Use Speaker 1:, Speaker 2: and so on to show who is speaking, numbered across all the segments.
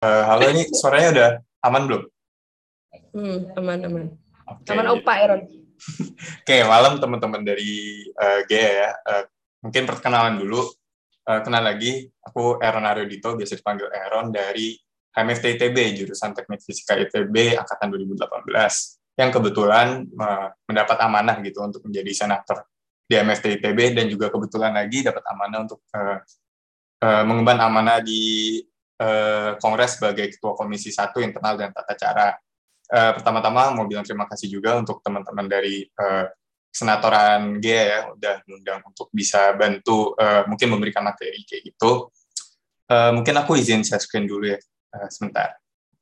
Speaker 1: Halo, ini suaranya udah aman belum?
Speaker 2: Aman.
Speaker 1: Oke,
Speaker 2: Aman Pak Aaron.
Speaker 1: Oke, malam teman-teman dari GEA ya. Mungkin perkenalan dulu. Kenal lagi, aku Aaron Aryodito, biasa dipanggil Aaron dari HMFT ITB, jurusan Teknik Fisika ITB angkatan 2018, yang kebetulan mendapat amanah gitu untuk menjadi senator di HMFT ITB, dan juga kebetulan lagi dapat amanah untuk mengemban amanah di Kongres sebagai Ketua Komisi 1 Internal dan Tata Cara. Pertama-tama mau bilang terima kasih juga untuk teman-teman dari senatoran G ya, udah mengundang untuk bisa bantu mungkin memberikan materi kayak gitu. Mungkin aku izin share screen dulu ya, sebentar.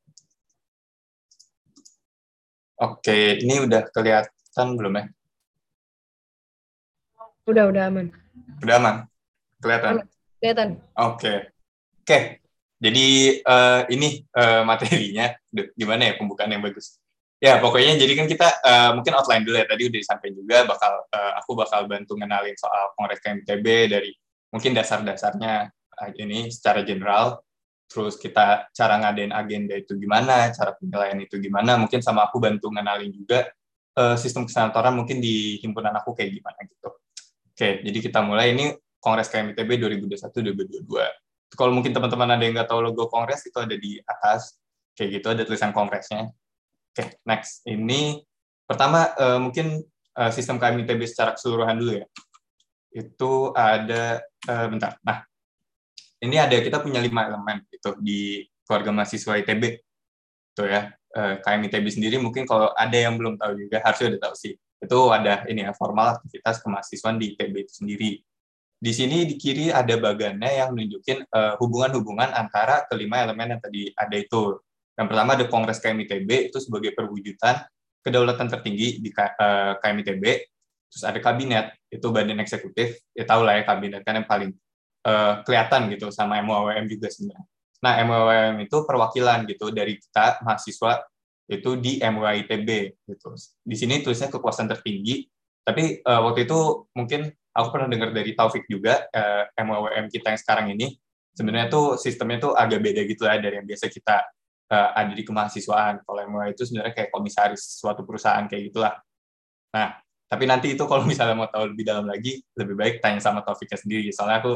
Speaker 1: Oke, ini udah kelihatan belum ya?
Speaker 2: Udah aman.
Speaker 1: Udah aman? Kelihatan?
Speaker 2: Kelihatan.
Speaker 1: Oke. Jadi ini materinya, gimana ya pembukaan yang bagus? Ya, pokoknya jadi kan kita mungkin outline dulu ya, tadi udah disampaikan juga, aku bakal bantu ngenalin soal Kongres KMITB dari mungkin dasar-dasarnya ini secara general, terus kita cara ngadain agenda itu gimana, cara penilaian itu gimana, mungkin sama aku bantu ngenalin juga sistem kesenatoran mungkin di himpunan aku kayak gimana gitu. Oke, jadi kita mulai. Ini Kongres KMITB 2021-2022. Kalau mungkin teman-teman ada yang nggak tahu logo Kongres, itu ada di atas, kayak gitu, ada tulisan Kongresnya. Oke, next. Ini pertama mungkin sistem KMITB secara keseluruhan dulu ya. Itu ada, bentar. Nah, ini kita punya 5 elemen gitu di keluarga mahasiswa ITB. Itu ya. KMITB sendiri mungkin kalau ada yang belum tahu juga, harusnya udah tahu sih. Itu ada ini ya, formal aktivitas kemahasiswaan di ITB itu sendiri. Di sini di kiri ada bagannya yang menunjukin hubungan-hubungan antara kelima elemen yang tadi ada itu. Yang pertama ada Kongres KMITB, itu sebagai perwujudan kedaulatan tertinggi di KMITB. Terus ada kabinet, itu badan eksekutif. Ya tahu lah ya, kabinet kan yang paling kelihatan gitu, sama MWWM juga sebenarnya. Nah, MWWM itu perwakilan gitu dari kita mahasiswa itu di MWITB gitu. Di sini tulisnya kekuasaan tertinggi, tapi waktu itu mungkin aku pernah dengar dari Taufik juga, MWWM kita yang sekarang ini, sebenarnya tuh sistemnya tuh agak beda gitu lah dari yang biasa kita ada di kemahasiswaan. Kalau MWWM itu sebenarnya kayak komisaris suatu perusahaan kayak gitulah. Nah, tapi nanti itu kalau misalnya mau tahu lebih dalam lagi, lebih baik tanya sama Taufiknya sendiri. Soalnya aku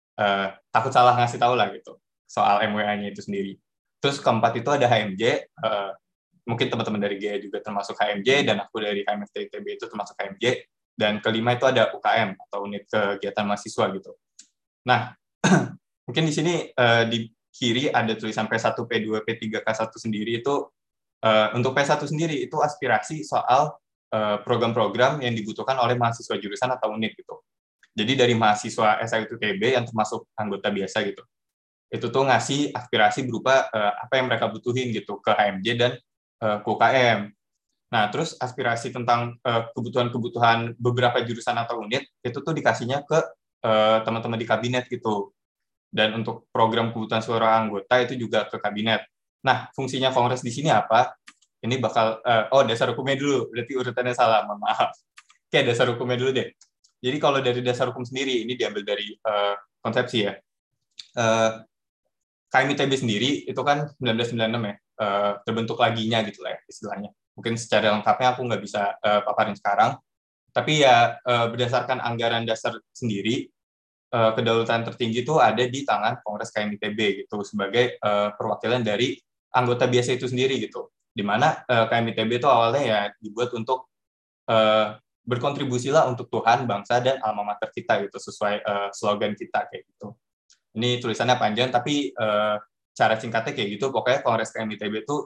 Speaker 1: takut salah ngasih tahu lah gitu, soal MWA-nya itu sendiri. Terus keempat itu ada HMJ, mungkin teman-teman dari GEA juga termasuk HMJ, dan aku dari HMFT ITB itu termasuk HMJ. Dan kelima itu ada UKM atau unit kegiatan mahasiswa gitu. Nah, mungkin di sini di kiri ada tulisan P1, P2, P3, K1 sendiri itu untuk P1 sendiri itu aspirasi soal program-program yang dibutuhkan oleh mahasiswa jurusan atau unit gitu. Jadi dari mahasiswa SIUTB yang termasuk anggota biasa gitu, itu tuh ngasih aspirasi berupa apa yang mereka butuhin gitu ke HMJ dan ke UKM. Nah, terus aspirasi tentang kebutuhan-kebutuhan beberapa jurusan atau unit, itu tuh dikasihnya ke teman-teman di kabinet gitu. Dan untuk program kebutuhan suara anggota itu juga ke kabinet. Nah, fungsinya Kongres di sini apa? Ini bakal, dasar hukumnya dulu, berarti urutannya salah, mohon maaf. Oke, dasar hukumnya dulu deh. Jadi kalau dari dasar hukum sendiri, ini diambil dari konsepsi ya. KMITB sendiri itu kan 1996 ya, terbentuk laginya gitu lah ya istilahnya. Mungkin secara lengkapnya aku nggak bisa paparin sekarang, tapi ya berdasarkan anggaran dasar sendiri, kedaulatan tertinggi itu ada di tangan Kongres KMITB gitu, sebagai perwakilan dari anggota biasa itu sendiri gitu. Di mana KMITB itu awalnya ya dibuat untuk berkontribusi lah untuk Tuhan, bangsa, dan alma mater kita gitu, sesuai slogan kita kayak gitu. Ini tulisannya panjang, tapi cara singkatnya kayak gitu. Pokoknya Kongres KMITB itu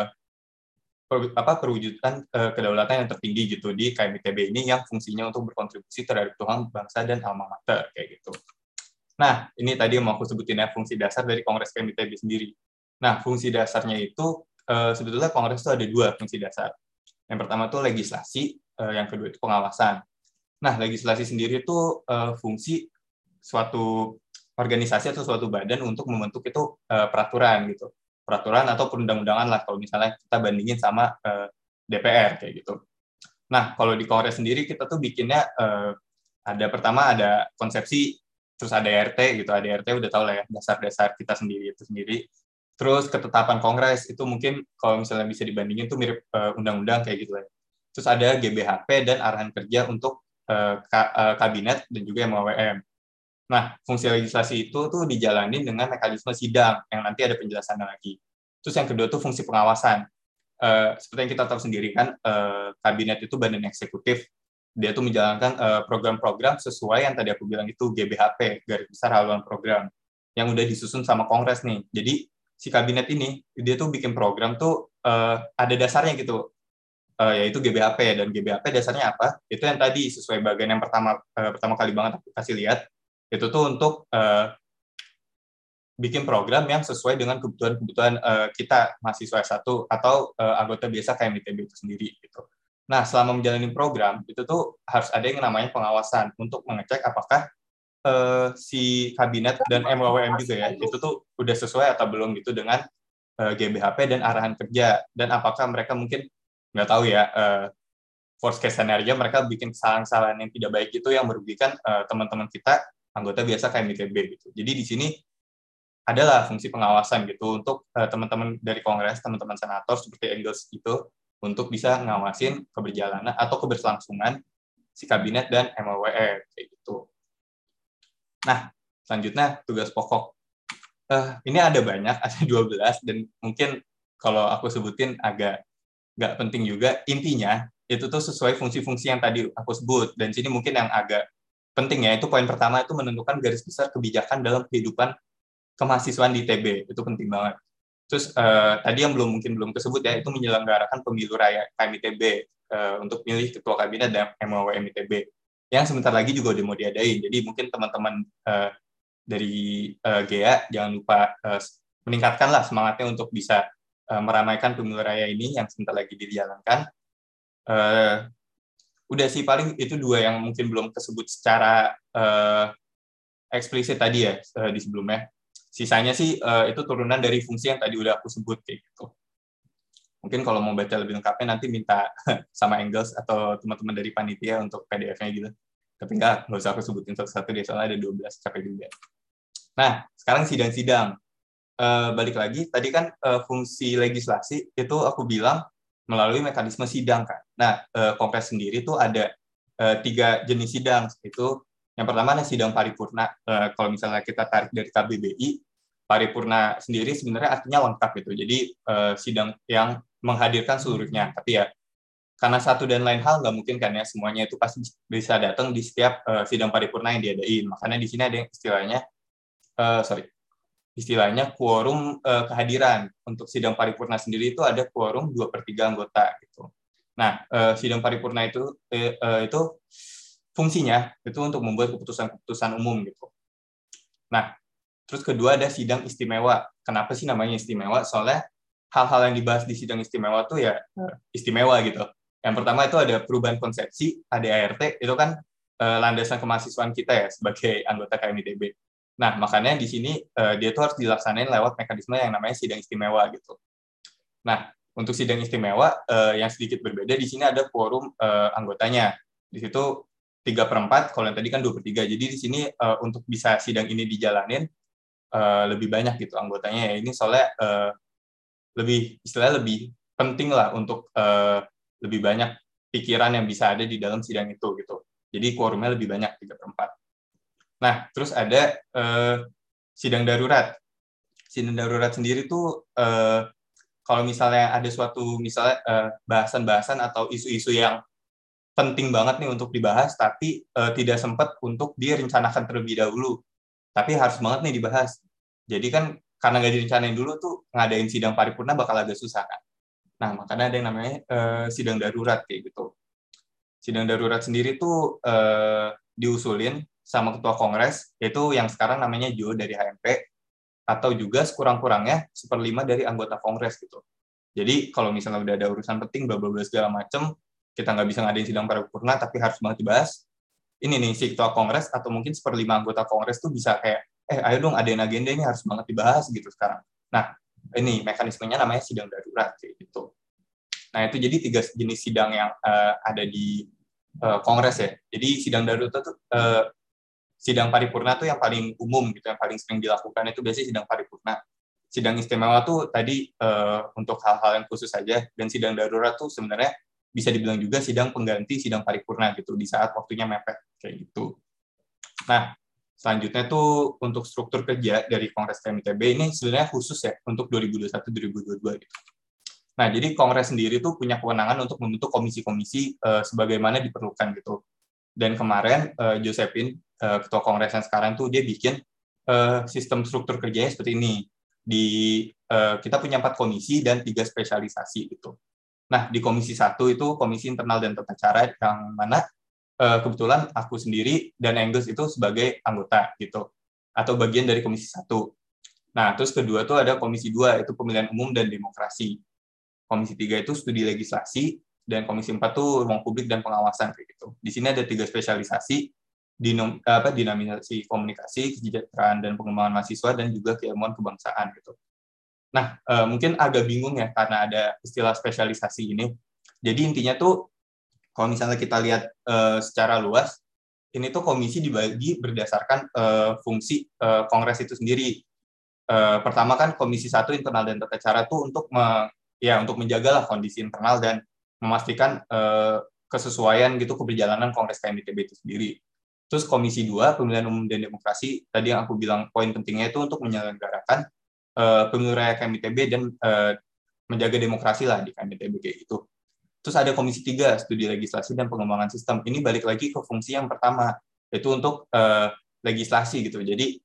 Speaker 1: perwujudan kedaulatan yang tertinggi gitu di KMITB ini, yang fungsinya untuk berkontribusi terhadap Tuhan, bangsa, dan alma mater kayak gitu. Nah, ini tadi yang mau aku sebutin ya, fungsi dasar dari Kongres KMITB sendiri. Nah, fungsi dasarnya itu sebetulnya Kongres itu ada dua fungsi dasar. Yang pertama itu legislasi, yang kedua itu pengawasan. Nah, legislasi sendiri itu fungsi suatu organisasi atau suatu badan untuk membentuk itu peraturan gitu, peraturan atau perundang-undangan lah kalau misalnya kita bandingin sama DPR kayak gitu. Nah, kalau di Kongres sendiri kita tuh bikinnya pertama ada konsepsi, terus ada RT gitu. Ada RT udah tau lah ya, dasar-dasar kita sendiri itu sendiri. Terus ketetapan Kongres itu mungkin kalau misalnya bisa dibandingin tuh mirip undang-undang kayak gitu lah. Terus ada GBHP dan arahan kerja untuk kabinet dan juga MWM. Nah, fungsi legislasi itu tuh dijalanin dengan mekanisme sidang yang nanti ada penjelasannya lagi. Terus yang kedua tuh fungsi pengawasan. Seperti yang kita tahu sendiri kan, kabinet itu badan eksekutif. Dia tuh menjalankan program-program sesuai yang tadi aku bilang itu GBHP, garis besar haluan program, yang udah disusun sama Kongres nih. Jadi si kabinet ini dia tuh bikin program tuh ada dasarnya gitu, yaitu GBHP. Dan GBHP dasarnya apa? Itu yang tadi sesuai bagian yang pertama kali banget aku kasih lihat, itu tuh untuk bikin program yang sesuai dengan kebutuhan kita mahasiswa S1 atau anggota biasa KMITB itu sendiri gitu. Nah, selama menjalani program itu tuh harus ada yang namanya pengawasan untuk mengecek apakah si kabinet dan MWM juga ya itu tuh udah sesuai atau belum gitu dengan GBHP dan arahan kerja, dan apakah mereka mungkin nggak tahu ya, worst case scenario mereka bikin kesalahan-kesalahan yang tidak baik itu yang merugikan teman-teman kita anggota biasa KMITB gitu. Jadi di sini adalah fungsi pengawasan gitu untuk teman-teman dari Kongres, teman-teman senator seperti Engels itu untuk bisa ngawasin keberjalanan atau keberlangsungan si kabinet dan MWM kayak gitu. Nah, selanjutnya tugas pokok. Ini ada banyak, ada 12 dan mungkin kalau aku sebutin agak nggak penting juga. Intinya itu tuh sesuai fungsi-fungsi yang tadi aku sebut, dan sini mungkin yang agak penting ya, itu poin pertama itu menentukan garis besar kebijakan dalam kehidupan kemahasiswaan di ITB, itu penting banget. Terus tadi yang mungkin belum kesebut ya, itu menyelenggarakan pemilu raya KMITB untuk milih ketua kabinet dan MWM ITB yang sebentar lagi juga udah mau diadain. Jadi mungkin teman-teman dari GEA jangan lupa meningkatkanlah semangatnya untuk bisa meramaikan pemilu raya ini yang sebentar lagi dijalankan. Udah sih paling itu dua yang mungkin belum kesebut secara eksplisit tadi ya di sebelumnya. Sisanya sih itu turunan dari fungsi yang tadi udah aku sebut kayak gitu. Mungkin kalau mau baca lebih lengkapnya nanti minta sama Engels atau teman-teman dari panitia untuk PDF-nya gitu. Tapi nggak usah aku sebutin satu-satu deh, soalnya ada 12 capek juga. Nah, sekarang sidang-sidang. Balik lagi, tadi kan fungsi legislasi itu aku bilang melalui mekanisme sidang kan. Nah, Kongres sendiri tuh ada 3 jenis sidang. Itu yang pertama ada sidang paripurna. Kalau misalnya kita tarik dari KBBI, paripurna sendiri sebenarnya artinya lengkap gitu. Jadi sidang yang menghadirkan seluruhnya. Tapi ya karena satu dan lain hal nggak mungkin kan ya semuanya itu pasti bisa datang di setiap sidang paripurna yang diadain. Makanya di sini ada yang istilahnya quorum kehadiran. Untuk sidang paripurna sendiri itu ada quorum 2/3 anggota gitu. Nah, sidang paripurna itu fungsinya itu untuk membuat keputusan-keputusan umum gitu. Nah, terus kedua ada sidang istimewa. Kenapa sih namanya istimewa? Soalnya hal-hal yang dibahas di sidang istimewa tuh ya istimewa gitu. Yang pertama itu ada perubahan konsepsi, ADART, itu kan landasan kemahasiswaan kita ya sebagai anggota KMITB. Nah, makanya di sini dia tuh harus dilaksanain lewat mekanisme yang namanya sidang istimewa gitu. Nah, untuk sidang istimewa yang sedikit berbeda, di sini ada quorum anggotanya. Di situ 3/4, kalau yang tadi kan 2/3. Jadi di sini untuk bisa sidang ini dijalanin lebih banyak gitu anggotanya ya. Ini soalnya lebih penting lah untuk lebih banyak pikiran yang bisa ada di dalam sidang itu gitu. Jadi quorumnya lebih banyak 3/4. Nah, terus ada sidang darurat. Sidang darurat sendiri tuh kalau misalnya ada suatu bahasan-bahasan atau isu-isu yang penting banget nih untuk dibahas, tapi tidak sempat untuk direncanakan terlebih dahulu, tapi harus banget nih dibahas. Jadi kan karena nggak direncanain dulu tuh ngadain sidang paripurna bakal agak susah kan. Nah, makanya ada yang namanya sidang darurat kayak gitu. Sidang darurat sendiri tuh diusulin sama ketua kongres, yaitu yang sekarang namanya Jo dari HMP, atau juga sekurang-kurangnya 1/5 dari anggota kongres gitu. Jadi kalau misalnya udah ada urusan penting, bla bla bla segala macem, kita nggak bisa ngadain sidang paripurna, tapi harus banget dibahas. Ini nih si ketua kongres atau mungkin 1/5 anggota kongres tuh bisa kayak, ayo dong adain agenda ini harus banget dibahas gitu sekarang. Nah, ini mekanismenya namanya sidang darurat kayak gitu. Nah, itu jadi 3 jenis sidang yang ada di kongres ya. Jadi sidang darurat itu sidang paripurna tuh yang paling umum gitu, yang paling sering dilakukan itu biasanya sidang paripurna. sidang istimewa tuh tadi untuk hal-hal yang khusus saja, dan sidang darurat tuh sebenarnya bisa dibilang juga sidang pengganti sidang paripurna gitu di saat waktunya mepet kayak gitu. Nah, selanjutnya tuh untuk struktur kerja dari Kongres KMITB ini sebenarnya khusus ya untuk 2021-2022 gitu. Nah, jadi Kongres sendiri tuh punya kewenangan untuk membentuk komisi-komisi sebagaimana diperlukan gitu. Dan kemarin Josephine, ketua Kongres yang sekarang tuh dia bikin sistem struktur kerjanya seperti ini. Kita punya 4 komisi dan 3 spesialisasi gitu. Nah, di komisi 1 itu komisi internal dan tata cara yang mana kebetulan aku sendiri dan Angus itu sebagai anggota gitu atau bagian dari komisi 1. Nah, terus kedua tuh ada komisi 2 itu pemilihan umum dan demokrasi. Komisi 3 itu studi legislasi dan komisi 4 tuh ruang publik dan pengawasan kayak gitu. Di sini ada 3 spesialisasi dinamisasi komunikasi, kesejahteraan dan pengembangan mahasiswa dan juga keilmuan kebangsaan gitu. Nah, mungkin agak bingung ya karena ada istilah spesialisasi ini. Jadi intinya tuh kalau misalnya kita lihat secara luas, ini tuh komisi dibagi berdasarkan fungsi Kongres itu sendiri. Pertama kan komisi 1 internal dan tata cara tuh untuk untuk menjagalah kondisi internal dan memastikan kesesuaian gitu keberjalanan Kongres KMITB itu sendiri. Terus komisi 2 pemilihan umum dan demokrasi, tadi yang aku bilang poin pentingnya itu untuk menyelenggarakan pemilu raya KMITB dan menjaga demokrasi lah di KMITB kayak gitu. Terus ada komisi 3 studi legislasi dan pengembangan sistem. Ini balik lagi ke fungsi yang pertama, yaitu untuk legislasi gitu. Jadi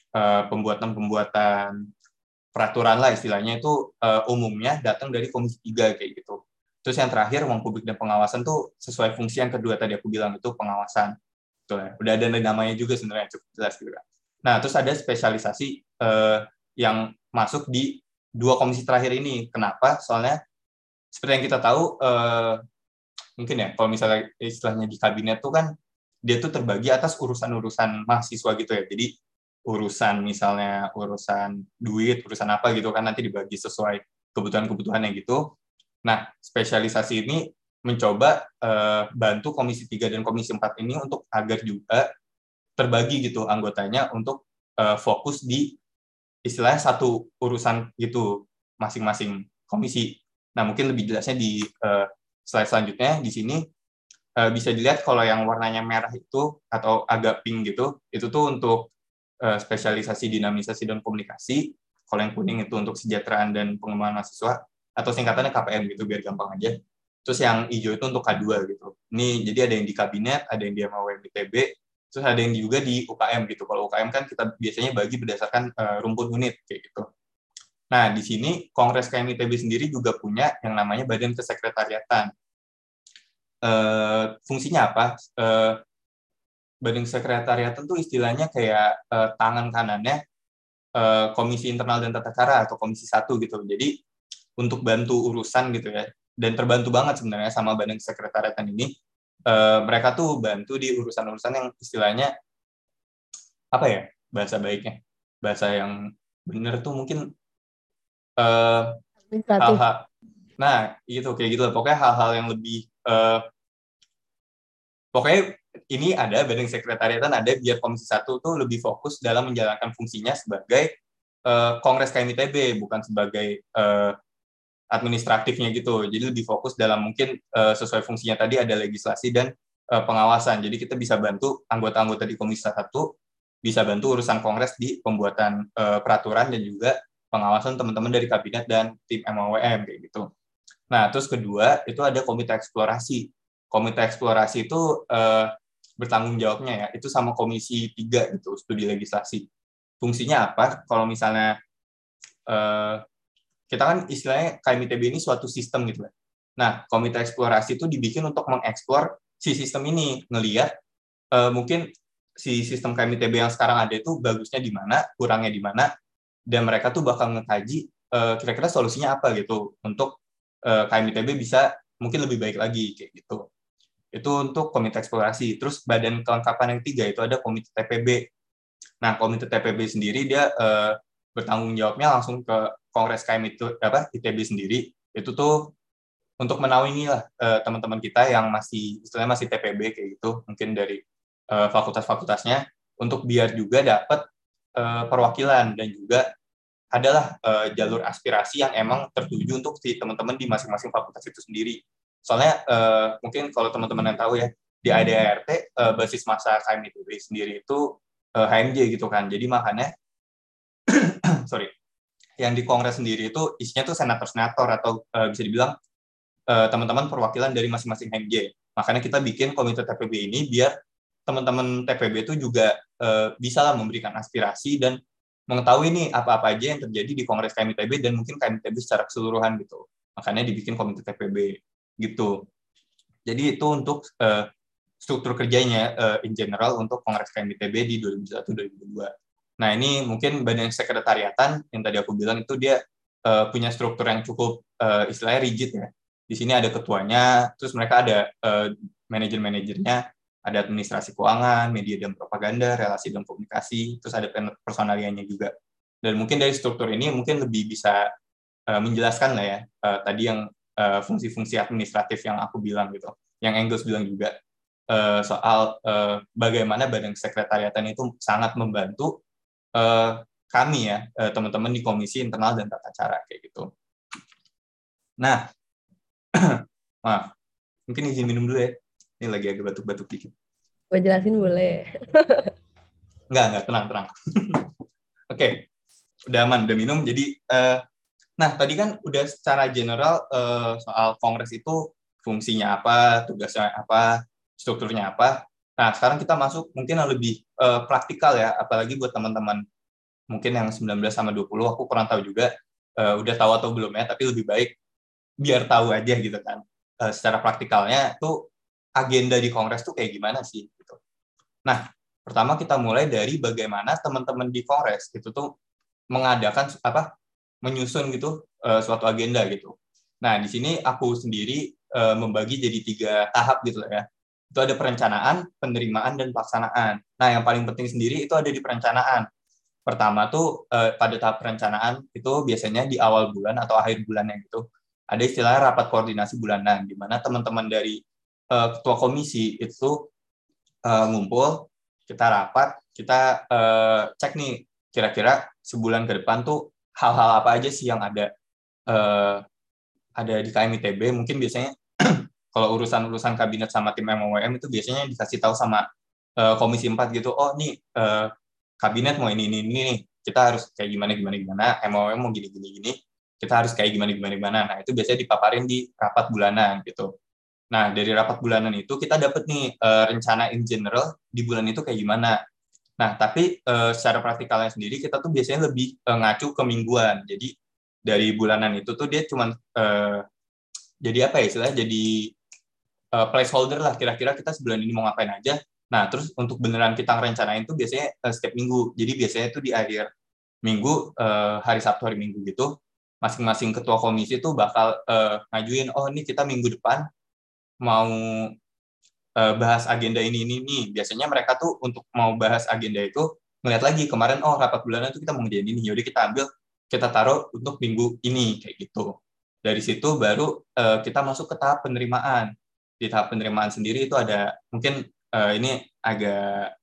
Speaker 1: pembuatan peraturan lah istilahnya itu umumnya datang dari komisi 3 kayak gitu. Terus yang terakhir ruang publik dan pengawasan tuh sesuai fungsi yang kedua tadi aku bilang itu pengawasan. Tuh ya. Udah ada namanya juga sebenarnya cukup jelas gitu kan. Nah, terus ada spesialisasi yang masuk di 2 komisi terakhir ini. Kenapa? Soalnya seperti yang kita tahu mungkin ya kalau misalnya istilahnya di kabinet tuh kan dia tuh terbagi atas urusan-urusan mahasiswa gitu ya. Jadi urusan duit, urusan apa gitu kan nanti dibagi sesuai kebutuhan-kebutuhannya gitu. Nah, spesialisasi ini mencoba bantu Komisi 3 dan Komisi 4 ini untuk agar juga terbagi gitu anggotanya untuk fokus di istilahnya satu urusan gitu masing-masing komisi. Nah, mungkin lebih jelasnya di slide selanjutnya di sini bisa dilihat kalau yang warnanya merah itu atau agak pink gitu, itu tuh untuk spesialisasi dinamisasi dan komunikasi. Kalau yang kuning itu untuk kesejahteraan dan pengembangan mahasiswa atau singkatannya KPM gitu biar gampang aja. Terus yang hijau itu untuk K2 gitu. Ini jadi ada yang di kabinet, ada yang di MAWMITB, terus ada yang juga di UKM gitu. Kalau UKM kan kita biasanya bagi berdasarkan rumpun unit kayak gitu. Nah, di sini Kongres KMITB sendiri juga punya yang namanya Badan Kesekretariatan. Fungsinya apa? Badan Sekretariatan itu istilahnya kayak tangan kanannya Komisi Internal dan Tata Cara atau Komisi 1 gitu. Jadi untuk bantu urusan gitu ya. Dan terbantu banget sebenarnya sama Badan Sekretariatan ini. Mereka tuh bantu di urusan-urusan yang istilahnya apa ya bahasa baiknya? Bahasa yang benar tuh mungkin hal-hal. Nah, gitu kayak gitu. Pokoknya hal-hal yang lebih pokoknya ini ada Badan Sekretariatan ada biar Komisi 1 tuh lebih fokus dalam menjalankan fungsinya sebagai Kongres KMITB bukan sebagai administratifnya gitu. Jadi lebih fokus dalam mungkin sesuai fungsinya tadi ada legislasi dan pengawasan. Jadi kita bisa bantu anggota-anggota di Komisi 1 bisa bantu urusan Kongres di pembuatan peraturan dan juga pengawasan teman-teman dari kabinet dan tim MAWM kayak gitu. Nah, terus kedua itu ada Komite Eksplorasi. Komite Eksplorasi itu bertanggung jawabnya ya, itu sama Komisi 3 gitu, studi legislasi. Fungsinya apa? Kalau misalnya kita kan istilahnya KMITB ini suatu sistem gitu ya. Nah, Komite Eksplorasi itu dibikin untuk mengeksplor si sistem ini, ngelihat mungkin si sistem KMITB yang sekarang ada itu bagusnya di mana, kurangnya di mana, dan mereka tuh bakal ngekaji kira-kira solusinya apa gitu untuk KMITB bisa mungkin lebih baik lagi kayak gitu. Itu untuk Komite Eksplorasi. Terus badan kelengkapan yang 3 itu ada Komite TPB. Nah, Komite TPB sendiri dia bertanggung jawabnya langsung ke Kongres ITB sendiri. Itu tuh untuk menaungi lah teman-teman kita yang masih istilahnya masih TPB kayak gitu, mungkin dari fakultas-fakultasnya untuk biar juga dapat perwakilan dan juga adalah jalur aspirasi yang emang tertuju untuk si teman-teman di masing-masing fakultas itu sendiri. Soalnya mungkin kalau teman-teman yang tahu ya, di ADART basis masa KMITB sendiri itu HMJ gitu kan. Jadi makanya sorry, yang di Kongres sendiri itu isinya tuh senator-senator atau bisa dibilang teman-teman perwakilan dari masing-masing HMJ. Makanya kita bikin komite TPB ini biar teman-teman TPB itu juga bisa lah memberikan aspirasi dan mengetahui nih apa-apa aja yang terjadi di Kongres KMITB dan mungkin KMITB secara keseluruhan gitu. Makanya dibikin komite TPB gitu. Jadi itu untuk struktur kerjanya in general untuk Kongres KMITB di 2001-2002. Nah ini mungkin badan sekretariatan yang tadi aku bilang itu dia punya struktur yang cukup istilahnya rigid ya. Di sini ada ketuanya, terus mereka ada manajer-manajernya, ada administrasi keuangan, media dan propaganda, relasi dan komunikasi, terus ada personalianya juga. Dan mungkin dari struktur ini mungkin lebih bisa menjelaskan lah ya tadi yang fungsi-fungsi administratif yang aku bilang gitu, yang Engels bilang juga soal bagaimana badan sekretariatan itu sangat membantu kami ya teman-teman di komisi internal dan tata cara kayak gitu. Nah, maaf, mungkin izin minum dulu ya. Ini lagi agak batuk-batuk dikit.
Speaker 2: Gue jelasin boleh.
Speaker 1: Enggak, tenang. Oke, udah aman, udah minum. Jadi, nah tadi kan udah secara general soal Kongres itu fungsinya apa, tugasnya apa, strukturnya apa. Nah, sekarang kita masuk mungkin yang lebih praktikal ya, apalagi buat teman-teman mungkin yang 19 sama 20, aku kurang tahu juga udah tahu atau belum ya, tapi lebih baik biar tahu aja gitu kan. Secara praktikalnya tuh agenda di Kongres tuh kayak gimana sih gitu. Nah, pertama kita mulai dari bagaimana teman-teman di Kongres itu tuh mengadakan menyusun gitu suatu agenda gitu. Nah, di sini aku sendiri membagi jadi 3 tahap gitu ya. Itu ada perencanaan, penerimaan, dan pelaksanaan. Nah, yang paling penting sendiri itu ada di perencanaan. Pertama tuh pada tahap perencanaan itu biasanya di awal bulan atau akhir bulannya gitu. Ada istilah rapat koordinasi bulanan, di mana teman-teman dari ketua komisi itu ngumpul, kita rapat, kita cek nih kira-kira sebulan ke depan tuh hal-hal apa aja sih yang ada di KMITB. Mungkin biasanya kalau urusan-urusan kabinet sama tim MOWM itu biasanya dikasih tahu sama Komisi 4 gitu. Oh, nih kabinet mau ini nih. Kita harus kayak gimana, MOWM mau gini. Kita harus kayak gimana. Nah, itu biasanya dipaparin di rapat bulanan gitu. Nah, dari rapat bulanan itu kita dapat nih rencana in general di bulan itu kayak gimana. Nah, tapi secara praktikalnya sendiri kita tuh biasanya lebih ngacu ke mingguan. Jadi dari bulanan itu tuh dia cuman jadi apa ya istilahnya, jadi placeholder lah, kira-kira kita sebulan ini mau ngapain aja. Nah, terus untuk beneran kita ngerencanain tuh biasanya setiap minggu. Jadi biasanya tuh di akhir minggu, hari Sabtu, hari Minggu gitu, masing-masing ketua komisi tuh bakal ngajuin, oh ini kita minggu depan mau bahas agenda ini nih. Biasanya mereka tuh untuk mau bahas agenda itu ngeliat lagi kemarin, oh rapat bulanan tuh kita mau ngerjain ini, yaudah kita ambil, kita taruh untuk minggu ini kayak gitu. Dari situ baru kita masuk ke tahap penerimaan. Di tahap penerimaan sendiri itu ada mungkin ini agak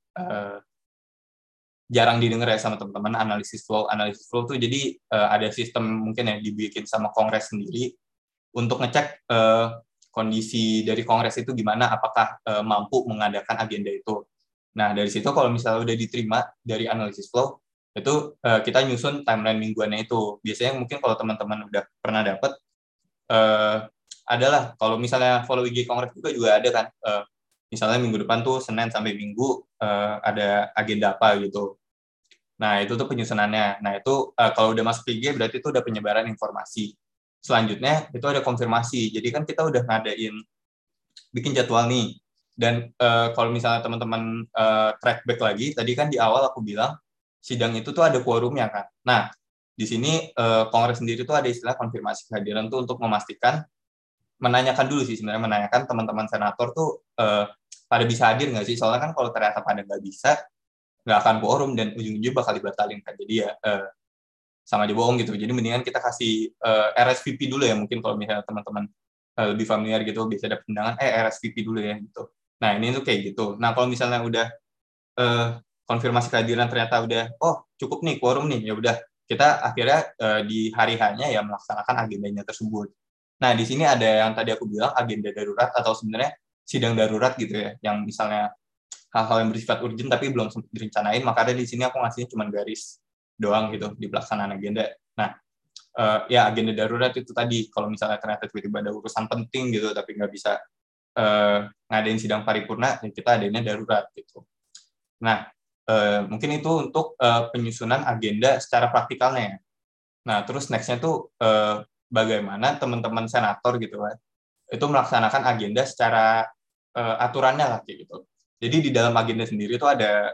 Speaker 1: jarang didengar ya sama teman-teman, analisis flow. Analisis flow tuh jadi ada sistem mungkin ya dibikin sama Kongres sendiri untuk ngecek kondisi dari Kongres itu gimana, apakah mampu mengadakan agenda itu. Nah, dari situ kalau misalnya udah diterima dari analisis flow, itu kita nyusun timeline mingguannya itu. Biasanya mungkin kalau teman-teman udah pernah dapat, adalah kalau misalnya follow IG Kongres juga ada kan, misalnya minggu depan tuh Senin sampai Minggu ada agenda apa gitu. Nah, itu tuh penyusunannya. Nah, itu kalau udah masuk IG berarti itu udah penyebaran informasi. Selanjutnya itu ada konfirmasi. Jadi kan kita udah bikin jadwal nih. Dan kalau misalnya teman-teman track back lagi, tadi kan di awal aku bilang sidang itu tuh ada quorumnya kan. Nah, di sini Kongres sendiri tuh ada istilah konfirmasi kehadiran tuh untuk memastikan, menanyakan dulu sih sebenarnya, menanyakan teman-teman senator tuh pada bisa hadir nggak sih? Soalnya kan kalau ternyata pada nggak bisa, nggak akan quorum dan ujung-ujungnya bakal dibatalin kan. Jadi ya sama aja bohong gitu. Jadi mendingan kita kasih RSVP dulu ya, mungkin kalau misalnya teman-teman lebih familiar gitu, bisa ada undangan, RSVP dulu ya gitu. Nah, ini tuh kayak gitu. Nah, kalau misalnya udah konfirmasi kehadiran ternyata udah, oh cukup nih quorum nih, ya udah kita akhirnya di hari hanya ya melaksanakan agendanya tersebut. Nah, di sini ada yang tadi aku bilang agenda darurat atau sebenarnya sidang darurat gitu ya, yang misalnya hal-hal yang bersifat urgent tapi belum sempat direncanain, makanya di sini aku ngasihnya cuma garis doang gitu di pelaksanaan agenda. Nah, ya agenda darurat itu tadi kalau misalnya ternyata tiba-tiba ada urusan penting gitu tapi nggak bisa ngadain sidang paripurna, ya kita adainnya darurat gitu. Nah, mungkin itu untuk penyusunan agenda secara praktikalnya. Nah, terus next-nya tuh bagaimana teman-teman senator gitu kan, itu melaksanakan agenda secara aturannya lah kayak gitu. Jadi di dalam agenda sendiri itu ada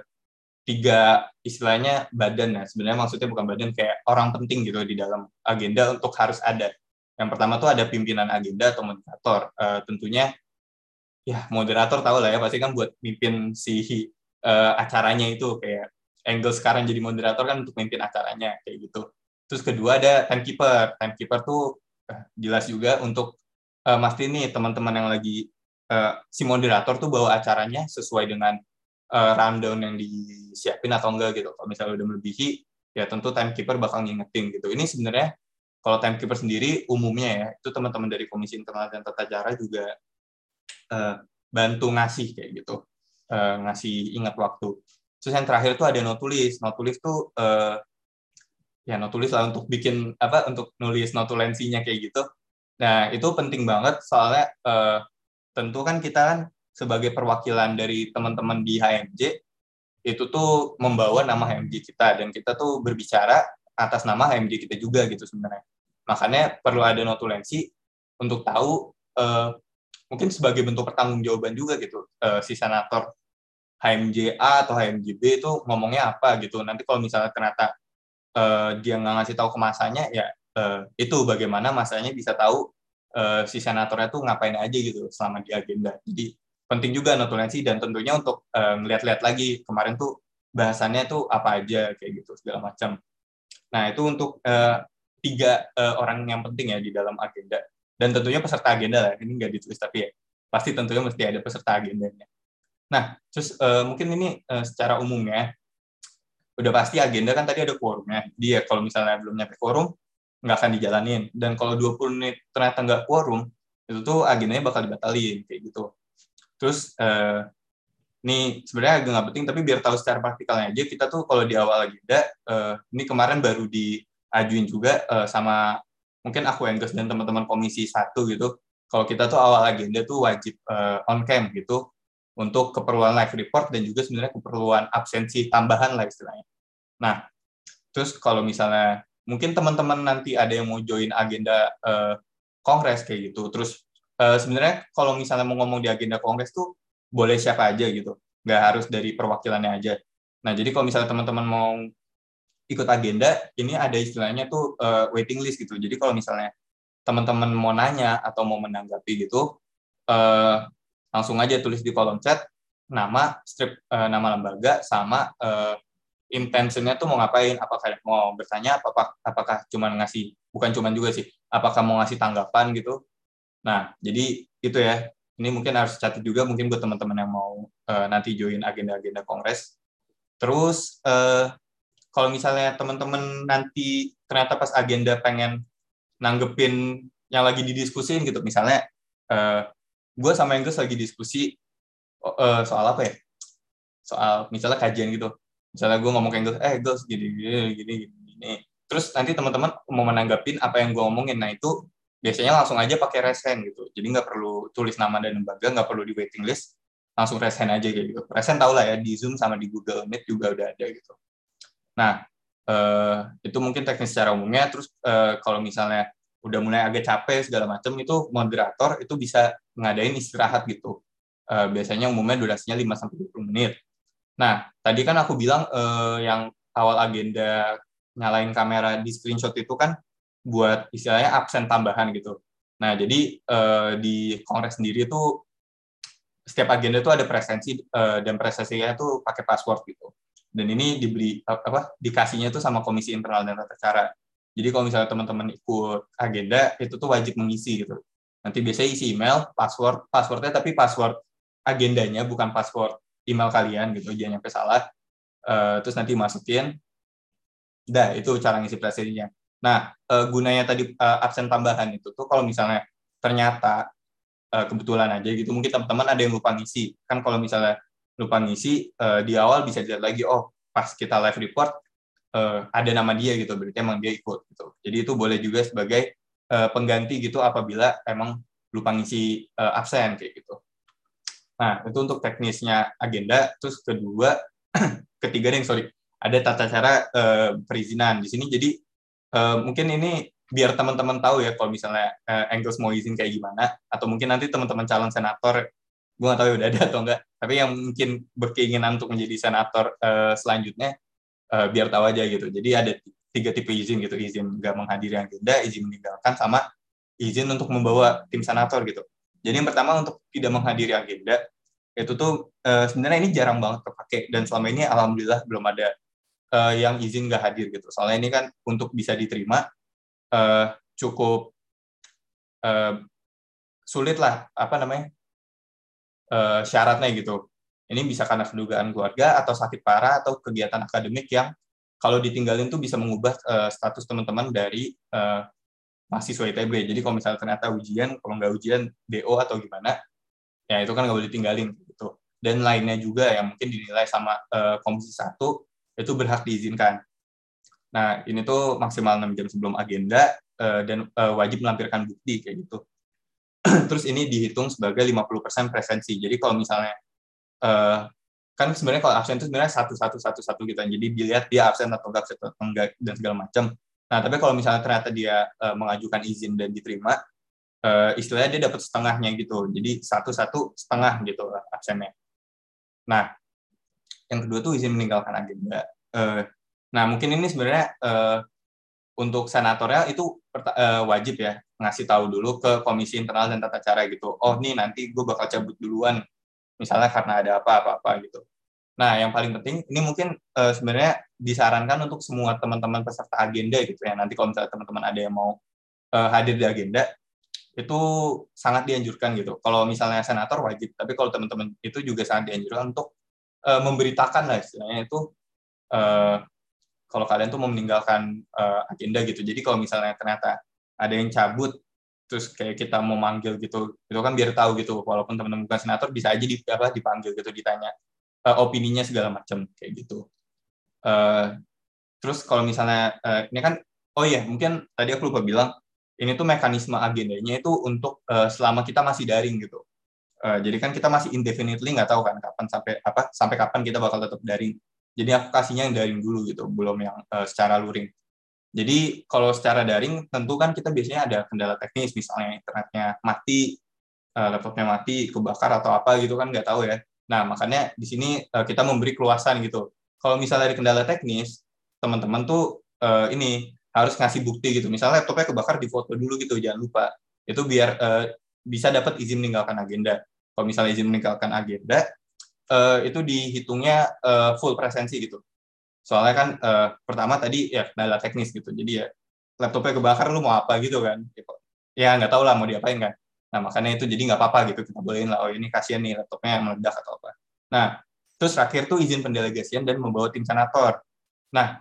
Speaker 1: 3 istilahnya badan ya. Sebenarnya maksudnya bukan badan, kayak orang penting gitu di dalam agenda untuk harus ada. Yang pertama tuh ada pimpinan agenda atau moderator. Tentunya ya moderator tahu lah ya, pasti kan buat mimpin si acaranya itu, kayak Angle sekarang jadi moderator kan untuk mimpin acaranya kayak gitu. Terus kedua ada timekeeper. Timekeeper tuh jelas juga untuk mastiin nih teman-teman yang lagi si moderator tuh bawa acaranya sesuai dengan rundown yang disiapin atau enggak gitu. Kalau misalnya udah melebihi, ya tentu timekeeper bakal ngingetin gitu. Ini sebenarnya kalau timekeeper sendiri umumnya ya, itu teman-teman dari Komisi Internal dan Tata Cara juga bantu ngasih kayak gitu, ngasih ingat waktu. Terus yang terakhir tuh ada notulis. Notulis tuh ya notulis lah untuk bikin apa, untuk nulis notulensinya kayak gitu. Nah itu penting banget soalnya tentu kan kita kan sebagai perwakilan dari teman-teman di HMJ itu tuh membawa nama HMJ kita dan kita tuh berbicara atas nama HMJ kita juga gitu sebenarnya. Makanya perlu ada notulensi untuk tahu mungkin sebagai bentuk pertanggungjawaban juga gitu, si senator HMJ-A atau HMJ-B itu ngomongnya apa gitu. Nanti kalau misalnya ternyata dia nggak ngasih tahu ke masanya, ya itu bagaimana masanya bisa tahu si senatornya tuh ngapain aja gitu selama di agenda. Jadi penting juga notulensi dan tentunya untuk ngeliat-liat lagi kemarin tuh bahasannya tuh apa aja kayak gitu segala macam. Nah itu untuk 3 orang yang penting ya di dalam agenda. Dan tentunya peserta agenda lah, ini nggak ditulis tapi ya pasti tentunya mesti ada peserta agendanya. Nah, terus mungkin ini secara umumnya udah pasti agenda kan tadi ada quorumnya. Dia kalau misalnya belum nyampe quorum nggak akan dijalanin. Dan kalau 20 menit ternyata nggak quorum, itu tuh agendanya bakal dibatalin kayak gitu. Terus ini sebenarnya agak nggak penting tapi biar tahu secara praktikalnya aja, kita tuh kalau di awal agenda ini kemarin baru diajuin juga sama mungkin aku Engges dan teman-teman komisi 1 gitu, kalau kita tuh awal agenda tuh wajib on cam gitu untuk keperluan live report dan juga sebenarnya keperluan absensi tambahan lah istilahnya. Nah, terus kalau misalnya mungkin teman-teman nanti ada yang mau join agenda kongres kayak gitu, terus sebenarnya kalau misalnya mau ngomong di agenda kongres tuh boleh siapa aja gitu, nggak harus dari perwakilannya aja. Nah, jadi kalau misalnya teman-teman mau ikut agenda, ini ada istilahnya tuh waiting list gitu. Jadi kalau misalnya teman-teman mau nanya atau mau menanggapi gitu, langsung aja tulis di kolom chat nama, strip nama lembaga sama intentionnya tuh mau ngapain, apakah mau bertanya, apakah cuma ngasih, bukan cuma juga sih, apakah mau ngasih tanggapan gitu. Nah, jadi itu ya, ini mungkin harus catat juga mungkin buat teman-teman yang mau nanti join agenda-agenda kongres. Terus kalau misalnya teman-teman nanti ternyata pas agenda pengen nanggepin yang lagi didiskusin gitu, misalnya gue sama Enggus lagi diskusi soal apa ya, soal misalnya kajian gitu, misalnya gue ngomong ke Enggus gini, terus nanti teman-teman mau menanggapin apa yang gue omongin, nah itu biasanya langsung aja pakai raise hand gitu, jadi nggak perlu tulis nama dan lembaga, nggak perlu di waiting list, langsung raise hand aja kayak gitu. Raise hand tau lah ya, di Zoom sama di Google Meet juga udah ada gitu. Nah, itu mungkin teknis secara umumnya. Terus kalau misalnya udah mulai agak capek segala macam, itu moderator itu bisa ngadain istirahat gitu. Biasanya umumnya durasinya 5-20 menit. Nah, tadi kan aku bilang yang awal agenda nyalain kamera di screenshot itu kan buat istilahnya absen tambahan gitu. Nah, jadi di Kongres sendiri tuh setiap agenda tuh ada presensi dan presensinya tuh pakai password gitu. Dan ini dikasihnya tuh sama Komisi Internal dan Tata Cara. Jadi kalau misalnya teman-teman ikut agenda itu tuh wajib mengisi gitu. Nanti biasanya isi email, passwordnya tapi password agendanya bukan password email kalian gitu, jangan sampai salah. Terus nanti masukin Dah, itu cara ngisi prestasinya. Nah, gunanya tadi absen tambahan itu tuh kalau misalnya ternyata kebetulan aja gitu, mungkin teman-teman ada yang lupa ngisi. Kan kalau misalnya lupa ngisi, di awal bisa dilihat lagi, oh pas kita live report, ada nama dia gitu, berarti emang dia ikut gitu. Jadi itu boleh juga sebagai pengganti gitu apabila emang lupa ngisi absen kayak gitu. Nah, itu untuk teknisnya agenda. Terus ketiga nih, sorry, ada tata cara perizinan di sini. Jadi mungkin ini biar teman-teman tahu ya kalau misalnya Engels mau izin kayak gimana, atau mungkin nanti teman-teman calon senator, gue nggak tahu ya udah ada atau enggak, tapi yang mungkin berkeinginan untuk menjadi senator selanjutnya, biar tahu aja gitu. Jadi ada 3 tipe izin gitu, izin nggak menghadiri agenda, izin meninggalkan, sama izin untuk membawa tim senator gitu. Jadi yang pertama untuk tidak menghadiri agenda, itu tuh sebenarnya ini jarang banget kepake, dan selama ini alhamdulillah belum ada yang izin nggak hadir gitu. Soalnya ini kan untuk bisa diterima cukup sulit lah syaratnya gitu. Ini bisa karena kedugaan keluarga atau sakit parah atau kegiatan akademik yang kalau ditinggalin tuh bisa mengubah status teman-teman dari mahasiswa ITB. Jadi kalau misalnya ternyata ujian, kalau nggak ujian DO atau gimana, ya itu kan nggak boleh ditinggalin gitu. Dan lainnya juga yang mungkin dinilai sama Komisi 1 itu berhak diizinkan. Nah, ini tuh maksimal 6 jam sebelum agenda dan wajib melampirkan bukti kayak gitu. Terus ini dihitung sebagai 50% presensi. Jadi kalau misalnya kan sebenarnya kalau absen itu sebenarnya satu gitu. Jadi dilihat dia absen atau enggak dan segala macam. Nah, tapi kalau misalnya ternyata dia mengajukan izin dan diterima, istilahnya dia dapat setengahnya gitu. Jadi satu setengah gitu absennya. Nah, yang kedua tuh izin meninggalkan agenda. Nah, mungkin ini sebenarnya untuk senatornya itu wajib ya ngasih tahu dulu ke Komisi Internal dan Tata Cara gitu. Oh, nih nanti gue bakal cabut duluan, misalnya karena ada apa-apa gitu. Nah, yang paling penting ini mungkin sebenarnya disarankan untuk semua teman-teman peserta agenda gitu ya. Nanti kalau misalnya teman-teman ada yang mau hadir di agenda, itu sangat dianjurkan gitu. Kalau misalnya senator wajib, tapi kalau teman-teman itu juga sangat dianjurkan untuk memberitakan lah istilahnya itu kalau kalian tuh mau meninggalkan agenda gitu. Jadi kalau misalnya ternyata ada yang cabut, terus kayak kita mau manggil gitu, itu kan biar tahu gitu. Walaupun teman-teman bukan senator, bisa aja dipanggil gitu, ditanya opininya segala macam kayak gitu. Terus kalau misalnya ini kan, oh iya mungkin tadi aku lupa bilang, ini tuh mekanisme agendanya itu untuk selama kita masih daring gitu. Jadi kan kita masih indefinitely nggak tahu kan sampai kapan kita bakal tetap daring. Jadi aku kasihnya yang daring dulu gitu, belum yang secara luring. Jadi kalau secara daring tentu kan kita biasanya ada kendala teknis, misalnya internetnya mati, laptopnya mati, kebakar atau apa gitu kan nggak tahu ya. Nah makanya di sini kita memberi keluasan gitu. Kalau misalnya ada kendala teknis, teman-teman tuh ini harus ngasih bukti gitu. Misalnya laptopnya kebakar, difoto dulu gitu, jangan lupa. Itu biar bisa dapat izin meninggalkan agenda. Kalau misalnya izin meninggalkan agenda, itu dihitungnya full presensi gitu. Soalnya kan pertama tadi ya kendala teknis gitu. Jadi ya laptopnya kebakar, lu mau apa gitu kan. Ya nggak tahu lah mau diapain kan. Nah makanya itu jadi nggak apa-apa gitu. Kita bolehin lah, oh ini kasihan nih laptopnya meledak atau apa. Nah terus terakhir tuh izin pendelegasian dan membawa tim senator. Nah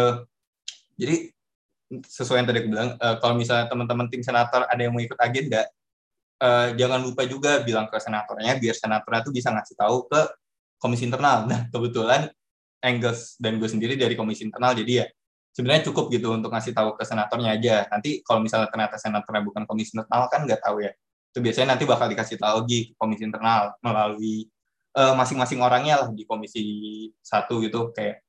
Speaker 1: jadi sesuai yang tadi aku bilang, kalau misalnya teman-teman tim senator ada yang mau ikut agenda, jangan lupa juga bilang ke senatornya biar senatornya tuh bisa ngasih tahu ke komisi internal. Nah kebetulan Engels dan gue sendiri dari komisi internal, jadi ya sebenarnya cukup gitu untuk ngasih tahu ke senatornya aja. Nanti kalau misalnya ternyata senatornya bukan komisi internal kan nggak tahu ya. Itu biasanya nanti bakal dikasih tahu lagi ke komisi internal melalui masing-masing orangnya lah di komisi 1 gitu, kayak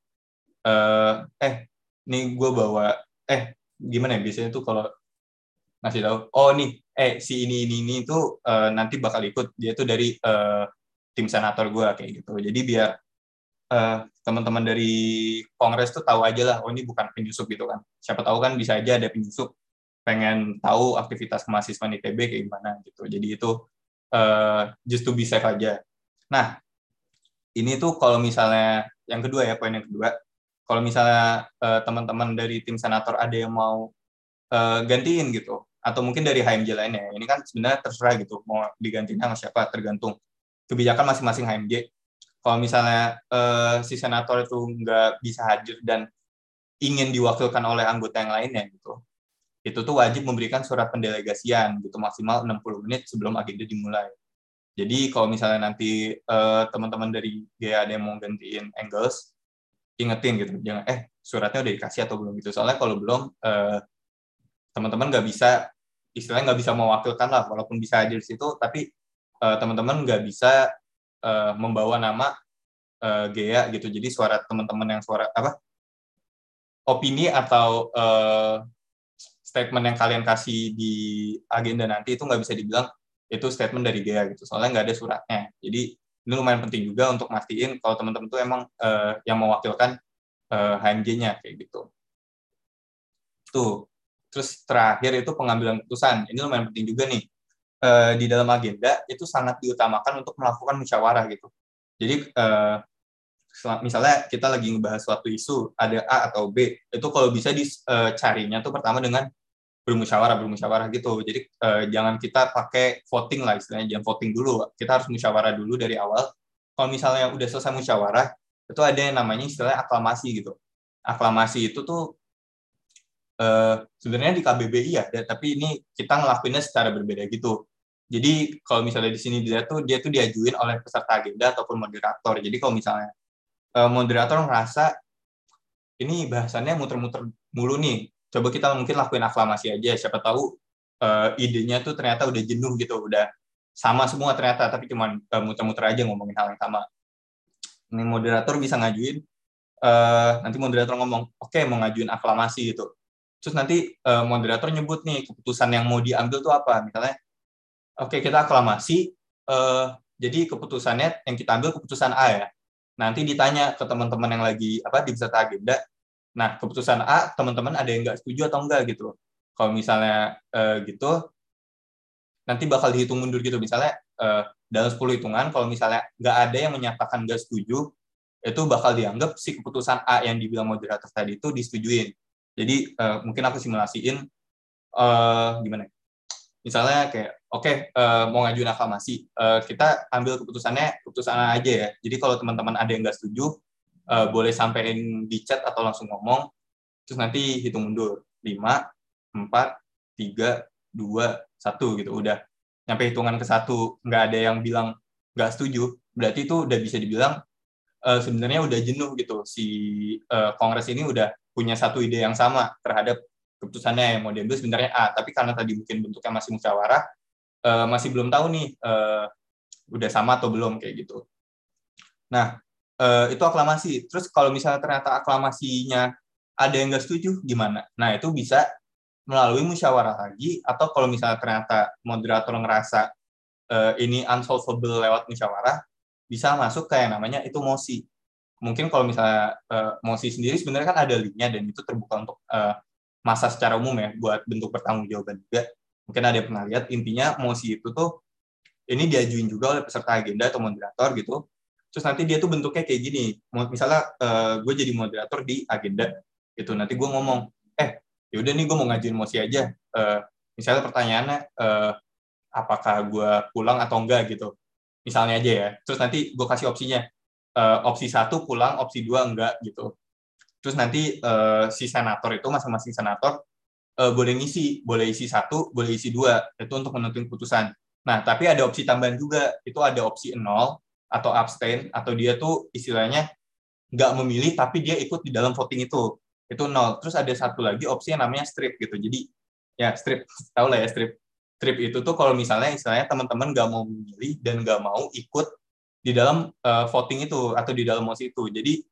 Speaker 1: nih gue bawa gimana ya biasanya tuh kalau ngasih tahu, oh nih si ini tuh nanti bakal ikut, dia tuh dari tim senator gue kayak gitu. Jadi biar teman-teman dari Kongres tuh tahu aja lah, oh ini bukan penyusup gitu kan. Siapa tahu kan bisa aja ada penyusup pengen tahu aktivitas mahasiswa ITB kayak gimana gitu. Jadi itu just to be safe aja. Nah, ini tuh kalau misalnya yang kedua ya, poin yang kedua, kalau misalnya teman-teman dari tim senator ada yang mau gantiin gitu, atau mungkin dari HMJ lainnya, ini kan sebenarnya terserah gitu, mau digantiin sama siapa, tergantung kebijakan masing-masing HMJ. Kalau misalnya si senator itu nggak bisa hadir dan ingin diwakilkan oleh anggota yang lainnya gitu, itu tuh wajib memberikan surat pendelegasian gitu maksimal 60 menit sebelum agenda dimulai. Jadi kalau misalnya nanti teman-teman dari GA ada yang mau gantiin Engels, ingetin gitu, jangan suratnya udah dikasih atau belum gitu. Soalnya kalau belum, teman-teman nggak bisa, istilahnya nggak bisa mewakilkan lah, walaupun bisa hadir di situ, tapi teman-teman nggak bisa membawa nama GA gitu. Jadi suara teman-teman yang opini atau statement yang kalian kasih di agenda nanti itu nggak bisa dibilang itu statement dari GEA gitu, soalnya nggak ada suratnya. Jadi ini lumayan penting juga untuk mastiin kalau teman-teman tuh emang yang mewakilkan HMJ-nya kayak gitu. Tuh. Terus terakhir itu pengambilan keputusan. Ini lumayan penting juga nih. Di dalam agenda itu sangat diutamakan untuk melakukan musyawarah gitu. Jadi misalnya kita lagi ngebahas suatu isu, ada A atau B, itu kalau bisa dicarinya tuh pertama dengan bermusyawarah gitu. Jadi jangan kita pakai voting lah istilahnya, jangan voting dulu. Kita harus musyawarah dulu dari awal. Kalau misalnya udah selesai musyawarah, itu ada yang namanya istilahnya aklamasi gitu. Aklamasi itu tuh sebenarnya di KBBI ya, tapi ini kita ngelakuinnya secara berbeda gitu. Jadi kalau misalnya di sini dia tuh diajuin oleh peserta agenda ataupun moderator. Jadi kalau misalnya moderator ngerasa ini bahasannya muter-muter mulu nih, coba kita mungkin lakuin aklamasi aja, siapa tahu idenya tuh ternyata udah jenuh gitu, udah sama semua ternyata, tapi cuma muter-muter aja ngomongin hal yang sama. Ini moderator bisa ngajuin, nanti moderator ngomong, oke, mau ngajuin aklamasi gitu. Terus nanti moderator nyebut nih keputusan yang mau diambil tuh apa, misalnya, oke, kita aklamasi, jadi keputusannya yang kita ambil keputusan A ya. Nanti ditanya ke teman-teman yang lagi di peserta agenda, nah keputusan A teman-teman ada yang nggak setuju atau enggak gitu. Kalau misalnya gitu, nanti bakal dihitung mundur gitu. Misalnya dalam 10 hitungan, kalau misalnya nggak ada yang menyatakan nggak setuju, itu bakal dianggap si keputusan A yang dibilang moderator tadi itu disetujuin. Jadi mungkin aku simulasiin gimana? Misalnya kayak, oke, mau ngajuin aklamasi, kita ambil keputusan A aja ya. Jadi kalau teman-teman ada yang nggak setuju, boleh sampein di chat atau langsung ngomong, terus nanti hitung mundur. 5, 4, 3, 2, 1 gitu. Udah nyampe hitungan ke 1, nggak ada yang bilang nggak setuju, berarti itu udah bisa dibilang sebenarnya udah jenuh gitu. Si Kongres ini udah punya satu ide yang sama terhadap keputusannya yang mau diambil sebenarnya A, tapi karena tadi mungkin bentuknya masih musyawarah, masih belum tahu nih udah sama atau belum kayak gitu. Nah, itu aklamasi. Terus kalau misalnya ternyata aklamasinya ada yang nggak setuju, gimana? Nah, itu bisa melalui musyawarah lagi, atau kalau misalnya ternyata moderator ngerasa ini unsolvable lewat musyawarah, bisa masuk ke yang namanya itu mosi. Mungkin kalau misalnya mosi sendiri sebenarnya kan ada linknya dan itu terbuka untuk masa secara umum ya, buat bentuk pertanggungjawaban juga. Mungkin ada yang pernah lihat, intinya mosi itu tuh ini diajuin juga oleh peserta agenda atau moderator gitu. Terus nanti dia tuh bentuknya kayak gini. Misalnya gue jadi moderator di agenda gitu. Nanti gue ngomong, yaudah nih gue mau ngajuin mosi aja. Misalnya pertanyaannya, apakah gue pulang atau enggak gitu. Misalnya aja ya. Terus nanti gue kasih opsinya. Opsi 1 pulang, opsi 2 enggak gitu. Terus nanti si senator itu, masing-masing senator boleh isi 1, boleh isi 2. Itu untuk menentukan keputusan. Nah, tapi ada opsi tambahan juga. Itu ada opsi 0 atau abstain, atau dia tuh istilahnya nggak memilih, tapi dia ikut di dalam voting itu 0. Terus ada satu lagi opsi yang namanya strip gitu. Jadi ya strip, tahu lah ya strip. Strip itu tuh kalau misalnya istilahnya teman-teman nggak mau memilih dan nggak mau ikut di dalam voting itu atau di dalam mosi itu. Jadi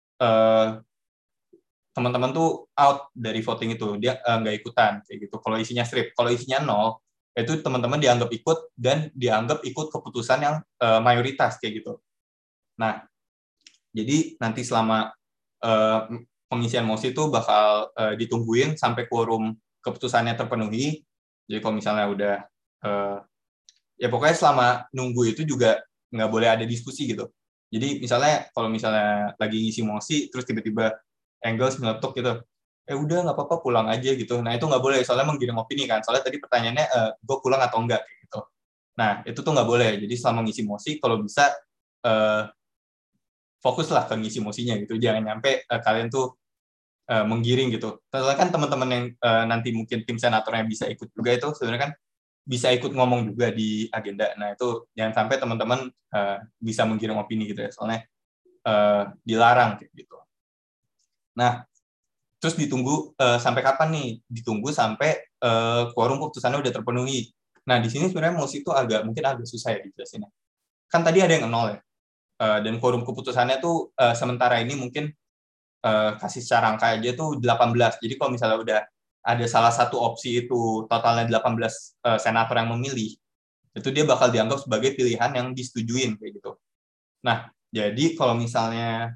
Speaker 1: teman-teman tuh out dari voting itu, dia nggak ikutan kayak gitu. Kalau isinya strip, kalau isinya 0, itu teman-teman dianggap ikut dan dianggap ikut keputusan yang mayoritas kayak gitu. Nah, jadi nanti selama pengisian mosi itu bakal ditungguin sampai quorum keputusannya terpenuhi. Jadi kalau misalnya udah ya pokoknya selama nunggu itu juga nggak boleh ada diskusi gitu. Jadi misalnya kalau misalnya lagi ngisi mosi terus tiba-tiba Engels meletuk gitu, udah nggak apa-apa pulang aja gitu. Nah itu nggak boleh, soalnya menggiring opini kan. Soalnya tadi pertanyaannya gue pulang atau enggak kayak gitu. Nah itu tuh nggak boleh. Jadi selama ngisi mosi kalau bisa fokuslah ke ngisi mosinya gitu. Jangan nyampe kalian tuh menggiring gitu. Soalnya kan teman-teman yang nanti mungkin tim senatornya bisa ikut juga itu sebenarnya kan bisa ikut ngomong juga di agenda. Nah itu jangan sampai teman-teman bisa menggiring opini gitu ya, soalnya dilarang kayak gitu. Nah terus ditunggu sampai kapan nih? Ditunggu sampai quorum keputusannya udah terpenuhi. Nah di sini sebenarnya mosi itu mungkin agak susah ya dijelasinnya. Kan tadi ada yang 0 ya, dan quorum keputusannya tuh sementara ini mungkin kasih secara angka aja tuh 18. Jadi kalau misalnya udah ada salah satu opsi itu totalnya 18 senator yang memilih, itu dia bakal dianggap sebagai pilihan yang disetujuin kayak gitu. Nah, jadi kalau misalnya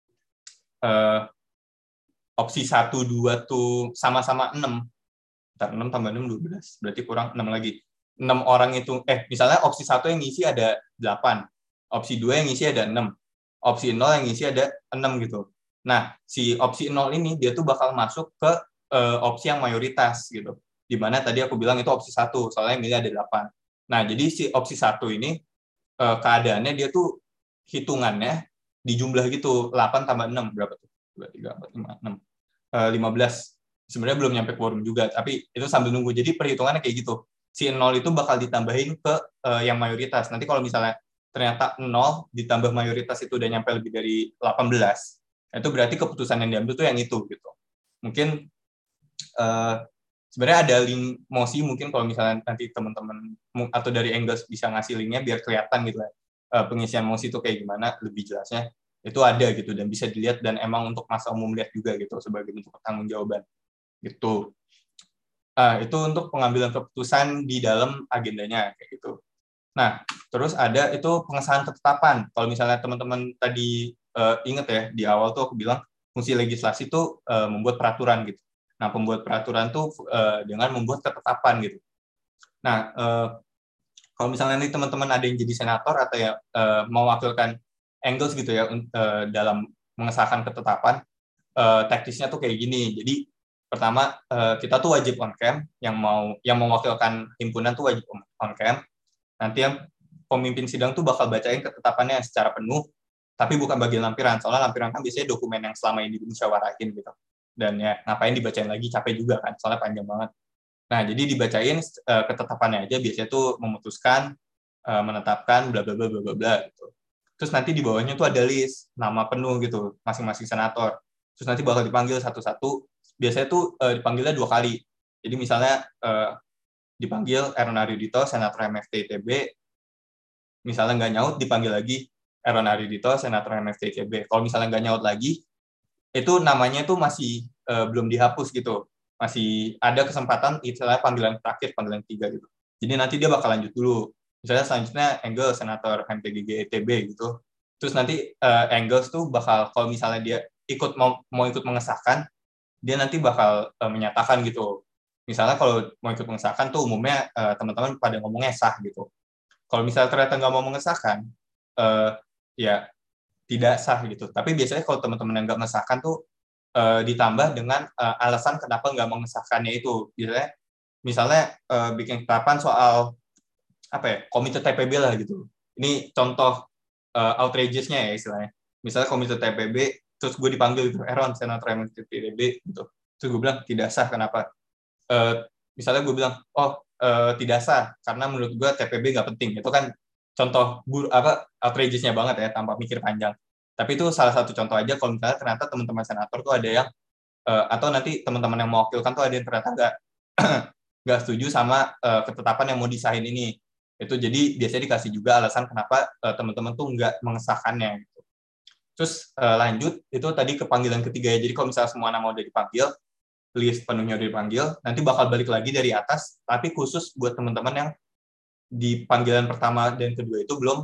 Speaker 1: opsi 1, 2 tuh sama-sama 6, 6 tambah 6, 12, berarti kurang 6 lagi. 6 orang itu, misalnya opsi 1 yang ngisi ada 8, opsi 2 yang ngisi ada 6, opsi 0 yang ngisi ada 6 gitu. Nah, si opsi 0 ini dia tuh bakal masuk ke opsi yang mayoritas gitu. Dimana tadi aku bilang itu opsi 1, soalnya yang milih ada 8. Nah, jadi si opsi 1 ini keadaannya dia tuh hitungannya dijumlah gitu, 8 tambah 6 berapa tuh? 2, 3, 4, 5, 6. 15. Sebenarnya belum nyampe quorum juga, tapi itu sambil nunggu. Jadi perhitungannya kayak gitu. Si 0 itu bakal ditambahin ke yang mayoritas. Nanti kalau misalnya ternyata 0 ditambah mayoritas itu udah nyampe lebih dari 18, itu berarti keputusan yang diambil tuh yang itu gitu. Mungkin sebenarnya ada link mosi, mungkin kalau misalnya nanti teman-teman atau dari Engels bisa ngasih linknya biar kelihatan gitu ya, pengisian mosi itu kayak gimana lebih jelasnya, itu ada gitu dan bisa dilihat dan emang untuk masa umum lihat juga gitu sebagai bentuk pertanggungjawaban gitu. Itu untuk pengambilan keputusan di dalam agendanya kayak gitu. Nah, terus ada itu pengesahan ketetapan. Kalau misalnya teman-teman tadi ingat ya, di awal tuh aku bilang fungsi legislasi itu membuat peraturan gitu. Nah, pembuat peraturan tuh dengan membuat ketetapan gitu. Nah, kalau misalnya nih teman-teman ada yang jadi senator atau ya mewakilkan Engels gitu ya dalam mengesahkan ketetapan, teknisnya tuh kayak gini. Jadi pertama kita tuh wajib on cam, yang mewakilkan himpunan tuh wajib on cam. Nanti yang pemimpin sidang tuh bakal bacain ketetapannya secara penuh, tapi bukan bagian lampiran. Soalnya lampiran kan biasanya dokumen yang selama ini dimusyawarahin gitu. Dan ya ngapain dibacain lagi, capek juga kan, soalnya panjang banget. Nah, jadi dibacain ketetapannya aja, biasanya tuh memutuskan, menetapkan, bla bla bla bla bla gitu. Terus nanti di bawahnya tuh ada list nama penuh gitu, masing-masing senator. Terus nanti bakal dipanggil satu-satu. Biasanya tuh dipanggilnya 2 kali. Jadi misalnya dipanggil Erona Yudito, senator MFT ITB, misalnya nggak nyaut dipanggil lagi Erona Yudito, senator MFT ITB. Kalau misalnya nggak nyaut lagi, itu namanya tuh masih belum dihapus gitu. Masih ada kesempatan istilahnya panggilan terakhir, panggilan 3 gitu. Jadi nanti dia bakal lanjut dulu. Misalnya selanjutnya Engels, senator MTGG ITB gitu. Terus nanti Engels tuh bakal, kalau misalnya dia mau ikut mengesahkan, dia nanti bakal menyatakan gitu. Misalnya kalau mau ikut mengesahkan tuh umumnya teman-teman pada ngomongnya sah gitu. Kalau misalnya ternyata nggak mau mengesahkan, ya tidak sah gitu. Tapi biasanya kalau teman-teman yang nggak mengesahkan tuh ditambah dengan alasan kenapa nggak mengesahkannya itu. Misalnya bikin ketetapan soal apa ya, komite TPB lah gitu. Ini contoh outrageous-nya ya istilahnya. Misalnya komite TPB, terus gue dipanggil gitu, Aaron, senator TPB gitu. Terus gue bilang tidak sah, kenapa? Misalnya gue bilang, tidak sah karena menurut gue TPB nggak penting. Itu kan contoh outrageous-nya banget ya, tanpa mikir panjang. Tapi itu salah satu contoh aja kalau misalnya ternyata teman-teman senator tuh ada yang atau nanti teman-teman yang mewakilkan tuh ada yang ternyata nggak setuju sama ketetapan yang mau disahin ini. Itu jadi biasanya dikasih juga alasan kenapa teman-teman tuh nggak mengesahkannya. Gitu. Terus lanjut itu tadi ke panggilan ketiga ya. Jadi kalau misalnya semua nama udah dipanggil, list penuhnya udah dipanggil, nanti bakal balik lagi dari atas, tapi khusus buat teman-teman yang di panggilan pertama dan kedua itu belum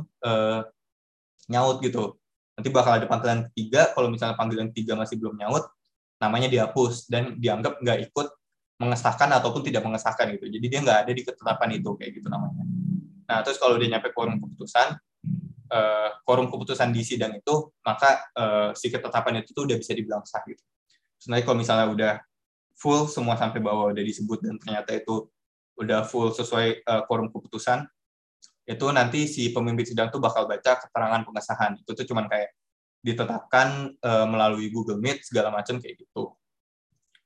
Speaker 1: nyaut gitu. Nanti bakal ada panggilan ketiga, kalau misalnya panggilan ketiga masih belum nyaut, namanya dihapus dan dianggap nggak ikut mengesahkan ataupun tidak mengesahkan gitu. Jadi dia nggak ada di ketetapan itu kayak gitu namanya. Nah terus kalau udah nyampe quorum keputusan di sidang itu, maka si ketetapan itu tuh udah bisa dibilang sah gitu. Sebenarnya kalau misalnya udah full semua sampai bawah udah disebut dan ternyata itu udah full sesuai quorum keputusan, itu nanti si pemimpin sidang tuh bakal baca keterangan pengesahan. Itu tuh cuman kayak ditetapkan melalui Google Meet segala macam kayak gitu.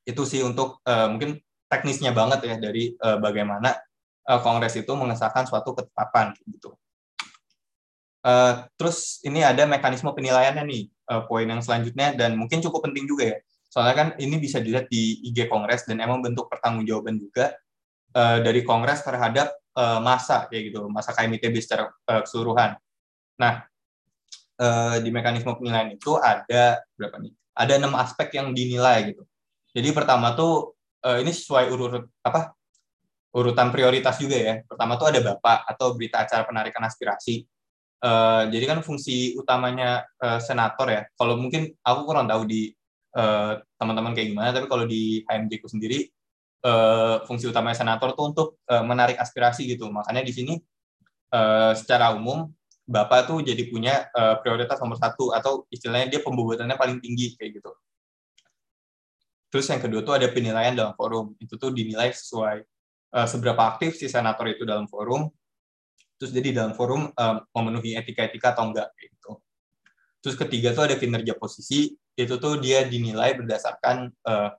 Speaker 1: Itu sih untuk mungkin teknisnya banget ya dari bagaimana Kongres itu mengesahkan suatu ketetapan gitu. Terus ini ada mekanisme penilaiannya nih, poin yang selanjutnya, dan mungkin cukup penting juga ya. Soalnya kan ini bisa dilihat di IG Kongres dan emang bentuk pertanggungjawaban juga dari Kongres terhadap masa kayak gitu, masa KMITB secara keseluruhan. Nah, di mekanisme penilaian itu ada berapa nih? Ada 6 aspek yang dinilai gitu. Jadi pertama tuh ini sesuai urutan prioritas juga ya. Pertama tuh ada Bapak atau berita acara penarikan aspirasi. Jadi kan fungsi utamanya senator ya. Kalau mungkin aku kurang tahu di teman-teman kayak gimana, tapi kalau di HMJ ku sendiri fungsi utamanya senator tuh untuk menarik aspirasi gitu. Makanya di sini secara umum Bapak tuh jadi punya prioritas nomor 1 atau istilahnya dia pembobotannya paling tinggi kayak gitu. Terus yang kedua tuh ada penilaian dalam forum. Itu tuh dinilai sesuai seberapa aktif si senator itu dalam forum. Terus jadi dalam forum memenuhi etika-etika atau enggak gitu. Terus ketiga tuh ada kinerja posisi, itu tuh dia dinilai berdasarkan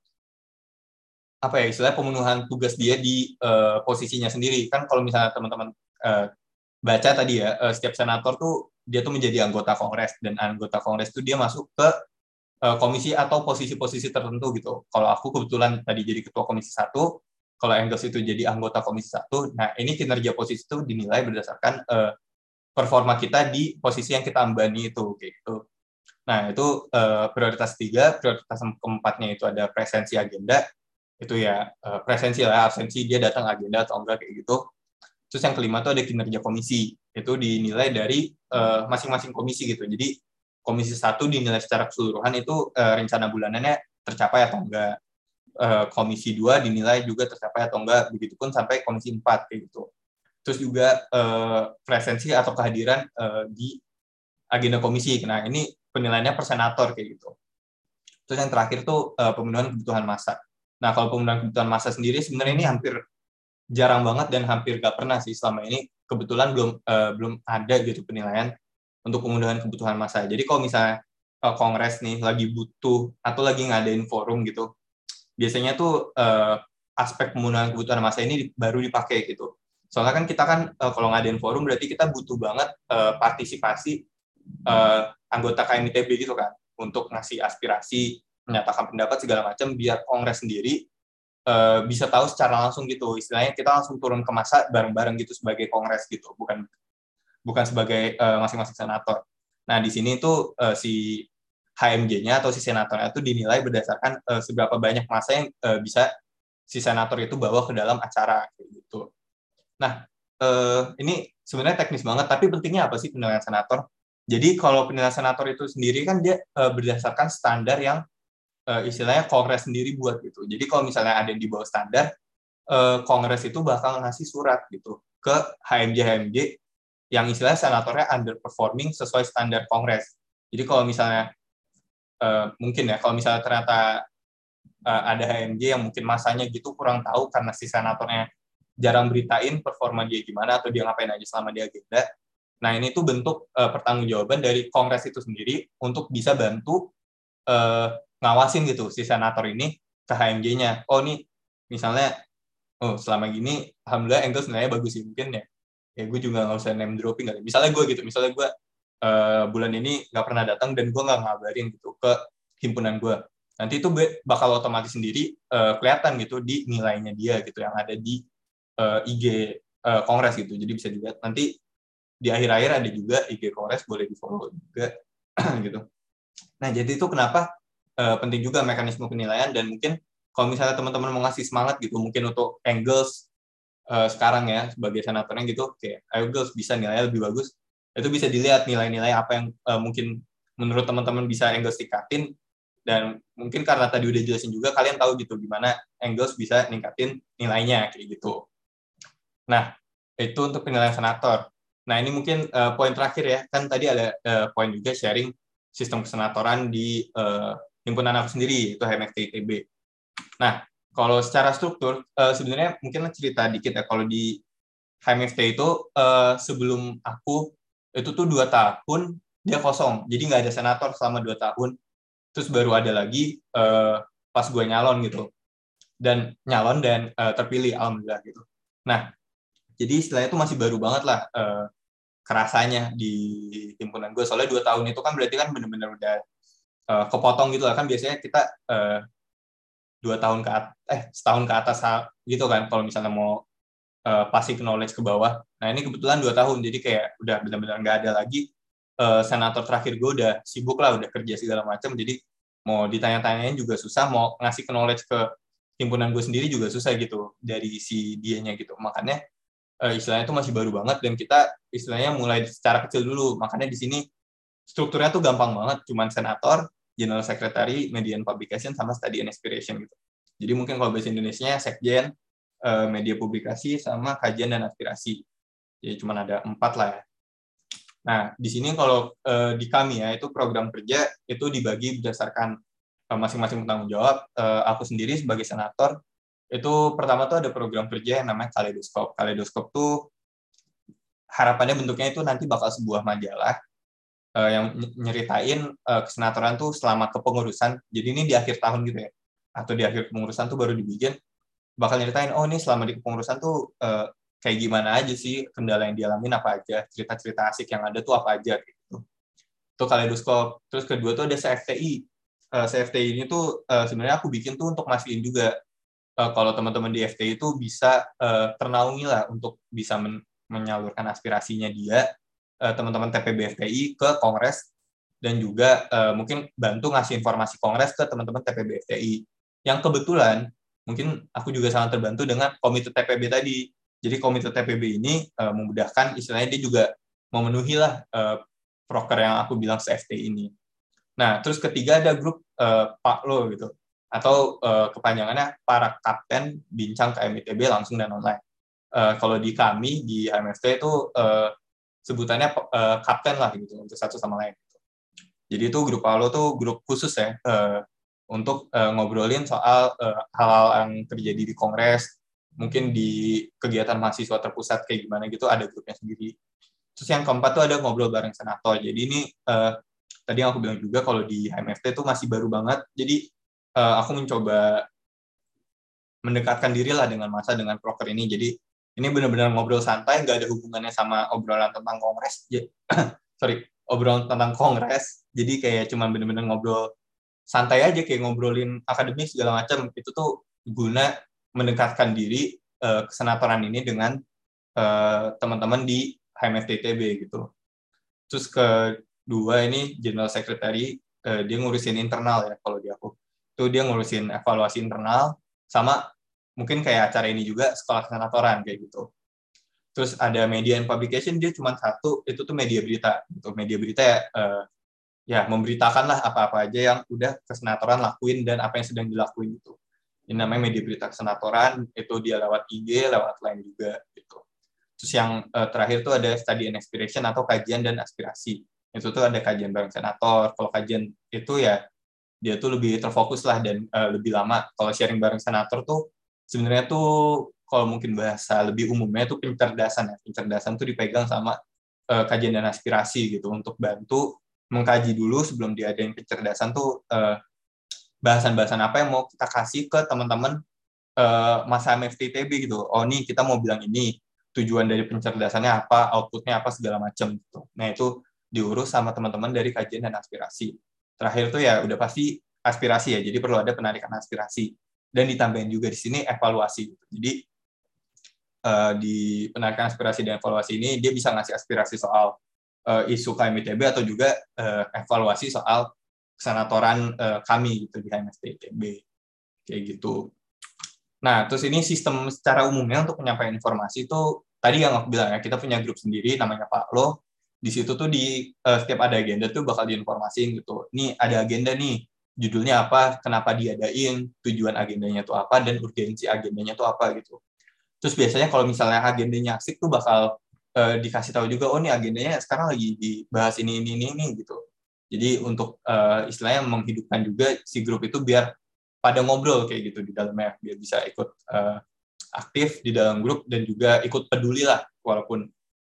Speaker 1: istilah pemenuhan tugas dia di posisinya sendiri. Kan kalau misalnya teman-teman baca tadi ya, setiap senator tuh dia tuh menjadi anggota Kongres, dan anggota Kongres tuh dia masuk ke komisi atau posisi-posisi tertentu gitu. Kalau aku kebetulan tadi jadi ketua komisi 1, kalau Engels itu jadi anggota komisi 1, nah ini kinerja posisi itu dinilai berdasarkan performa kita di posisi yang kita ambani itu gitu. Nah, itu prioritas 3, prioritas keempatnya itu ada presensi agenda. Itu ya presensi lah, absensi dia datang agenda atau enggak kayak gitu. Terus yang kelima itu ada kinerja komisi. Itu dinilai dari masing-masing komisi gitu. Jadi komisi 1 dinilai secara keseluruhan itu rencana bulanannya tercapai atau enggak. Komisi 2 dinilai juga tercapai atau enggak. Begitupun sampai komisi 4 kayak gitu. Terus juga presensi atau kehadiran di agenda komisi. Nah, ini penilaiannya per senator kayak gitu. Terus yang terakhir tuh pemenuhan kebutuhan massa. Nah, kalau pemenuhan kebutuhan massa sendiri sebenarnya ini hampir jarang banget dan hampir gak pernah sih selama ini. Kebetulan belum ada gitu penilaian untuk pemenuhan kebutuhan massa. Jadi kalau misalnya Kongres nih lagi butuh atau lagi ngadain forum gitu, biasanya tuh aspek pemenuhan kebutuhan massa ini baru dipakai gitu. Soalnya kan kita kan kalau ngadain forum berarti kita butuh banget partisipasi anggota KMITB gitu kan, untuk ngasih aspirasi, menyatakan pendapat segala macam, biar Kongres sendiri bisa tahu secara langsung gitu. Istilahnya kita langsung turun ke massa bareng-bareng gitu sebagai Kongres gitu, bukan sebagai masing-masing senator. Nah, di sini tuh si HMJ-nya atau si senatornya itu dinilai berdasarkan seberapa banyak massa yang bisa si senator itu bawa ke dalam acara gitu. Nah, ini sebenarnya teknis banget, tapi pentingnya apa sih penilaian senator? Jadi kalau penilaian senator itu sendiri kan dia berdasarkan standar yang istilahnya Kongres sendiri buat gitu. Jadi kalau misalnya ada yang di bawah standar, Kongres itu bakal ngasih surat gitu ke HMJ yang istilahnya senatornya underperforming sesuai standar Kongres. Jadi kalau misalnya mungkin ya, kalau misalnya ternyata ada HMJ yang mungkin masanya gitu kurang tahu karena si senatornya jarang beritain performa dia gimana atau dia ngapain aja selama di agenda. Nah, ini tuh bentuk pertanggungjawaban dari Kongres itu sendiri untuk bisa bantu ngawasin gitu si senator ini ke HMJ-nya. Oh, nih misalnya selama gini alhamdulillah Engels nilainya bagus sih, mungkin ya. Ya gue juga nggak usah name dropping kali. Misalnya gue gitu, misalnya gue bulan ini nggak pernah datang dan gue nggak ngabarin gitu ke himpunan gue. Nanti itu bakal otomatis sendiri kelihatan gitu di nilainya dia gitu yang ada di IG Kongres gitu. Jadi bisa juga nanti di akhir-akhir ada juga IG Kongres, boleh di follow juga gitu. Nah, jadi itu kenapa penting juga mekanisme penilaian, dan mungkin kalau misalnya teman-teman mau ngasih semangat gitu, mungkin untuk Engels sekarang ya sebagai senatornya gitu, kayak ayo Engels bisa nilainya lebih bagus, itu bisa dilihat nilai-nilai apa yang mungkin menurut teman-teman bisa Engels tingkatin, dan mungkin karena tadi udah jelasin juga kalian tahu gitu gimana Engels bisa ningkatin nilainya kayak gitu. Nah, itu untuk penilaian senator. Nah, ini mungkin poin terakhir ya, kan tadi ada poin juga sharing sistem kesenatoran di himpunan aku sendiri, itu HMFT ITB. Nah, kalau secara struktur, sebenarnya mungkin cerita dikit ya, kalau di HMFT itu sebelum aku, itu tuh 2 tahun dia kosong, jadi nggak ada senator selama 2 tahun, terus baru ada lagi pas gue nyalon gitu. dan nyalon dan terpilih, alhamdulillah gitu. Nah, jadi istilahnya itu masih baru banget lah kerasanya di himpunan gue, soalnya 2 tahun itu kan berarti kan benar-benar udah kepotong gitu lah, kan biasanya kita 2 tahun setahun ke atas gitu kan kalau misalnya mau passive knowledge ke bawah. Nah ini kebetulan 2 tahun, jadi kayak udah benar-benar nggak ada lagi. Senator terakhir gue udah sibuk lah, udah kerja segala macam, jadi mau ditanya-tanyain juga susah, mau ngasih knowledge ke himpunan gue sendiri juga susah gitu dari si dianya gitu. Makanya istilahnya itu masih baru banget, dan kita istilahnya mulai secara kecil dulu. Makanya di sini strukturnya tuh gampang banget, cuman senator, general secretary, media and publication, sama study and inspiration gitu. Jadi mungkin kalau bahasa Indonesia sekjen, media publikasi, sama kajian dan aspirasi. Jadi cuma ada 4 lah ya. Nah, di sini kalau di kami ya, itu program kerja itu dibagi berdasarkan masing-masing tanggung jawab. Aku sendiri sebagai senator, itu pertama tuh ada program kerja yang namanya Kaleidoskop. Kaleidoskop tuh harapannya bentuknya itu nanti bakal sebuah majalah yang nyeritain kesenatoran tuh selama kepengurusan. Jadi ini di akhir tahun gitu ya, atau di akhir pengurusan tuh baru dibikin, bakal nyeritain, oh ini selama di kepengurusan tuh kayak gimana aja sih, kendala yang dialamin apa aja, cerita-cerita asik yang ada tuh apa aja gitu. Itu Kaleidoskop. Terus kedua tuh ada CFTI. CFTI ini tuh sebenarnya aku bikin tuh untuk mastiin juga kalau teman-teman di FTI itu bisa ternaungi lah untuk bisa menyalurkan aspirasinya dia, teman-teman TPB FTI ke Kongres, dan juga mungkin bantu ngasih informasi Kongres ke teman-teman TPB FTI. Yang kebetulan mungkin aku juga sangat terbantu dengan komite TPB tadi. Jadi komite TPB ini memudahkan, istilahnya dia juga memenuhi lah proker yang aku bilang CFT ini. Nah, terus ketiga ada grup Pak Lo gitu, atau kepanjangannya para kapten bincang KMITB langsung dan online. Kalau di kami di HMFT itu sebutannya kapten lah gitu untuk satu sama lain. Jadi itu grup Pak Lo tuh grup khusus ya untuk ngobrolin soal hal-hal yang terjadi di Kongres, mungkin di kegiatan mahasiswa terpusat kayak gimana gitu, ada grupnya sendiri. Terus yang keempat tuh ada ngobrol bareng senator. Jadi ini tadi yang aku bilang juga kalau di HMFT itu masih baru banget. Jadi aku mencoba mendekatkan diri lah dengan masa, dengan proker ini. Jadi ini benar-benar ngobrol santai, nggak ada hubungannya sama obrolan tentang Kongres. Sorry, obrolan tentang Kongres. Jadi kayak cuman benar-benar ngobrol santai aja, kayak ngobrolin akademik segala macam. Itu tuh guna mendekatkan diri kesenatoran ini dengan teman-teman di HMFT-ITB gitu. Terus kedua ini General Secretary, dia ngurusin internal ya kalau di aku. Itu dia ngurusin evaluasi internal, sama mungkin kayak acara ini juga sekolah kesenatoran kayak gitu. Terus ada media and publication, dia cuma satu, itu tuh media berita. Untuk media berita ya, ya memberitakan lah apa-apa aja yang udah kesenatoran lakuin dan apa yang sedang dilakuin itu. Ini namanya media berita kesenatoran, itu dia lewat IG, lewat line juga gitu. Terus yang terakhir tuh ada study and inspiration atau kajian dan aspirasi. Itu tuh ada kajian bareng senator. Kalau kajian itu ya dia tuh lebih terfokus lah dan lebih lama. Kalau sharing bareng senator tuh sebenarnya tuh kalau mungkin bahasa lebih umumnya tuh pencerdasan ya. Pencerdasan tuh dipegang sama kajian dan aspirasi gitu, untuk bantu mengkaji dulu sebelum diadain pencerdasan tuh bahasan-bahasan apa yang mau kita kasih ke teman-teman masa MFTTB gitu. Oh nih kita mau bilang ini, tujuan dari pencerdasannya apa, outputnya apa, segala macam gitu. Nah itu diurus sama teman-teman dari kajian dan aspirasi. Terakhir tuh ya udah pasti aspirasi ya, jadi perlu ada penarikan aspirasi. Dan ditambahin juga di sini evaluasi. Jadi di penarikan aspirasi dan evaluasi ini dia bisa ngasih aspirasi soal isu KMITB atau juga evaluasi soal kesenatoran kami gitu di HMFT-ITB. Kayak gitu. Nah, terus ini sistem secara umumnya untuk penyampaian informasi itu tadi yang aku bilang ya, kita punya grup sendiri namanya Pak Lo. Di situ tuh di setiap ada agenda tuh bakal diinformasiin gitu. Nih ada agenda nih, judulnya apa, kenapa diadain, tujuan agendanya tuh apa, dan urgensi agendanya tuh apa gitu. Terus biasanya kalau misalnya agendanya asik tuh bakal dikasih tahu juga, oh nih agendanya sekarang lagi dibahas ini gitu. Jadi untuk istilahnya menghidupkan juga si grup itu biar pada ngobrol kayak gitu di dalamnya, biar bisa ikut aktif di dalam grup dan juga ikut peduli lah, walaupun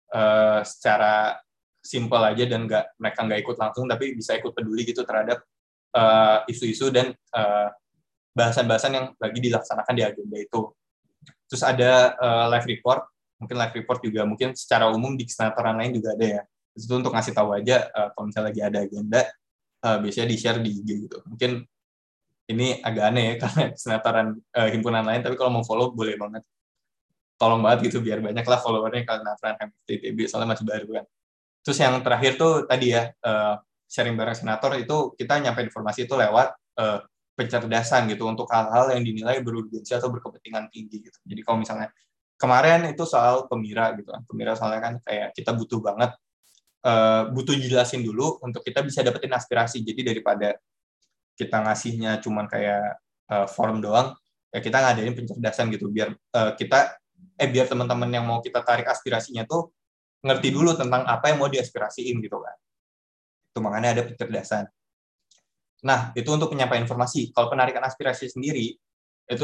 Speaker 1: secara simpel aja dan mereka nggak ikut langsung, tapi bisa ikut peduli gitu terhadap isu-isu dan bahasan-bahasan yang lagi dilaksanakan di agenda itu. Terus ada live report, mungkin live report juga mungkin secara umum di kesenatoran lain juga ada ya. Itu untuk ngasih tahu aja kalau misalnya lagi ada agenda, biasanya di-share di IG gitu. Mungkin ini agak aneh ya karena kesenatoran himpunan lain, tapi kalau mau follow boleh banget. Tolong banget gitu biar banyak lah followernya kesenatoran MFT-ITB soalnya masih baru kan. Terus yang terakhir tuh tadi ya, sharing bareng senator itu kita nyampe informasi itu lewat pencerdasan gitu untuk hal-hal yang dinilai berurgensi atau berkepentingan tinggi gitu. Jadi kalau misalnya kemarin itu soal pemira gitu kan, pemira soalnya kan kayak kita butuh banget, butuh jelasin dulu untuk kita bisa dapetin aspirasi. Jadi daripada kita ngasihnya cuman kayak form doang, ya kita ngadain pencerdasan gitu biar biar teman-teman yang mau kita tarik aspirasinya tuh ngerti dulu tentang apa yang mau diaspirasiin gitu kan. Itu makanya ada pencerdasan. Nah, itu untuk penyampaian informasi. Kalau penarikan aspirasi sendiri, itu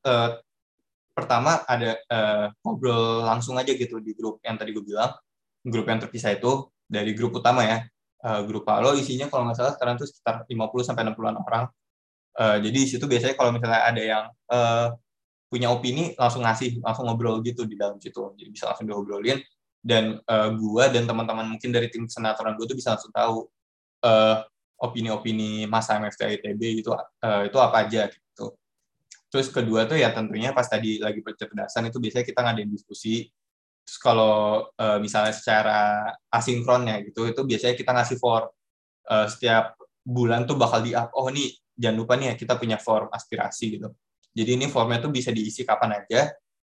Speaker 1: pertama ada ngobrol langsung aja gitu di grup yang tadi gue bilang. Grup yang terpisah itu dari grup utama ya. Grup Halo isinya kalau nggak salah sekarang tuh sekitar 50-60 orang. Jadi di situ biasanya kalau misalnya ada yang punya opini, langsung ngobrol gitu di dalam situ. Jadi bisa langsung diobrolin. Dan gue dan teman-teman mungkin dari tim senatoran gue tuh bisa langsung tahu opini-opini Mas MFT ITB itu apa aja gitu. Terus kedua tuh ya tentunya pas tadi lagi pencerdasan itu biasanya kita ngadain diskusi. Terus kalau misalnya secara asinkron ya gitu, itu biasanya kita ngasih form setiap bulan tuh bakal di-up. Oh nih, jangan lupa nih ya kita punya form aspirasi gitu. Jadi ini formnya tuh bisa diisi kapan aja.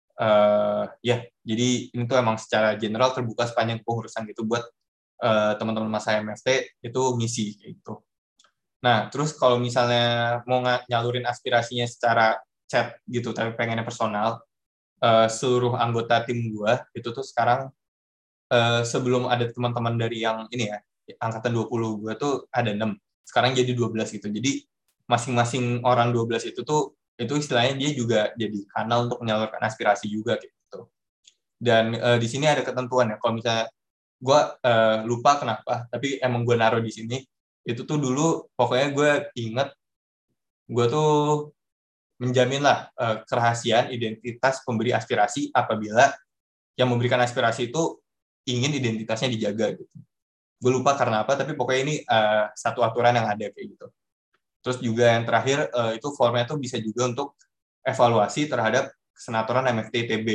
Speaker 1: Ya, jadi ini tuh emang secara general terbuka sepanjang pengurusan gitu buat teman-teman masa MFT itu ngisi kayak gitu. Nah, terus kalau misalnya mau nyalurin aspirasinya secara chat gitu, tapi pengennya personal, seluruh anggota tim gue itu tuh sekarang sebelum ada teman-teman dari yang ini ya, angkatan 20 gue tuh ada 6, sekarang jadi 12 gitu. Jadi masing-masing orang 12 itu tuh itu istilahnya dia juga jadi kanal untuk menyalurkan aspirasi juga gitu. Dan di sini ada ketentuan ya, kalau misalnya gue lupa kenapa, tapi emang gue naruh di sini, itu tuh dulu pokoknya gue inget, gue tuh menjamin lah kerahasiaan identitas pemberi aspirasi apabila yang memberikan aspirasi itu ingin identitasnya dijaga gitu. Gue lupa karena apa, tapi pokoknya ini satu aturan yang ada kayak gitu. Terus juga yang terakhir itu formnya tuh bisa juga untuk evaluasi terhadap senatoran MFT ITB.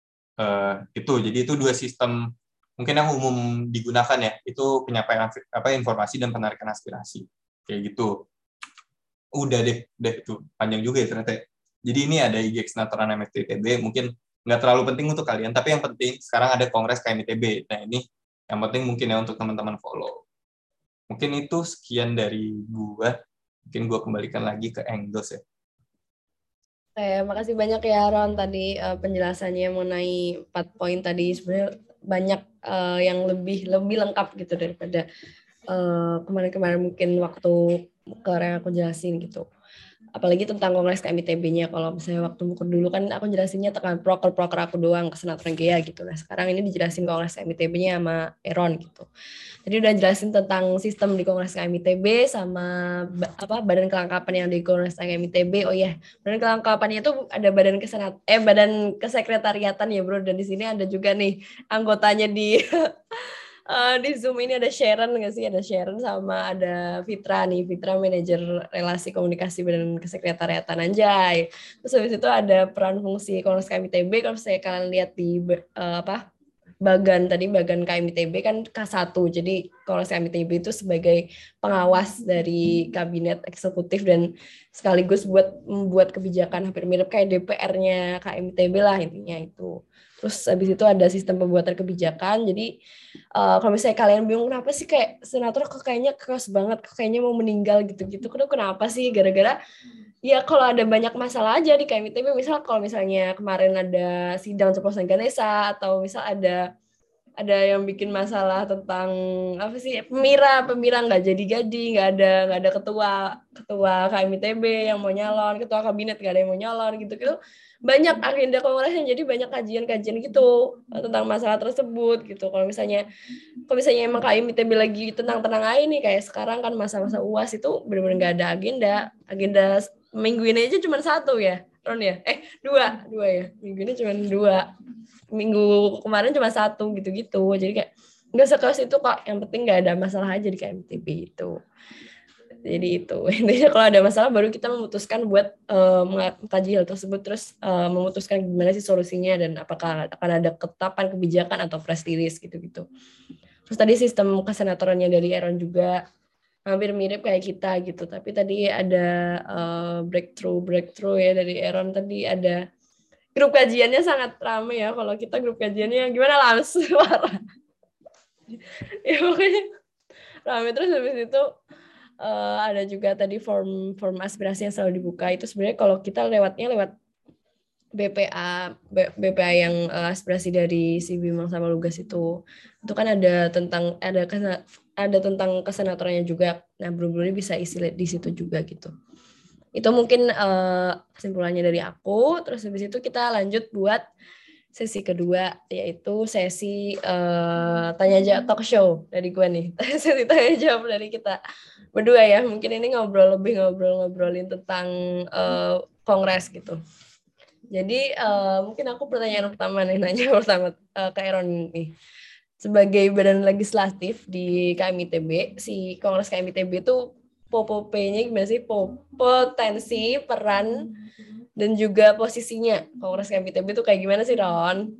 Speaker 1: Itu jadi itu dua sistem mungkin yang umum digunakan ya, itu penyampaian informasi dan penarikan aspirasi kayak gitu. Udah itu panjang juga ya ternyata. Jadi ini ada IG senatoran MFT ITB, mungkin nggak terlalu penting untuk kalian, tapi yang penting sekarang ada Kongres KMITB. Nah ini yang penting mungkin ya untuk teman-teman follow. Mungkin itu sekian dari gua. Mungkin gua kembalikan lagi ke Engels ya.
Speaker 2: Makasih banyak ya Ron tadi penjelasannya mengenai 4 poin tadi. Sebenarnya banyak yang lebih lengkap gitu daripada kemarin-kemarin mungkin waktu aku jelasin gitu. Apalagi tentang Kongres KMITB-nya. Kalau misalnya waktu buku dulu kan aku jelasinnya tekan proker aku doang ke Senat Gea gitu. Nah sekarang ini dijelasin Kongres KMITB-nya sama Eron gitu. Tadi udah jelasin tentang sistem di Kongres KMITB sama badan kelengkapan yang di Kongres KMITB. Oh iya, badan kelengkapannya itu ada badan kesekretariatan ya bro. Dan di sini ada juga nih anggotanya di di Zoom ini ada Sharon nggak sih? Ada Sharon sama ada Fitra nih. Fitra manajer relasi komunikasi badan kesekretariatan anjay. Terus habis itu ada peran fungsi Kongres KMITB. Kalau saya kalian lihat di bagan KMITB kan K1. Jadi Kongres KMITB itu sebagai pengawas dari kabinet eksekutif dan sekaligus buat membuat kebijakan hampir mirip kayak DPR-nya KMITB lah intinya itu. Terus habis itu ada sistem pembuatan kebijakan. Jadi kalau misalnya kalian bingung kenapa sih kayak senator kok kayaknya keras banget, kok kayaknya mau meninggal gitu-gitu. Kenapa sih? Gara-gara ya kalau ada banyak masalah aja di KMITB. Misal kalau misalnya kemarin ada sidang ceplosan Ganesha atau misal ada yang bikin masalah tentang apa sih pemira nggak jadi nggak ada ketua KMITB yang mau nyalon, ketua kabinet nggak ada yang mau nyalon gitu banyak agenda kongresnya, jadi banyak kajian gitu tentang masalah tersebut gitu. Kalau misalnya emang KMITB lagi tenang-tenang aja nih kayak sekarang kan masa-masa UAS itu benar-benar nggak ada agenda minggu ini aja cuma 1 ya, Ron ya? 2 ya. Minggu ini cuma 2. Minggu kemarin cuma 1 gitu-gitu. Jadi kayak nggak sekeras itu kok. Yang penting nggak ada masalah aja di KMTB itu. Jadi itu intinya, kalau ada masalah baru kita memutuskan buat mengkaji hal tersebut, terus memutuskan gimana sih solusinya dan apakah akan ada ketetapan kebijakan atau press release gitu-gitu. Terus tadi sistem kesenatorannya dari Aaron juga hampir mirip kayak kita gitu, tapi tadi ada breakthrough ya dari Aaron. Tadi ada grup kajiannya sangat ramai ya, kalau kita grup kajiannya gimana langsung ya pokoknya ramai. Terus habis itu ada juga tadi form aspirasi yang selalu dibuka. Itu sebenarnya kalau kita lewat BPA yang aspirasi dari si Bimang sama Lugas itu kan ada tentang kesenatorannya juga. Nah, belum bisa isi di situ juga gitu. Itu mungkin kesimpulannya dari aku. Terus habis itu kita lanjut buat sesi kedua, yaitu sesi tanya jawab talk show dari gue nih. Sesi tanya jawab dari kita berdua ya. Mungkin ini ngobrolin tentang kongres gitu. Jadi mungkin aku pertanyaan pertama nih, nanya pertama ke Aaron nih. Sebagai badan legislatif di KMITB, si Kongres KMITB itu POP-nya gimana sih? Potensi, peran, dan juga posisinya Kongres KMITB itu kayak gimana sih, Ron?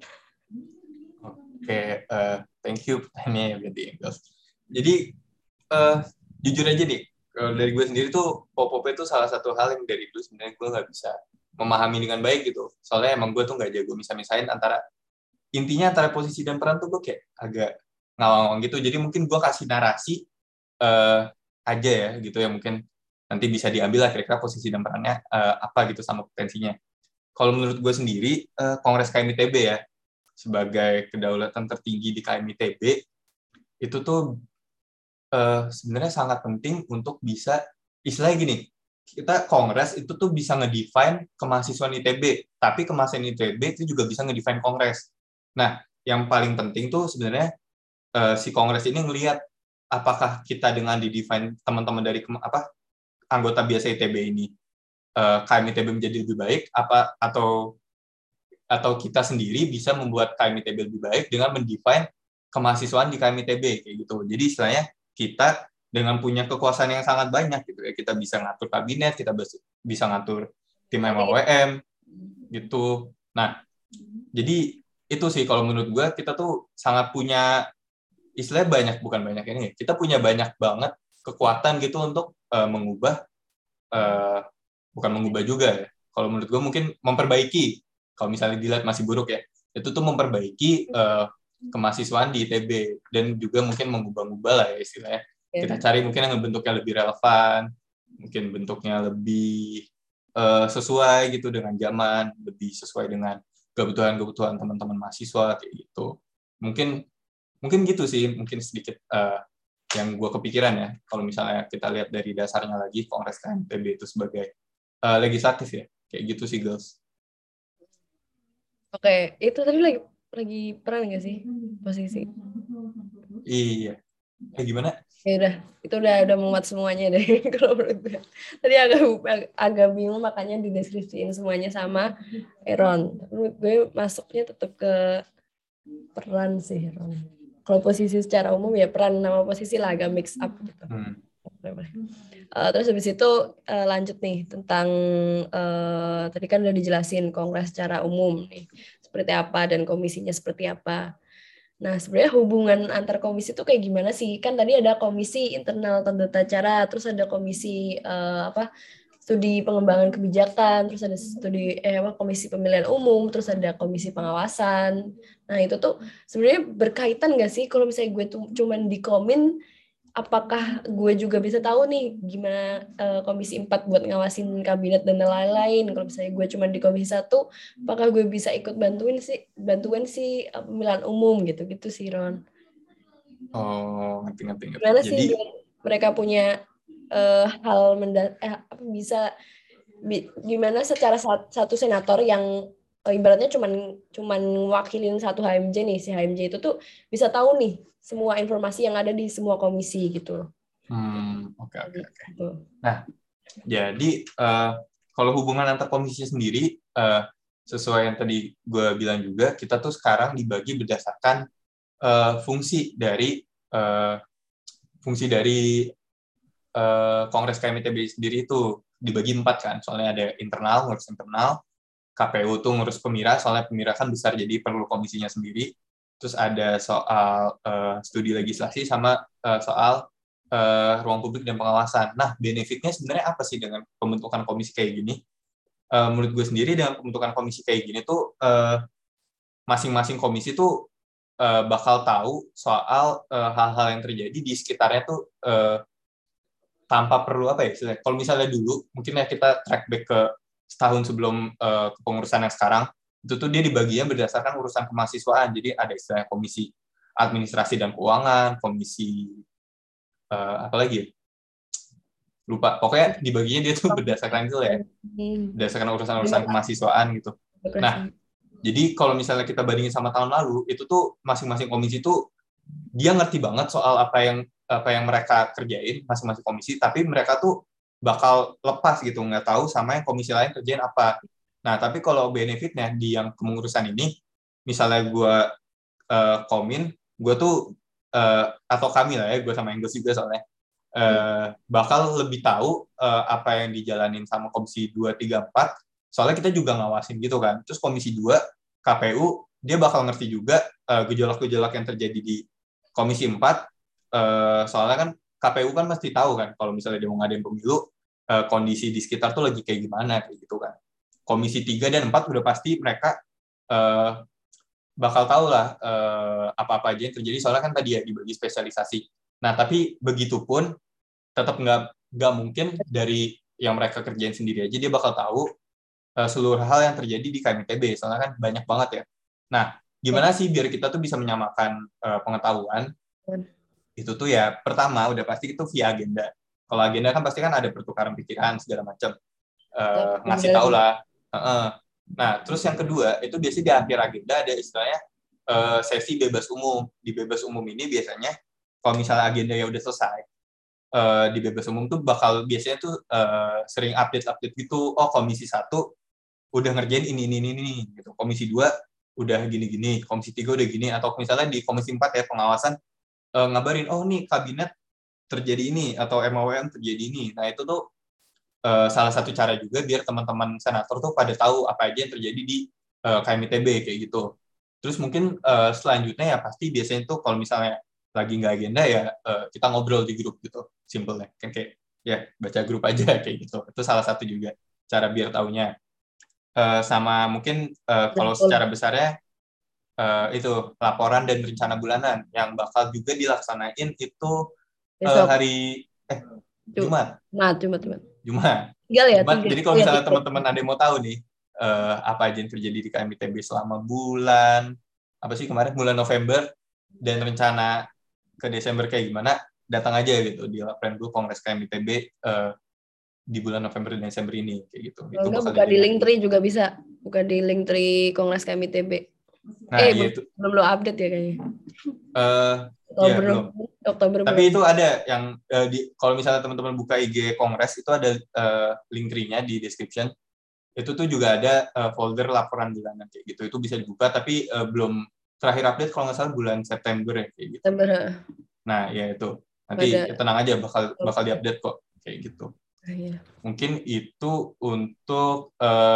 Speaker 1: Oke, thank you pertanyaannya berarti. Jadi jujur aja nih, kalau dari gue sendiri tuh POP itu salah satu hal yang dari dulu sebenarnya gue nggak bisa memahami dengan baik gitu. Soalnya emang gue tuh nggak jago misah-misahin antara posisi dan peran tuh gue kayak agak ngawang-ngawang gitu. Jadi mungkin gue kasih narasi aja ya gitu ya, mungkin nanti bisa diambil lah kira-kira posisi dan perannya apa gitu sama potensinya. Kalau menurut gue sendiri, Kongres KMITB ya, sebagai kedaulatan tertinggi di KMITB, itu tuh sebenarnya sangat penting untuk bisa, istilahnya gini, kita kongres itu tuh bisa ngedefine kemahasiswaan ITB, tapi kemahasiswaan ITB itu juga bisa ngedefine kongres. Nah, yang paling penting tuh sebenarnya si kongres ini ngelihat apakah kita dengan didefine teman-teman dari anggota biasa ITB ini KMITB menjadi lebih baik atau kita sendiri bisa membuat KMITB lebih baik dengan mendefine kemahasiswaan di KMITB kayak gitu. Jadi istilahnya kita dengan punya kekuasaan yang sangat banyak gitu ya, kita bisa ngatur kabinet, kita bisa ngatur tim MAWM gitu. Nah, jadi itu sih kalau menurut gue, kita tuh sangat punya, istilahnya kita punya banyak banget kekuatan gitu untuk mengubah, bukan mengubah juga ya, kalau menurut gue mungkin memperbaiki, kalau misalnya dilihat masih buruk ya, itu tuh memperbaiki kemahasiswaan di ITB, dan juga mungkin mengubah-ubah lah ya istilahnya. Kita cari mungkin yang bentuknya lebih relevan, mungkin bentuknya lebih sesuai gitu dengan zaman, lebih sesuai dengan kebutuhan teman-teman mahasiswa kayak gitu. Mungkin gitu sih, mungkin sedikit yang gue kepikiran ya, kalau misalnya kita lihat dari dasarnya lagi, Kongres KMITB itu sebagai legislatif ya, kayak gitu sih, girls.
Speaker 2: Oke, itu tadi lagi peran nggak sih posisi?
Speaker 1: Iya. Gimana?
Speaker 2: Ya udah, itu udah memuat semuanya deh kalau menurut gue. Tadi agak bingung, makanya dideskripsiin semuanya sama Aaron. Menurut gue masuknya tetap ke peran sih, Aaron. Kalau posisi secara umum ya peran nama posisi lah, agak mix up gitu. Terus habis itu lanjut nih tentang tadi kan udah dijelasin kongres secara umum nih seperti apa dan komisinya seperti apa. Nah, sebenarnya hubungan antar komisi itu kayak gimana sih? Kan tadi ada komisi internal tata cara, terus ada komisi studi pengembangan kebijakan, terus ada komisi pemilihan umum, terus ada komisi pengawasan. Nah, itu tuh sebenarnya berkaitan nggak sih? Kalau misalnya gue tuh cuman di komin, apakah gue juga bisa tahu nih gimana komisi 4 buat ngawasin kabinet dan lain-lain? Kalau misalnya gue cuma di komisi 1, apakah gue bisa ikut bantuan sih pemilihan umum gitu sih, Ron?
Speaker 1: Oh, ngerti.
Speaker 2: Gimana sih mereka punya hal gimana secara satu senator yang ibaratnya cuman wakilin satu HMJ nih, si HMJ itu tuh bisa tahu nih semua informasi yang ada di semua komisi gitu loh.
Speaker 1: Oke. Nah, jadi kalau hubungan antar komisi sendiri, sesuai yang tadi gue bilang juga, kita tuh sekarang dibagi berdasarkan fungsi dari Kongres KMITB sendiri itu dibagi 4 kan, soalnya ada internal, ngurus internal, KPU tuh ngurus pemira, soalnya pemira kan besar jadi perlu komisinya sendiri, terus ada soal studi legislasi sama soal ruang publik dan pengawasan. Nah, benefitnya sebenarnya apa sih dengan pembentukan komisi kayak gini? Menurut gue sendiri dengan pembentukan komisi kayak gini tuh masing-masing komisi tuh bakal tahu soal hal-hal yang terjadi di sekitarnya tuh tanpa perlu apa ya istilahnya. Kalau misalnya dulu mungkin ya kita track back ke setahun sebelum kepengurusan yang sekarang, itu tuh dia dibaginya berdasarkan urusan kemahasiswaan. Jadi ada istilah komisi administrasi dan keuangan, komisi apa lagi ya? Lupa. Pokoknya dibaginya dia tuh berdasarkan itu ya. Berdasarkan urusan-urusan kemahasiswaan gitu. Nah, jadi kalau misalnya kita bandingin sama tahun lalu, itu tuh masing-masing komisi tuh dia ngerti banget soal apa yang mereka kerjain masing-masing komisi, tapi mereka tuh bakal lepas gitu, nggak tahu sama yang komisi lain kerjain apa. Nah, tapi kalau benefitnya di yang kepengurusan ini, misalnya gue komin, gue tuh atau kami lah ya, gue sama Enggus juga soalnya, bakal lebih tahu apa yang dijalanin sama komisi 2, 3, 4, soalnya kita juga ngawasin gitu kan. Terus komisi 2, KPU, dia bakal ngerti juga gejolak-gejolak yang terjadi di komisi 4, soalnya kan KPU kan mesti tahu kan kalau misalnya dia mau ngadain pemilu, kondisi di sekitar tuh lagi kayak gimana kayak gitu kan. Komisi 3 dan 4 udah pasti mereka bakal tahu lah apa-apa aja yang terjadi, soalnya kan tadi ya dibagi spesialisasi. Nah, tapi begitupun tetap nggak mungkin dari yang mereka kerjain sendiri aja dia bakal tahu seluruh hal yang terjadi di KMITB, soalnya kan banyak banget ya. Nah, gimana sih biar kita tuh bisa menyamakan pengetahuan? Itu tuh ya pertama udah pasti itu via agenda. Kalau agenda kan pasti kan ada pertukaran pikiran segala macam, ngasih tahu lah. Nah, terus yang kedua itu biasanya di akhir agenda ada istilahnya sesi bebas umum. Di bebas umum ini biasanya kalau misalnya agenda ya udah selesai, di bebas umum tuh bakal biasanya tuh sering update gitu. Oh, komisi 1 udah ngerjain ini gitu. Komisi 2 udah gini-gini, komisi 3 udah gini, atau misalnya di komisi 4 ya pengawasan ngabarin, oh nih kabinet terjadi ini atau MAWM terjadi ini. Nah, itu tuh salah satu cara juga biar teman-teman senator tuh pada tahu apa aja yang terjadi di KMITB kayak gitu. Terus mungkin selanjutnya ya pasti biasanya tuh kalau misalnya lagi nggak agenda ya kita ngobrol di grup gitu, simpelnya kan kayak ya baca grup aja kayak gitu. Itu salah satu juga cara biar taunya. Sama mungkin kalau secara besarnya itu laporan dan rencana bulanan yang bakal juga dilaksanain itu hari Jumat. Jadi kalau misalnya teman-teman ada yang mau tahu nih apa aja yang terjadi di KMITB selama bulan apa sih kemarin bulan November dan rencana ke Desember kayak gimana, datang aja gitu di Laprendu Kongres KMITB di bulan November dan Desember ini kayak gitu.
Speaker 2: Itu buka di Linktree juga bisa, buka di Linktree Kongres KMITB.
Speaker 1: Nah, itu
Speaker 2: belum lo update ya kayaknya.
Speaker 1: Oktober. Tapi itu ada yang kalau misalnya teman-teman buka IG Kongres itu ada Linktree-nya di description. Itu tuh juga ada folder laporan bulanan kayak gitu. Itu bisa dibuka tapi belum terakhir update kalau nggak salah bulan September ya kayak gitu. Nah, ya itu. Nanti tenang aja bakal diupdate kok kayak gitu. Mungkin itu untuk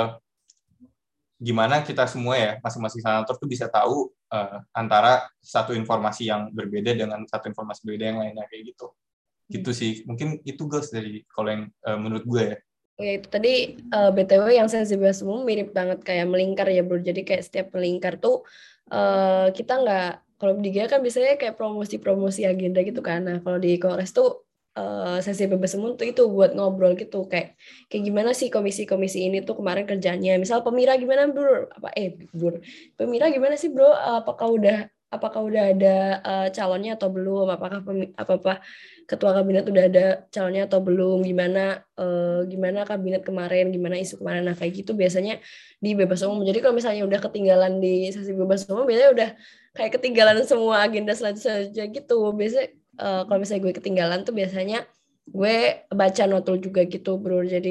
Speaker 1: gimana kita semua ya masing-masing senator tuh bisa tahu antara satu informasi yang berbeda dengan satu informasi berbeda yang lainnya kayak gitu. Gitu sih. Mungkin itu guys dari kalau yang menurut gue ya.
Speaker 2: Ya itu tadi BTW yang sesi bebas umum mirip banget kayak melingkar ya bro. Jadi kayak setiap melingkar tuh kita nggak, kalau di GIA kan biasanya kayak promosi agenda gitu kan. Nah kalau di Kongres tuh sesi bebas umum tuh itu buat ngobrol gitu kayak gimana sih komisi-komisi ini tuh kemarin kerjanya. Misal pemira gimana bro? Pemira gimana sih bro? Apakah udah ada calonnya atau belum? Apakah ketua kabinet udah ada calonnya atau belum? Gimana kabinet kemarin? Gimana isu kemarin? Nah kayak gitu biasanya di bebas umum. Jadi kalau misalnya udah ketinggalan di sesi bebas umum, biasanya udah kayak ketinggalan semua agenda selanjutnya gitu. Biasanya kalau misalnya gue ketinggalan tuh biasanya gue baca notul juga gitu bro. Jadi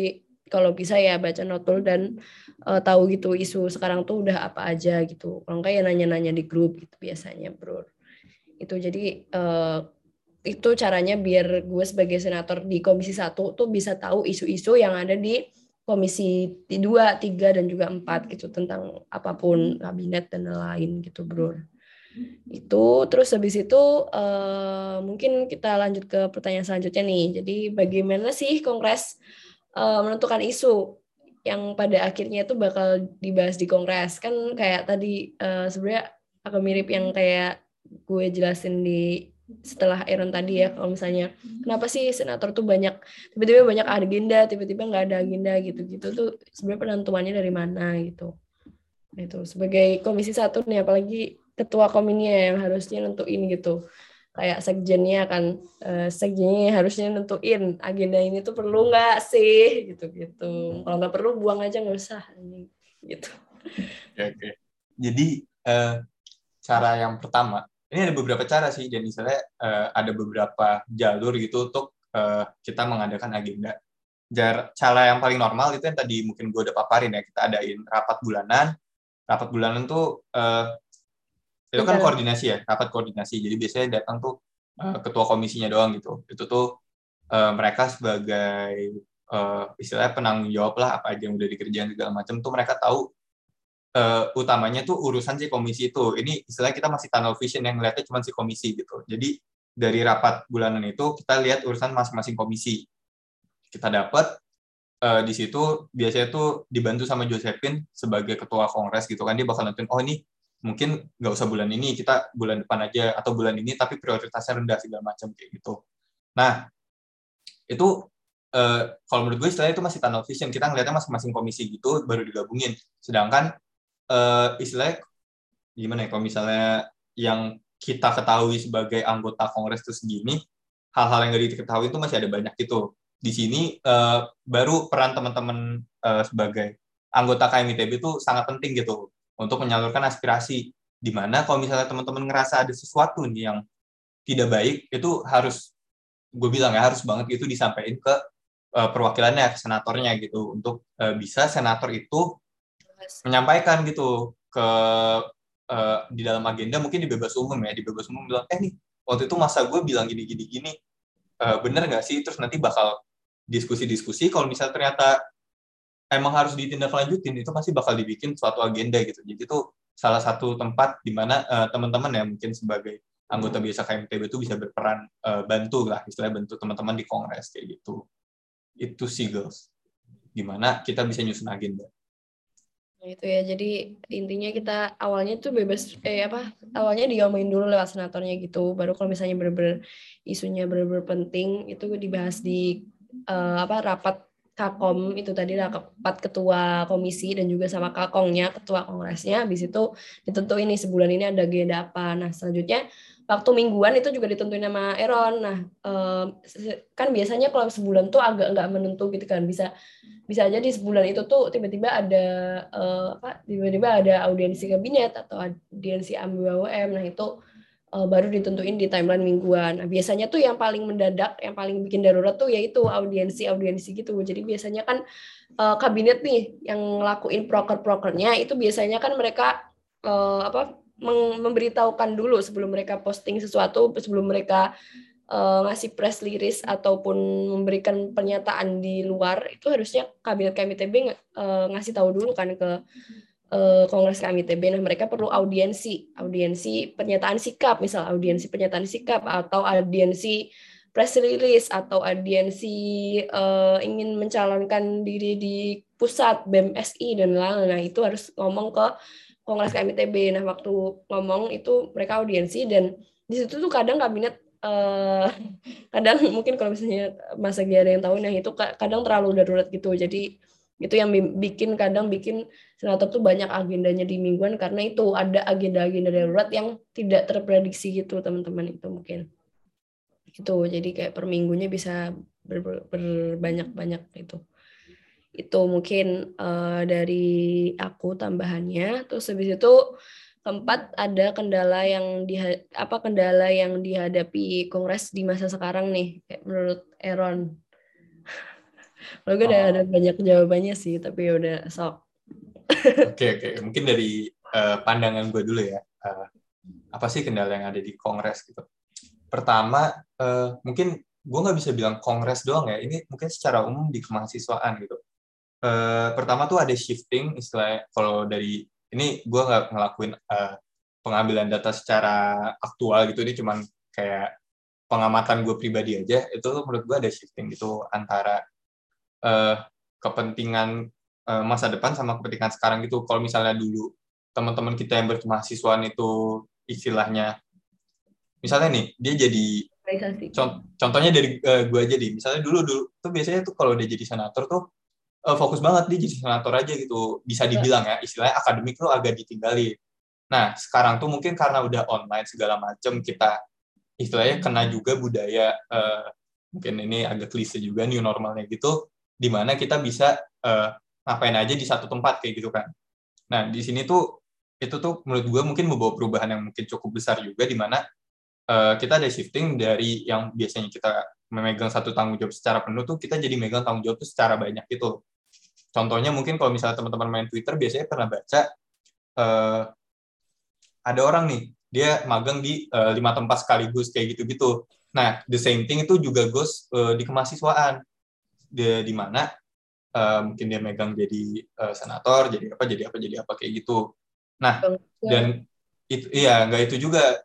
Speaker 2: kalau bisa ya baca notul dan tahu gitu isu sekarang tuh udah apa aja gitu. Kalau enggak ya nanya-nanya di grup gitu biasanya, bro. Itu jadi itu caranya biar gue sebagai senator di Komisi 1 tuh bisa tahu isu-isu yang ada di Komisi 2, 3, dan juga 4 gitu tentang apapun kabinet dan lain gitu, bro. Itu terus habis itu mungkin kita lanjut ke pertanyaan selanjutnya nih. Jadi bagaimana sih Kongres menentukan isu yang pada akhirnya itu bakal dibahas di Kongres? Kan kayak tadi sebenarnya agak mirip yang kayak gue jelasin di setelah Aaron tadi ya, kalau misalnya kenapa sih senator tuh banyak tiba-tiba banyak agenda, tiba-tiba nggak ada agenda gitu-gitu tuh sebenarnya penentuannya dari mana gitu. Nah, itu sebagai Komisi 1 nih, apalagi ketua kominnya yang harusnya nentuin gitu. Kayak sekjennya kan, sekjennya harusnya nentuin agenda ini tuh perlu nggak sih gitu-gitu. Kalau nggak perlu buang aja, nggak usah gitu.
Speaker 1: Oke. Jadi cara yang pertama, ini ada beberapa cara sih, dan misalnya ada beberapa jalur gitu untuk kita mengadakan agenda. Cara yang paling normal itu yang tadi mungkin gue udah paparin ya, kita adain rapat bulanan. Rapat bulanan tuh itu kan koordinasi ya, rapat koordinasi. Jadi biasanya datang tuh ketua komisinya doang gitu. Itu tuh mereka sebagai istilahnya penanggung jawab lah apa aja yang udah dikerjain segala macam tuh mereka tahu utamanya tuh urusan si komisi itu. Ini istilahnya kita masih tunnel vision yang ngeliatnya cuma si komisi gitu. Jadi dari rapat bulanan itu kita lihat urusan masing-masing komisi. Kita dapat di situ biasanya tuh dibantu sama Josephine sebagai ketua kongres gitu kan, dia bakal nentuin oh ini mungkin nggak usah bulan ini, kita bulan depan aja, atau bulan ini tapi prioritasnya rendah segala macam kayak gitu. Nah itu kalau menurut gue istilahnya itu masih tunnel vision, kita ngeliatnya masing-masing komisi gitu baru digabungin. Sedangkan istilahnya gimana ya, kalau misalnya yang kita ketahui sebagai anggota kongres itu segini, hal-hal yang nggak diketahui itu masih ada banyak gitu. Di sini baru peran teman-teman sebagai anggota KMITB itu sangat penting gitu untuk menyalurkan aspirasi. Dimana kalau misalnya teman-teman ngerasa ada sesuatu nih yang tidak baik, itu harus, gue bilang ya, harus banget itu disampaikan ke perwakilannya, ke senatornya gitu, untuk bisa senator itu menyampaikan gitu ke di dalam agenda, mungkin di bebas umum ya, di bebas umum bilang nih waktu itu masa gue bilang gini bener nggak sih, terus nanti bakal diskusi-diskusi, kalau misalnya ternyata emang harus ditindaklanjutin itu pasti bakal dibikin suatu agenda gitu. Jadi itu salah satu tempat di mana teman-teman ya mungkin sebagai anggota biasa KMTB itu bisa berperan bantu lah, istilahnya bantu teman-teman di kongres kayak gitu. Itu sih girls, gimana kita bisa nyusun agenda.
Speaker 2: Nah, itu ya, jadi intinya kita awalnya tuh bebas awalnya diomongin dulu lewat senatornya gitu, baru kalau misalnya bener-bener isunya bener-bener penting itu dibahas di rapat Kakom itu tadi, rapat ketua komisi dan juga sama Kakongnya, ketua kongresnya. Habis itu ditentuin nih sebulan ini ada agenda apa. Nah selanjutnya waktu mingguan itu juga ditentuin sama Aaron. Nah kan biasanya kalau sebulan tuh agak nggak menentu gitu kan, bisa aja di sebulan itu tuh tiba-tiba ada audiensi kabinet atau audiensi AMWM. Nah itu baru ditentuin di timeline mingguan. Nah, biasanya tuh yang paling mendadak, yang paling bikin darurat tuh yaitu audiensi gitu. Jadi biasanya kan kabinet nih yang ngelakuin proker-prokernya itu biasanya kan mereka memberitahukan dulu sebelum mereka posting sesuatu, sebelum mereka ngasih press release ataupun memberikan pernyataan di luar, itu harusnya kabinet KMITB ngasih tahu dulu kan ke Kongres KMITB. Nah, mereka perlu audiensi pernyataan sikap, misal audiensi pernyataan sikap atau audiensi press release atau audiensi ingin mencalonkan diri di pusat BEM-SI dan lain-lain. Nah, itu harus ngomong ke Kongres KMITB. Nah, waktu ngomong itu mereka audiensi, dan di situ tuh kadang kabinet kadang mungkin kalau misalnya Mas Agi ada yang tahu, nah itu kadang terlalu darurat gitu. Jadi itu yang kadang bikin senator tuh banyak agendanya di mingguan, karena itu ada agenda-agenda darurat yang tidak terprediksi gitu teman-teman. Itu mungkin itu jadi kayak per minggunya bisa berbanyak-banyak itu mungkin dari aku tambahannya. Terus habis itu keempat, ada kendala yang dihadapi Kongres di masa sekarang nih, kayak menurut Aaron. Kalau gue udah ada banyak jawabannya sih, tapi ya udah sok.
Speaker 1: Oke. Mungkin dari pandangan gue dulu ya. Apa sih kendala yang ada di Kongres gitu? Pertama, mungkin gue nggak bisa bilang Kongres doang ya. Ini mungkin secara umum di kemahasiswaan gitu. Pertama tuh ada shifting, istilah kalau dari ini gue nggak ngelakuin pengambilan data secara aktual gitu. Ini cuman kayak pengamatan gue pribadi aja. Itu menurut gue ada shifting gitu antara kepentingan masa depan sama kepentingan sekarang gitu. Kalau misalnya dulu teman-teman kita yang berkemahasiswaan itu istilahnya, misalnya nih dia jadi contohnya dari gue aja nih, misalnya dulu tuh biasanya tuh kalau dia jadi senator tuh fokus banget dia jadi senator aja gitu, bisa dibilang ya istilahnya akademik tuh agak ditinggalin. Nah sekarang tuh mungkin karena udah online segala macam, kita istilahnya kena juga budaya mungkin ini agak klise juga new normalnya gitu, di mana kita bisa ngapain aja di satu tempat kayak gitu kan. Nah di sini tuh itu tuh menurut gue mungkin membawa perubahan yang mungkin cukup besar juga, di mana kita ada shifting dari yang biasanya kita memegang satu tanggung jawab secara penuh tuh kita jadi megang tanggung jawab tuh secara banyak gitu. Contohnya mungkin kalau misalnya teman-teman main Twitter biasanya pernah baca ada orang nih dia magang di 5 tempat sekaligus kayak gitu-gitu. Nah, the same thing itu juga goes di kemahasiswaan. Di mana mungkin dia megang jadi senator, jadi apa kayak gitu. Nah, dan itu iya nggak itu juga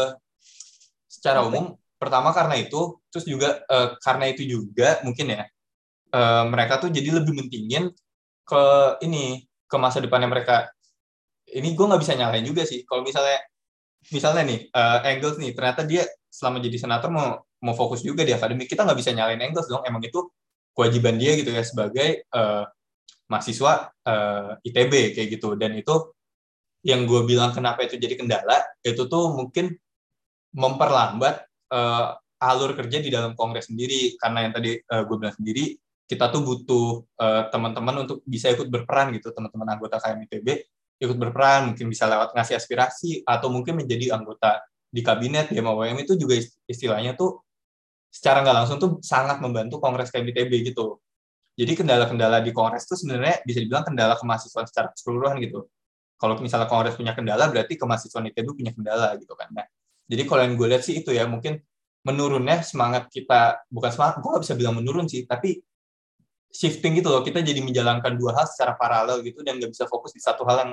Speaker 1: secara umum. Pertama karena itu, terus juga karena itu juga mungkin ya mereka tuh jadi lebih mentingin ke ke masa depannya mereka. Ini gue nggak bisa nyalain juga sih. Kalau misalnya nih Engels nih ternyata dia selama jadi senator mau fokus juga di akademik, kita nggak bisa nyalain Engels dong. Emang itu kewajiban dia gitu ya sebagai mahasiswa ITB kayak gitu. Dan itu yang gue bilang kenapa itu jadi kendala, itu tuh mungkin memperlambat alur kerja di dalam Kongres sendiri. Karena yang tadi gue bilang sendiri, kita tuh butuh teman-teman untuk bisa ikut berperan gitu, teman-teman anggota KMITB ikut berperan, mungkin bisa lewat ngasih aspirasi, atau mungkin menjadi anggota di kabinet, di MAWM itu juga istilahnya tuh secara nggak langsung tuh sangat membantu Kongres KMITB gitu. Jadi kendala-kendala di Kongres itu sebenarnya bisa dibilang kendala kemahasiswaan secara keseluruhan gitu. Kalau misalnya Kongres punya kendala, berarti kemahasiswaan ITB punya kendala gitu kan. Nah, jadi kalau yang gue lihat sih itu ya, mungkin menurunnya semangat kita, bukan semangat, gue nggak bisa bilang menurun sih, tapi shifting gitu loh, kita jadi menjalankan dua hal secara paralel gitu, dan nggak bisa fokus di satu hal yang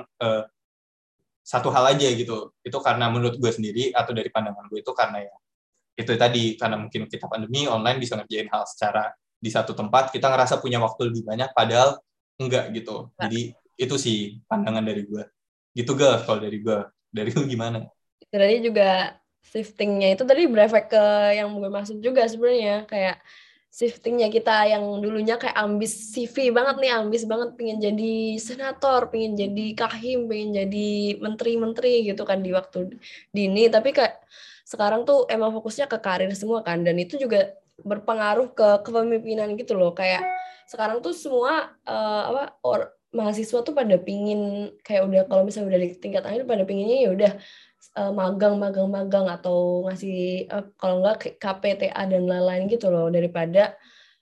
Speaker 1: satu hal aja gitu. Itu karena menurut gue sendiri, atau dari pandangan gue itu karena ya, itu tadi, karena mungkin kita pandemi, online bisa ngerjain hal secara di satu tempat, kita ngerasa punya waktu lebih banyak, padahal enggak gitu. Jadi itu sih pandangan dari gue. Gitu Gal, kalau dari gue. Dari lu gimana?
Speaker 2: Sebenarnya juga shiftingnya itu tadi berefek ke yang gue maksud juga sebenarnya, kayak shiftingnya kita yang dulunya kayak ambis CV banget nih, ambis banget pengen jadi senator, pengen jadi kahim, pengen jadi menteri-menteri gitu kan di waktu dini, tapi kayak sekarang tuh emang fokusnya ke karir semua kan, dan itu juga berpengaruh ke kepemimpinan gitu loh. Kayak sekarang tuh semua mahasiswa tuh pada pingin kayak udah, kalau misalnya udah di tingkat akhir pada pinginnya ya udah magang atau ngasih kalau enggak KPTA dan lain-lain gitu loh, daripada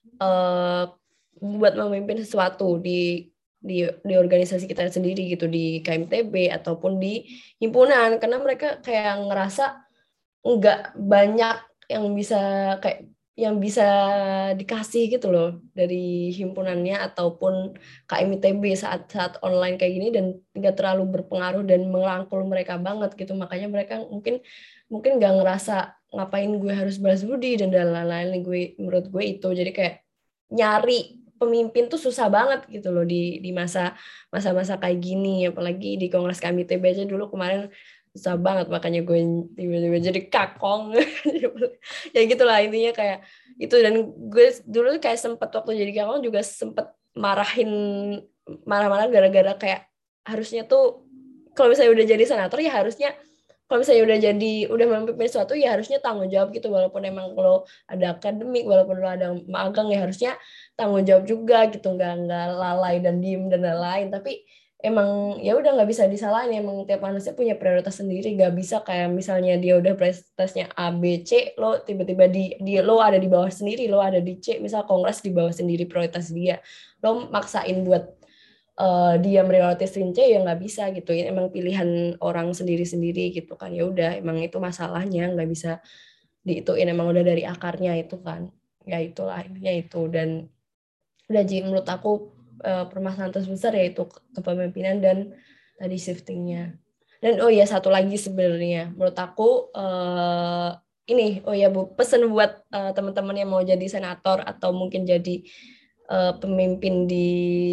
Speaker 2: buat memimpin sesuatu di organisasi kita sendiri gitu, di KMTB ataupun di himpunan, karena mereka kayak ngerasa nggak banyak yang bisa dikasih gitu loh dari himpunannya ataupun KMITB saat online kayak gini, dan nggak terlalu berpengaruh dan merangkul mereka banget gitu. Makanya mereka mungkin nggak ngerasa ngapain gue harus balas budi dan lain-lain. Menurut gue itu jadi kayak nyari pemimpin tuh susah banget gitu loh di masa-masa kayak gini, apalagi di Kongres KMITB aja dulu kemarin susah banget, makanya gue tiba-tiba jadi kakong. Ya gitulah intinya kayak itu. Dan gue dulu kayak sempet waktu jadi kakong juga sempet marah-marah gara-gara kayak harusnya tuh kalau misalnya udah jadi senator ya harusnya, kalau misalnya udah memimpin sesuatu ya harusnya tanggung jawab gitu, walaupun emang kalau ada akademik, walaupun lo ada magang ya harusnya tanggung jawab juga gitu, nggak lalai dan diem dan lain-lain. Tapi emang ya udah nggak bisa disalahin, emang tiap manusia punya prioritas sendiri, nggak bisa kayak misalnya dia udah prioritasnya A B C, lo tiba-tiba di lo ada di bawah sendiri, lo ada di C, misal kongres di bawah sendiri prioritas dia, lo maksain buat dia prioritasin C ya nggak bisa gitu ya, emang pilihan orang sendiri-sendiri gitu kan, ya udah emang itu masalahnya nggak bisa diituin, emang udah dari akarnya itu kan, ya itulah intinya itu. Dan udah Ji, menurut aku permasalahan terbesar yaitu kepemimpinan dan tadi shiftingnya. Dan oh ya satu lagi sebenarnya menurut aku ini oh ya Bu, pesan buat teman-teman yang mau jadi senator atau mungkin jadi pemimpin di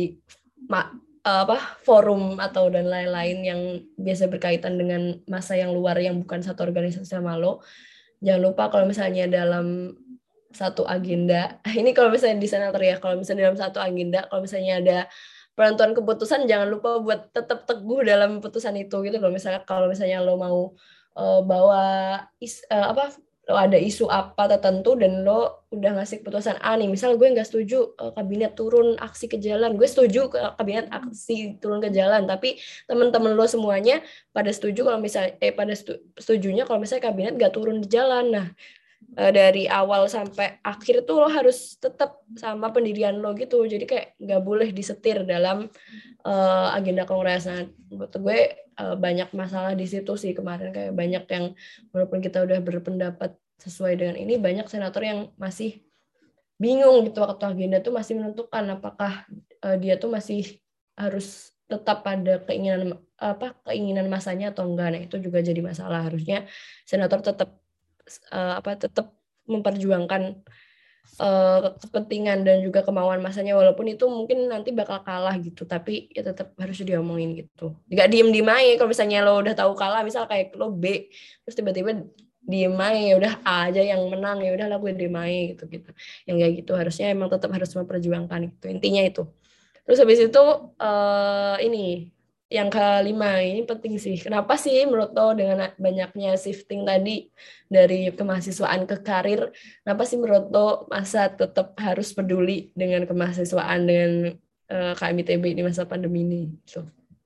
Speaker 2: apa forum atau dan lain-lain yang biasa berkaitan dengan masa yang luar yang bukan satu organisasi sama lo. Jangan lupa kalau misalnya dalam satu agenda, ini kalau misalnya di senator ya, kalau misalnya dalam satu agenda, kalau misalnya ada penentuan keputusan, jangan lupa buat tetap teguh dalam keputusan itu gitu. Kalau misalnya lo mau bawa apa, lo ada isu apa tertentu dan lo udah ngasih keputusan A nih, misal gue nggak setuju kabinet turun aksi ke jalan, gue setuju kabinet aksi turun ke jalan, tapi teman-teman lo semuanya pada setuju kalau misalnya setujunya kalau misalnya kabinet nggak turun di jalan. Nah, dari awal sampai akhir tuh lo harus tetap sama pendirian lo gitu, jadi kayak nggak boleh disetir dalam agenda kongres. Nah, menurut gue banyak masalah di situ sih kemarin, kayak banyak yang walaupun kita udah berpendapat sesuai dengan ini, banyak senator yang masih bingung gitu waktu agenda tuh masih menentukan apakah dia tuh masih harus tetap pada keinginan masanya atau enggak. Nah, itu juga jadi masalah. Harusnya senator tetap memperjuangkan kepentingan dan juga kemauan masanya, walaupun itu mungkin nanti bakal kalah gitu, tapi ya tetap harus diomongin gitu, nggak diem aja. Kalau misalnya lo udah tahu kalah, misal kayak lo B terus tiba-tiba diem aja, ya udah A aja yang menang, ya udah lah gue diem aja gitu gitu, yang kayak gitu harusnya emang tetap harus memperjuangkan itu, intinya itu. Terus habis itu ini yang kelima, ini penting sih. Kenapa sih menurut lo dengan banyaknya shifting tadi dari kemahasiswaan ke karir, kenapa sih menurut lo masa tetap harus peduli dengan kemahasiswaan dengan KMITB di masa pandemi ini? So.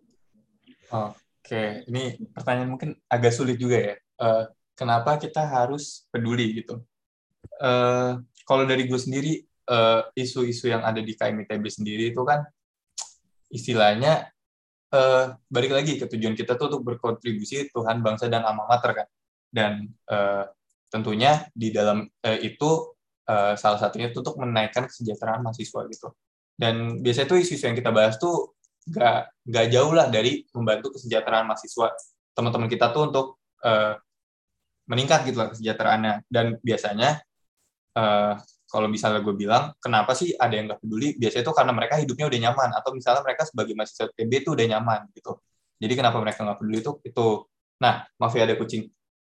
Speaker 1: Oke, ini pertanyaan mungkin agak sulit juga ya. Kenapa kita harus peduli gitu? Kalau dari gue sendiri, isu-isu yang ada di KMITB sendiri itu kan istilahnya balik lagi ke tujuan kita tuh untuk berkontribusi Tuhan, bangsa, dan alma mater kan. Dan tentunya di dalam itu salah satunya itu untuk menaikkan kesejahteraan mahasiswa gitu. Dan biasanya tuh isu-isu yang kita bahas tuh nggak jauh lah dari membantu kesejahteraan mahasiswa teman-teman kita tuh untuk meningkat gitu lah kesejahteraannya. Dan biasanya kalau misalnya gue bilang kenapa sih ada yang nggak peduli, biasanya itu karena mereka hidupnya udah nyaman, atau misalnya mereka sebagai mahasiswa TB itu udah nyaman gitu. Jadi kenapa mereka nggak peduli itu. Nah, maaf ya ada kucing.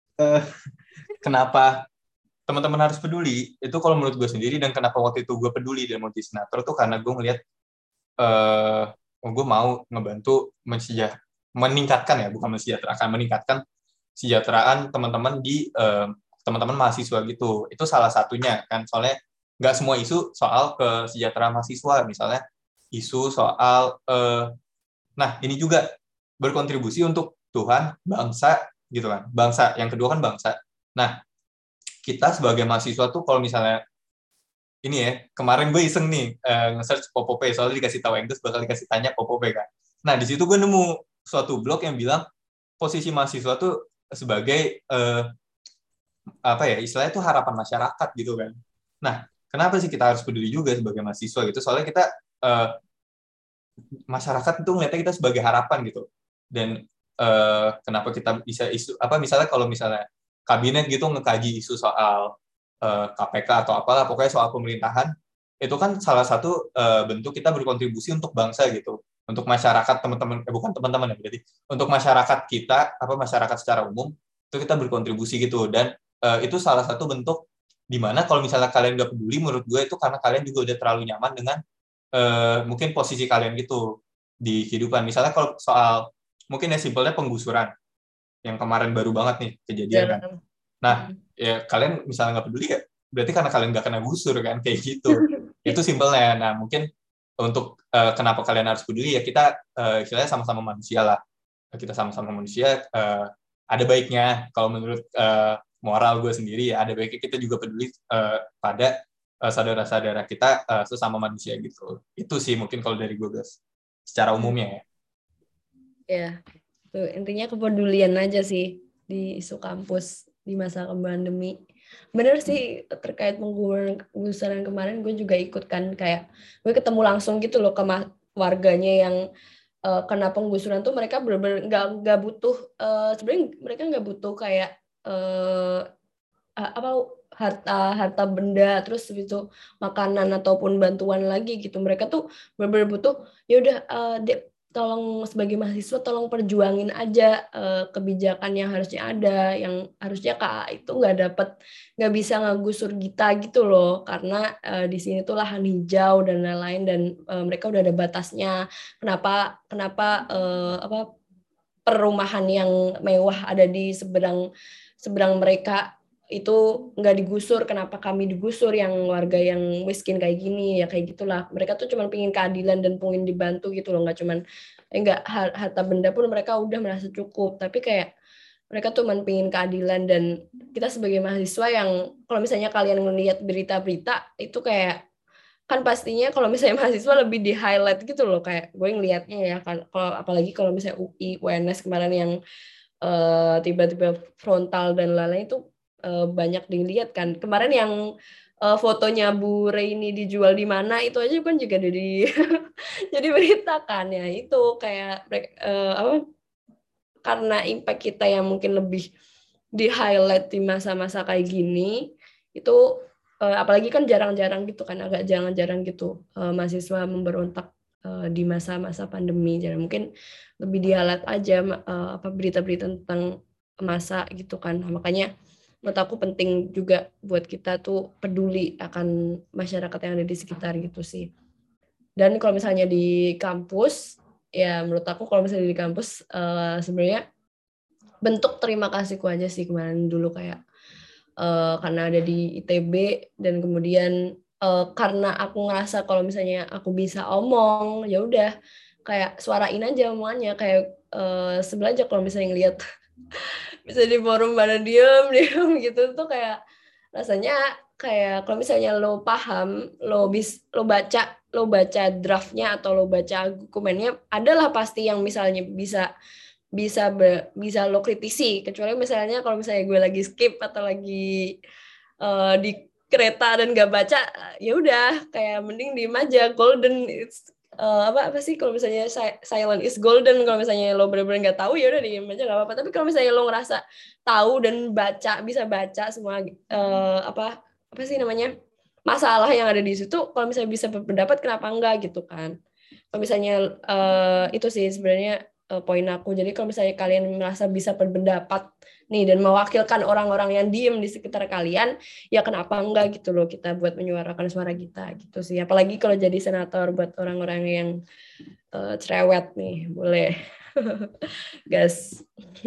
Speaker 1: Kenapa teman-teman harus peduli itu kalau menurut gue sendiri, dan kenapa waktu itu gue peduli dan mau jadi senator tuh karena gue ngelihat gue mau ngebantu meningkatkan ya, bukan meningkatkan kesejahteraan teman-teman di teman-teman mahasiswa gitu. Itu salah satunya kan, soalnya nggak semua isu soal kesejahteraan mahasiswa, misalnya isu soal nah ini juga berkontribusi untuk Tuhan, bangsa gitu kan, bangsa yang kedua kan bangsa. Nah, kita sebagai mahasiswa tuh kalau misalnya ini ya, kemarin gue iseng nih nge-search Popope, soalnya dikasih tahu English bakal dikasih tanya Popope kan. Nah, di situ gue nemu suatu blog yang bilang posisi mahasiswa tuh sebagai apa ya, istilahnya tuh harapan masyarakat gitu kan. Nah, kenapa sih kita harus peduli juga sebagai mahasiswa gitu? Soalnya kita masyarakat itu ngeliatnya kita sebagai harapan gitu. Dan kenapa kita bisa isu apa, misalnya kalau misalnya kabinet gitu ngekaji isu soal KPK atau apalah, pokoknya soal pemerintahan, itu kan salah satu bentuk kita berkontribusi untuk bangsa gitu, untuk masyarakat teman-teman, bukan teman-teman ya berarti, untuk masyarakat kita, apa masyarakat secara umum, itu kita berkontribusi gitu. Dan itu salah satu bentuk dimana kalau misalnya kalian nggak peduli, menurut gue itu karena kalian juga udah terlalu nyaman dengan mungkin posisi kalian gitu di kehidupan. Misalnya kalau soal mungkin ya simpelnya penggusuran yang kemarin baru banget nih kejadian kan. Nah, ya kalian misalnya nggak peduli ya berarti karena kalian nggak kena gusur kan, kayak gitu. Itu simpelnya. Nah, mungkin untuk kenapa kalian harus peduli ya, kita istilahnya sama-sama manusia lah. Kita sama-sama manusia, ada baiknya kalau menurut moral gue sendiri ya, ada baiknya kita juga peduli pada saudara-saudara kita sesama manusia gitu. Itu sih mungkin kalau dari gue guys, secara umumnya ya.
Speaker 2: Ya, tuh intinya kepedulian aja sih di isu kampus di masa pandemi. Bener sih, terkait penggusuran kemarin gue juga ikut kan, kayak gue ketemu langsung gitu loh ke warganya yang kena penggusuran tuh. Mereka bener-bener nggak butuh, sebenarnya mereka nggak butuh kayak apa harta benda, terus itu makanan ataupun bantuan lagi gitu. Mereka tuh benar-benar butuh, ya udah tolong sebagai mahasiswa tolong perjuangin aja kebijakan yang harusnya ada, yang harusnya KA itu nggak bisa ngegusur kita gitu loh, karena di sini tuh lahan hijau dan lain-lain, dan mereka udah ada batasnya. Kenapa apa perumahan yang mewah ada di seberang mereka itu nggak digusur, kenapa kami digusur yang warga yang miskin kayak gini, ya kayak gitulah. Mereka tuh cuma pengen keadilan dan pengen dibantu gitu loh, nggak cuman nggak harta benda pun mereka udah merasa cukup, tapi kayak mereka tuh cuma pengen keadilan. Dan kita sebagai mahasiswa yang kalau misalnya kalian ngelihat berita-berita itu kayak kan pastinya kalau misalnya mahasiswa lebih di highlight gitu loh, kayak gue ngelihatnya ya kan, kalau apalagi kalau misalnya UI UNS kemarin yang tiba-tiba frontal dan lain-lain itu banyak dilihat kan. Kemarin yang fotonya Bu Reini dijual di mana itu aja kan juga jadi jadi berita kan ya. Itu kayak apa, karena impact kita yang mungkin lebih di highlight di masa-masa kayak gini itu, apalagi kan jarang-jarang gitu kan, agak jarang-jarang gitu mahasiswa memberontak di masa-masa pandemi. Jadi mungkin lebih di highlight aja apa berita-berita tentang masa gitu kan. Nah, makanya menurut aku penting juga buat kita tuh peduli akan masyarakat yang ada di sekitar gitu sih. Dan kalau misalnya di kampus, ya menurut aku kalau misalnya di kampus sebenarnya bentuk terima kasihku aja sih kemarin dulu, kayak karena ada di ITB dan kemudian karena aku ngerasa kalau misalnya aku bisa omong, ya udah kayak suarain aja omongannya, kayak sebelah aja kalau misalnya ngeliat bisa di forum pada diem gitu tuh kayak rasanya kayak kalau misalnya lo paham, lo baca draftnya atau lo baca dokumennya, adalah pasti yang misalnya bisa lo kritisi. Kecuali misalnya kalau misalnya gue lagi skip atau lagi di kereta dan gak baca, ya udah kayak mending diem aja. Golden it's apa sih kalau misalnya silent is golden. Kalau misalnya lo bener-bener nggak tahu, ya udah diem aja nggak apa-apa. Tapi kalau misalnya lo ngerasa tahu dan bisa baca semua apa sih namanya masalah yang ada di situ, kalau misalnya bisa berpendapat kenapa enggak gitu kan. Kalau misalnya itu sih sebenarnya poin aku. Jadi kalau misalnya kalian merasa bisa berpendapat nih dan mewakilkan orang-orang yang diem di sekitar kalian, ya kenapa enggak gitu loh, kita buat menyuarakan suara kita gitu sih. Apalagi kalau jadi senator buat orang-orang yang cerewet nih, boleh. Gas.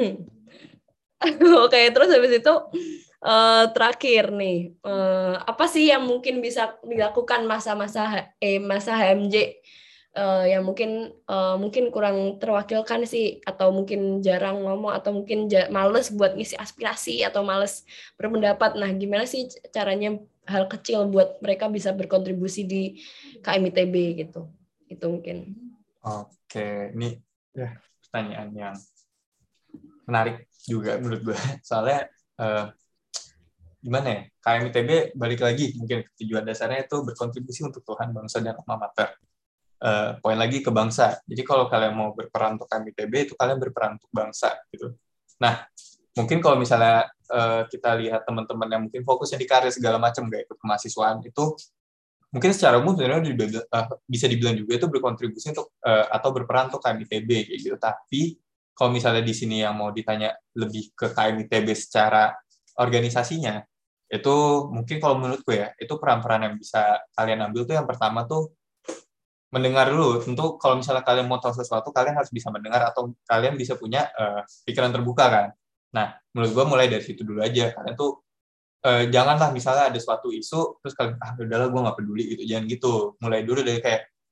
Speaker 2: Oke, terus habis itu terakhir nih, apa sih yang mungkin bisa dilakukan masa HMJ yang mungkin kurang terwakilkan sih, atau mungkin jarang ngomong, atau mungkin males buat ngisi aspirasi atau males berpendapat. Nah, gimana sih caranya hal kecil buat mereka bisa berkontribusi di KMITB gitu? Itu mungkin.
Speaker 1: Oke, ini ya pertanyaan yang menarik juga menurut gue. Soalnya gimana ya, KMITB balik lagi mungkin tujuan dasarnya itu berkontribusi untuk Tuhan, bangsa, dan alma mater. Poin lagi ke bangsa. Jadi kalau kalian mau berperan untuk KMITB, itu kalian berperan untuk bangsa gitu. Nah, mungkin kalau misalnya kita lihat teman-teman yang mungkin fokusnya di karir segala macam, gak ikut kemahasiswaan, itu mungkin secara umum sebenarnya bisa dibilang juga itu berkontribusi untuk atau berperan untuk KMITB kayak gitu. Tapi kalau misalnya di sini yang mau ditanya lebih ke KMITB secara organisasinya, itu mungkin kalau menurutku ya, itu peran-peran yang bisa kalian ambil tuh yang pertama tuh mendengar dulu. Tentu kalau misalnya kalian mau tahu sesuatu, kalian harus bisa mendengar atau kalian bisa punya pikiran terbuka kan. Nah, menurut gue mulai dari situ dulu aja. Kalian tuh janganlah misalnya ada suatu isu, terus kalian, udahlah gue nggak peduli gitu. Jangan gitu. Mulai dulu dari kayak,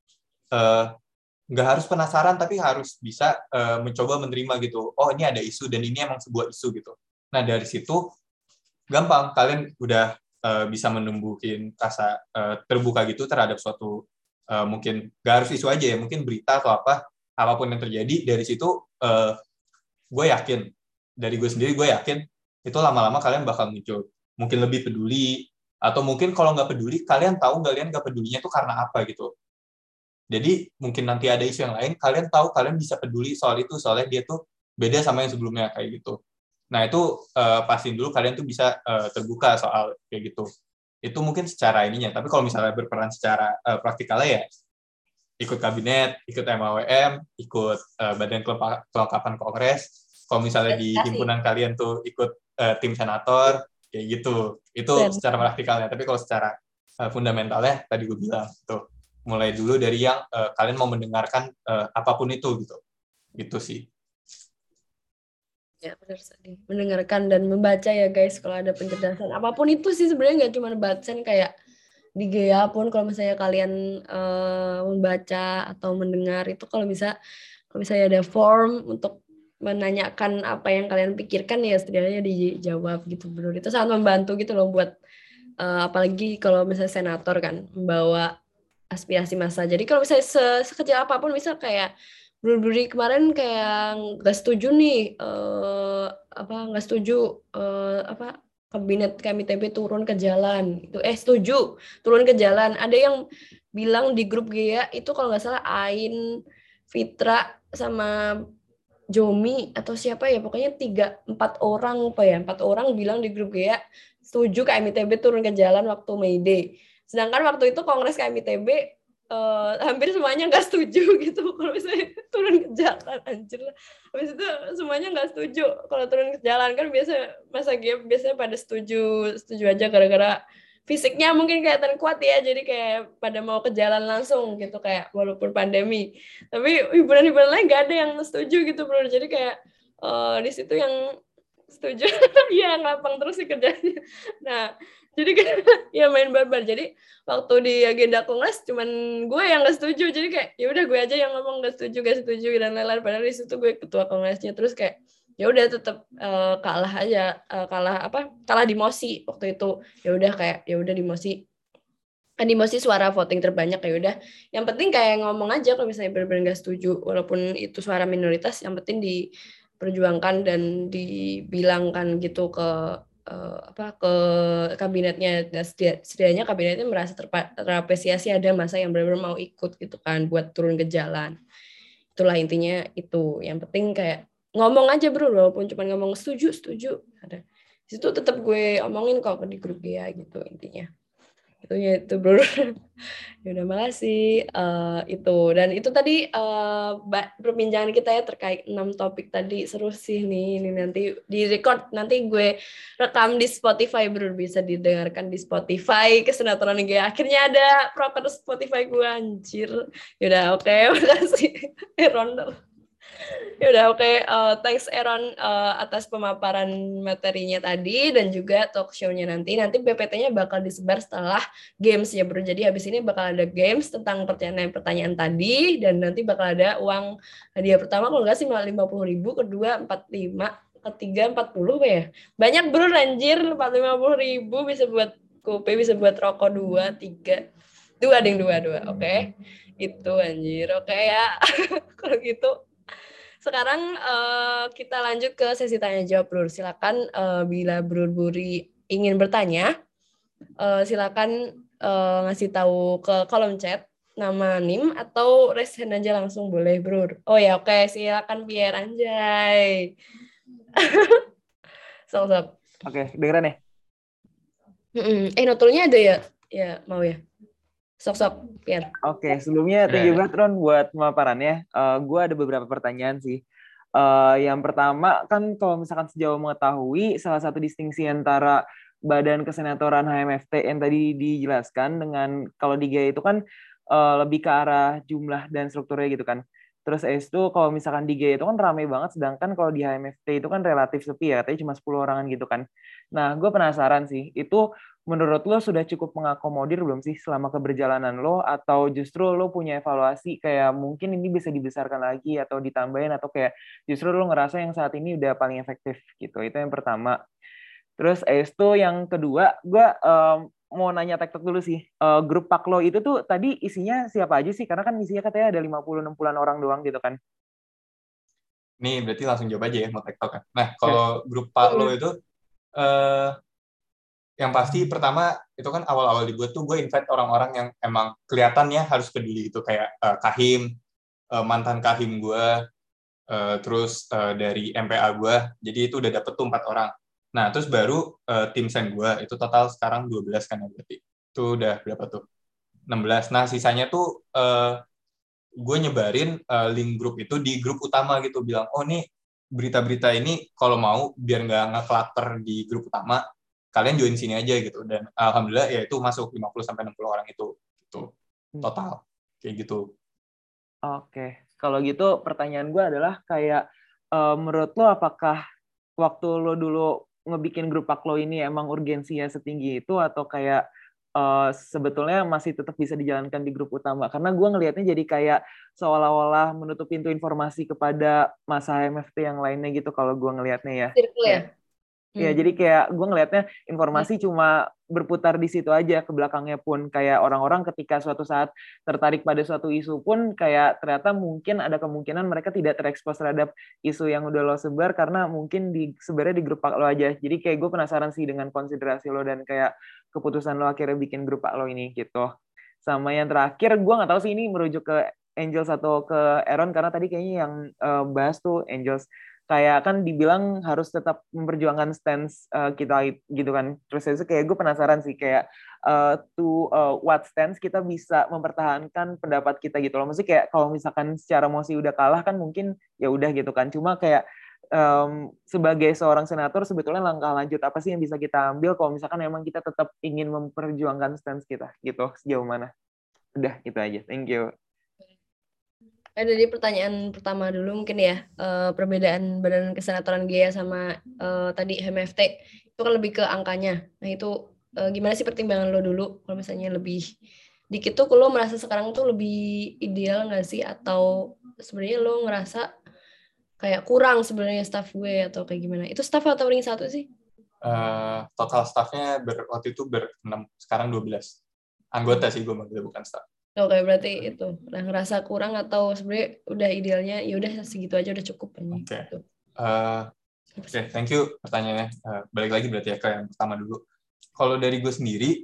Speaker 1: nggak harus penasaran tapi harus bisa mencoba menerima gitu. Oh ini ada isu dan ini emang sebuah isu gitu. Nah dari situ gampang kalian udah bisa menumbuhin rasa terbuka gitu terhadap suatu mungkin nggak harus isu aja ya, mungkin berita atau apapun yang terjadi. Dari situ gue yakin, dari gue sendiri gue yakin itu lama-lama kalian bakal muncul mungkin lebih peduli, atau mungkin kalau nggak peduli kalian tahu kalian nggak pedulinya itu karena apa gitu. Jadi mungkin nanti ada isu yang lain, kalian tahu kalian bisa peduli soal itu, soalnya dia tuh beda sama yang sebelumnya kayak gitu. Nah itu pastiin dulu kalian tuh bisa terbuka soal kayak gitu. Itu mungkin secara ininya. Tapi kalau misalnya berperan secara praktikalnya ya ikut kabinet, ikut MAWM, ikut badan kelengkapan kongres. Kalau misalnya di himpunan kalian tuh ikut tim senator kayak gitu. Itu secara praktikalnya. Tapi kalau secara fundamentalnya tadi gue bilang tuh, mulai dulu dari yang kalian mau mendengarkan apapun itu gitu sih.
Speaker 2: Ya benar tadi, mendengarkan dan membaca ya guys, kalau ada penjelasan apapun itu sih sebenarnya nggak cuma bacaan, kayak di GEA pun kalau misalnya kalian membaca atau mendengar itu, kalau misalnya ada form untuk menanyakan apa yang kalian pikirkan ya setidaknya dijawab gitu. Benar, itu sangat membantu gitu loh buat apalagi kalau misalnya senator kan membawa aspirasi massa. Jadi kalau misalnya sekecil apapun, misal kayak Buri kemarin kayak nggak setuju nih nggak setuju kabinet KMITB turun ke jalan itu, setuju turun ke jalan. Ada yang bilang di grup GEA itu kalau nggak salah Ain, Fitra sama Jomi atau siapa ya, pokoknya 4 orang bilang di grup GEA setuju KMITB turun ke jalan waktu May Day. Sedangkan waktu itu Kongres KMITB hampir semuanya nggak setuju gitu kalau misalnya turun ke jalan, anjir lah. Habis itu semuanya nggak setuju kalau turun ke jalan. Kan masa GEA biasanya pada setuju aja gara-gara fisiknya mungkin kelihatan kuat ya, jadi kayak pada mau ke jalan langsung gitu, kayak walaupun pandemi. Tapi hiburan-hiburan lain nggak ada yang setuju gitu bro, jadi kayak di situ yang setuju ya ngapang terus sih kerjanya. Nah jadi kan ya main barbar. Jadi waktu di agenda kongres cuman gue yang nggak setuju, jadi kayak ya udah gue aja yang ngomong nggak setuju dan lain-lain, padahal di situ gue ketua kongresnya. Terus kayak ya udah tetap kalah aja, kalah di mosi waktu itu. Ya udah kayak ya udah di mosi suara voting terbanyak, ya udah yang penting kayak ngomong aja kalau misalnya benar-benar nggak setuju, walaupun itu suara minoritas, yang penting diperjuangkan dan dibilangkan gitu ke ke kabinetnya. Dan setidaknya kabinetnya merasa terapresiasi ada masa yang benar-benar mau ikut gitu kan buat turun ke jalan. Itulah intinya itu. Yang penting kayak ngomong aja bro, walaupun cuma ngomong setuju ada di situ tetap gue omongin kok di grup dia gitu intinya. Itu bro. Ya udah, makasih. Itu dan itu tadi perbincangan kita ya terkait 6 topik tadi. Seru sih nih. Ini nanti di record, nanti gue rekam di Spotify bro, bisa didengarkan di Spotify Kesenatoran Negara. Akhirnya ada proker Spotify gue, anjir. Ya udah, oke. Makasih Aaron. Ya udah, oke. Thanks Aaron atas pemaparan materinya tadi dan juga talk show-nya nanti. Nanti PPT-nya bakal disebar setelah games ya bro. Jadi habis ini bakal ada games tentang pertanyaan tadi, dan nanti bakal ada uang hadiah pertama kalau nggak sih 50.000, kedua 45, ketiga 40 ya. Banyak bro, anjir. 50.000 bisa buat kopi, bisa buat rokok 2, 3. Dua. Oke. Itu anjir. Oke ya. Kalau gitu sekarang kita lanjut ke sesi tanya jawab, Bro. Silakan bila Bro Buri ingin bertanya, silakan ngasih tahu ke kolom chat nama NIM atau raise hand aja langsung boleh, Bro. Oh ya, oke. Silakan Pierre, anjay. Sok.
Speaker 3: Oke, dengeran ya?
Speaker 2: Notulnya ada ya? Ya, mau ya. Sok, Pierre.
Speaker 3: Oke, sebelumnya thank you banget Ron buat pemaparannya. Gue ada beberapa pertanyaan sih. Yang pertama kan kalau misalkan sejauh mengetahui, salah satu distingsi antara Badan Kesenatoran HMFT yang tadi dijelaskan dengan kalau di GEA itu kan lebih ke arah jumlah dan strukturnya gitu kan. Terus itu kalau misalkan di GEA itu kan ramai banget, sedangkan kalau di HMFT itu kan relatif sepi ya, katanya cuma 10 orangan gitu kan. Nah, gue penasaran sih, itu menurut lo sudah cukup mengakomodir belum sih selama keberjalanan lo, atau justru lo punya evaluasi kayak mungkin ini bisa dibesarkan lagi atau ditambahin, atau kayak justru lo ngerasa yang saat ini udah paling efektif gitu. Itu yang pertama. Terus itu yang kedua, gue mau nanya tektok dulu sih. Grup Pak lo itu tuh tadi isinya siapa aja sih? Karena kan isinya katanya ada 50-60 orang doang gitu kan.
Speaker 1: Nih berarti langsung jawab aja ya mau TikTok kan. Nah kalau grup Paklo itu yang pasti pertama itu kan awal-awal dibuat tuh gue invite orang-orang yang emang kelihatannya harus peduli gitu kayak Kahim, mantan Kahim gue, terus dari MPA gue. Jadi itu udah dapet tuh 4 orang. Nah terus baru tim sen gue itu total sekarang 12 kan ya berarti. Itu udah berapa tuh? 16. Nah sisanya tuh gue nyebarin link grup itu di grup utama gitu, bilang oh nih berita-berita ini kalau mau biar nggak nge-clutter di grup utama kalian join sini aja gitu, dan alhamdulillah ya itu masuk 50-60 orang itu gitu total kayak gitu.
Speaker 3: Oke, kalau gitu pertanyaan gue adalah kayak menurut lo apakah waktu lo dulu ngebikin grup Pak lo ini emang urgensinya setinggi itu, atau kayak sebetulnya masih tetap bisa dijalankan di grup utama? Karena gue ngelihatnya jadi kayak seolah-olah menutup pintu informasi kepada masa MFT yang lainnya gitu kalau gue ngelihatnya ya.
Speaker 2: Circle ya?
Speaker 3: Ya, jadi kayak gue ngelihatnya informasi cuma berputar di situ aja, ke belakangnya pun kayak orang-orang ketika suatu saat tertarik pada suatu isu pun kayak ternyata mungkin ada kemungkinan mereka tidak terekspos terhadap isu yang udah lo sebar karena mungkin sebenarnya di grup Pak lo aja. Jadi kayak gue penasaran sih dengan konsiderasi lo dan kayak keputusan lo akhirnya bikin grup Pak lo ini gitu. Sama yang terakhir, gue nggak tahu sih ini merujuk ke Angels atau ke Aaron, karena tadi kayaknya yang bahas tuh Angels kayak kan dibilang harus tetap memperjuangkan stance kita gitu kan. Terus itu kayak gue penasaran sih kayak what stance kita bisa mempertahankan pendapat kita gitu loh. Maksudnya kayak kalau misalkan secara emosi udah kalah kan mungkin ya udah gitu kan. Cuma kayak sebagai seorang senator sebetulnya langkah lanjut apa sih yang bisa kita ambil kalau misalkan memang kita tetap ingin memperjuangkan stance kita gitu, sejauh mana? Udah itu aja. Thank you.
Speaker 2: Dari pertanyaan pertama dulu mungkin ya, perbedaan badan kesenatoran GIA sama tadi HMFT itu kan lebih ke angkanya. Nah itu gimana sih pertimbangan lo dulu kalau misalnya lebih dikit tuh lo merasa sekarang tuh lebih ideal nggak sih, atau sebenarnya lo ngerasa kayak kurang sebenarnya staff gue atau kayak gimana? Itu staff atau ring 1 sih?
Speaker 1: Total staffnya waktu itu 6, sekarang 12 anggota sih gue manggil, bukan staff.
Speaker 2: Oke, berarti itu udah ngerasa kurang atau sebenarnya udah idealnya ya udah segitu aja udah cukup ini.
Speaker 1: Oke.
Speaker 2: Gitu.
Speaker 1: Oke, thank you pertanyaannya. Balik lagi berarti ya ke yang pertama dulu. Kalau dari gue sendiri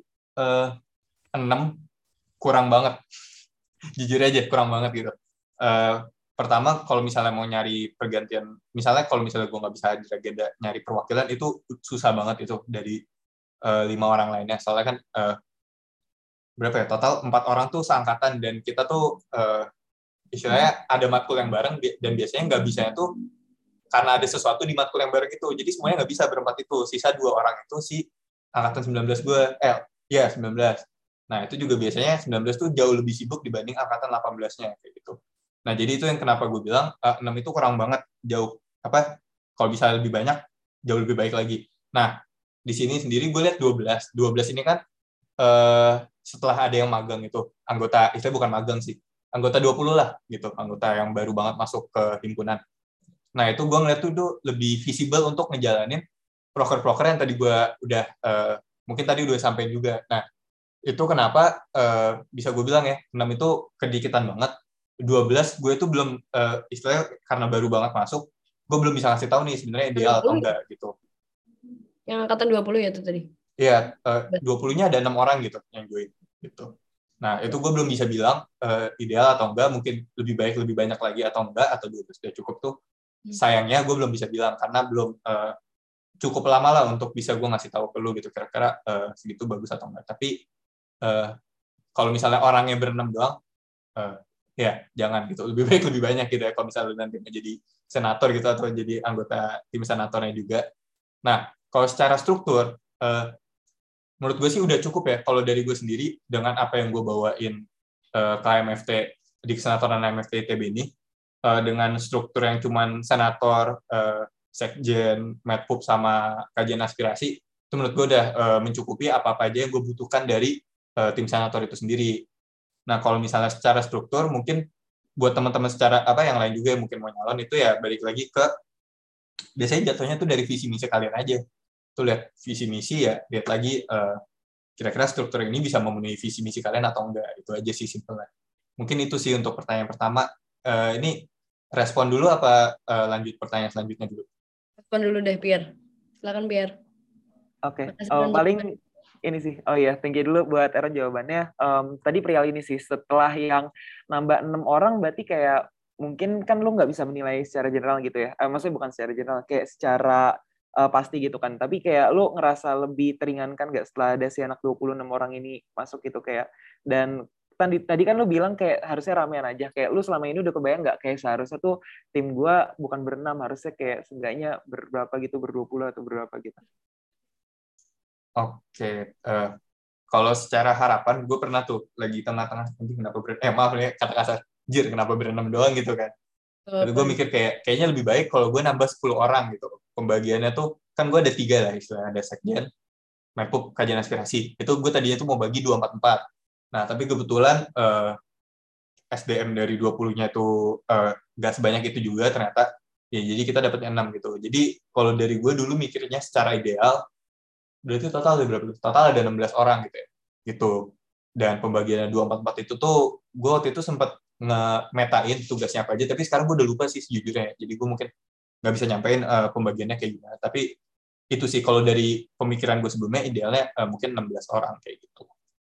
Speaker 1: 6 kurang banget. Jujur aja kurang banget gitu. Pertama kalau misalnya mau nyari pergantian, misalnya kalau misalnya gue nggak bisa hadir agenda nyari perwakilan itu susah banget itu dari 5 orang lainnya. Soalnya kan berapa ya, total 4 orang tuh seangkatan, dan kita tuh istilahnya ada matkul yang bareng, dan biasanya nggak bisanya tuh karena ada sesuatu di matkul yang bareng itu, jadi semuanya nggak bisa berempat itu, sisa 2 orang itu si angkatan 19 gue, 19. Nah itu juga biasanya 19 tuh jauh lebih sibuk dibanding angkatan 18-nya kayak gitu. Nah jadi itu yang kenapa gue bilang 6 itu kurang banget, jauh kalau bisa lebih banyak jauh lebih baik lagi. Nah di sini sendiri gue lihat 12 ini kan setelah ada yang magang itu, anggota, itu bukan magang sih, anggota 20 lah gitu, anggota yang baru banget masuk ke himpunan. Nah itu gue ngeliat tuh lebih visible untuk ngejalanin proker-proker yang tadi gue udah, mungkin tadi udah sampai juga. Nah itu kenapa bisa gue bilang ya, 6 itu kedikitan banget. 12 gue itu belum, istilahnya karena baru banget masuk, gue belum bisa ngasih tahu nih sebenarnya ideal atau enggak gitu.
Speaker 2: Yang angkatan 20 ya itu tadi?
Speaker 1: Iya, 20-nya ada 6 orang gitu yang join gitu. Nah, itu gue belum bisa bilang ideal atau enggak, mungkin lebih baik lebih banyak lagi atau enggak, atau 12 sudah cukup tuh. Sayangnya gue belum bisa bilang karena belum cukup lama lah untuk bisa gue ngasih tahu ke lu gitu kira-kira segitu bagus atau enggak. Tapi kalau misalnya orangnya berenam doang, ya jangan gitu. Lebih baik lebih banyak gitu ya kalau misalnya nanti menjadi senator gitu atau jadi anggota tim senatornya juga. Nah, kalau secara struktur menurut gue sih udah cukup ya kalau dari gue sendiri dengan apa yang gue bawain ke MFT di kesenatoran MFT ITB ini, dengan struktur yang cuman senator, sekjen, medpup sama kajian aspirasi, Itu menurut gue udah mencukupi apa-apa aja yang gue butuhkan dari tim senator itu sendiri. Nah, kalau misalnya secara struktur, mungkin buat teman-teman secara yang lain juga yang mungkin mau nyalon itu ya balik lagi ke biasanya jatuhnya tuh dari visi misi kalian aja. Tuh lihat visi misi ya, lihat lagi kira-kira struktur ini bisa memenuhi visi misi kalian atau enggak. Itu aja sih simpelnya. Mungkin itu sih untuk pertanyaan pertama. Ini respon dulu apa lanjut pertanyaan selanjutnya dulu?
Speaker 2: Respon dulu deh, Pierre. Silakan, Pierre.
Speaker 3: Oke. Paling ini sih. Oh iya, thank you dulu buat Aaron jawabannya. Tadi perihal ini sih, setelah yang nambah 6 orang, berarti kayak mungkin kan lu nggak bisa menilai secara general gitu ya. Maksudnya bukan secara general, kayak secara pasti gitu kan. Tapi kayak lu ngerasa lebih teringankan nggak setelah ada si anak 26 orang ini masuk gitu kayak. Dan tadi kan lu bilang kayak harusnya ramean aja. Kayak lu selama ini udah kebayang nggak kayak seharusnya tuh tim gua bukan berenam, harusnya kayak seenggaknya berberapa gitu, ber-20 atau berapa gitu.
Speaker 1: Oke, kalau secara harapan, gue pernah tuh lagi tengah-tengah, kenapa maaf nih kata kasar, kenapa berenam doang gitu kan. Lalu gue mikir kayaknya lebih baik kalau gue nambah 10 orang gitu. Pembagiannya tuh, kan gue ada 3 lah istilahnya, ada sekjen, Mepub, kajian aspirasi. Itu gue tadinya tuh mau bagi 2-4-4. Nah, tapi kebetulan SDM dari 20-nya tuh gak sebanyak itu juga ternyata, ya jadi kita dapatnya 6 gitu. Jadi kalau dari gue dulu mikirnya secara ideal, berarti total ada berapa? Total ada 16 orang gitu ya. Gitu. Dan pembagiannya 2-4-4 itu tuh, gue waktu itu sempat nge-metain tugasnya apa aja, tapi sekarang gue udah lupa sih sejujurnya. Jadi gue mungkin nggak bisa nyampein pembagiannya kayak gimana. Tapi itu sih kalau dari pemikiran gue sebelumnya, idealnya mungkin 16 orang kayak gitu.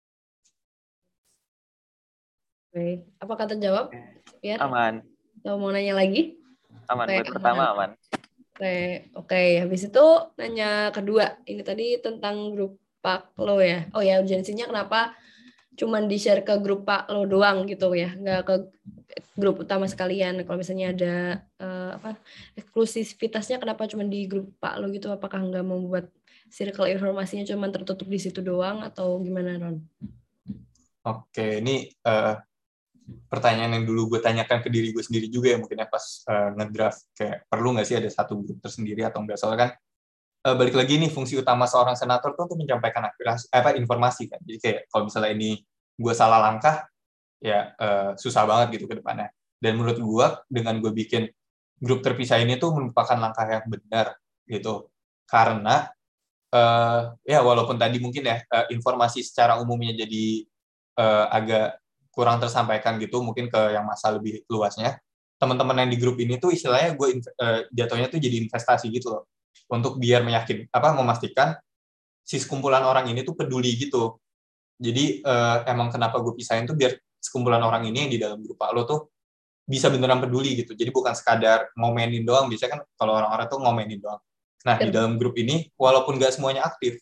Speaker 2: Oke. Apa kata jawab? Biar.
Speaker 3: Aman.
Speaker 2: Atau mau nanya lagi?
Speaker 3: Aman, buat pertama aman.
Speaker 2: Oke. Habis itu nanya kedua. Ini tadi tentang grup Pak lo ya. Oh ya, urgensinya kenapa cuman di-share ke grup Pak lo doang gitu ya, nggak ke grup utama sekalian. Kalau misalnya ada eksklusivitasnya kenapa cuman di grup Pak lo gitu? Apakah nggak membuat circle informasinya cuman tertutup di situ doang atau gimana, Ron?
Speaker 1: Oke, ini pertanyaan yang dulu gue tanyakan ke diri gue sendiri juga ya mungkin ya pas ngedraft kayak perlu nggak sih ada satu grup tersendiri atau enggak, soalnya kan balik lagi nih fungsi utama seorang senator tuh untuk menyampaikan informasi kan. Jadi kayak kalau misalnya ini gue salah langkah ya susah banget gitu ke depannya. Dan menurut gue dengan gue bikin grup terpisah ini tuh merupakan langkah yang benar gitu, karena ya walaupun tadi mungkin ya informasi secara umumnya jadi agak kurang tersampaikan gitu mungkin ke yang masa lebih luasnya, teman-teman yang di grup ini tuh istilahnya gue jatuhnya tuh jadi investasi gitu loh, untuk biar memastikan si sekumpulan orang ini tuh peduli gitu. Jadi emang kenapa gue pisahin tuh biar sekumpulan orang ini yang di dalam grup lo tuh bisa beneran peduli gitu. Jadi bukan sekadar ngomenin doang, biasanya kan kalau orang-orang tuh ngomenin doang. Nah, di dalam grup ini walaupun gak semuanya aktif,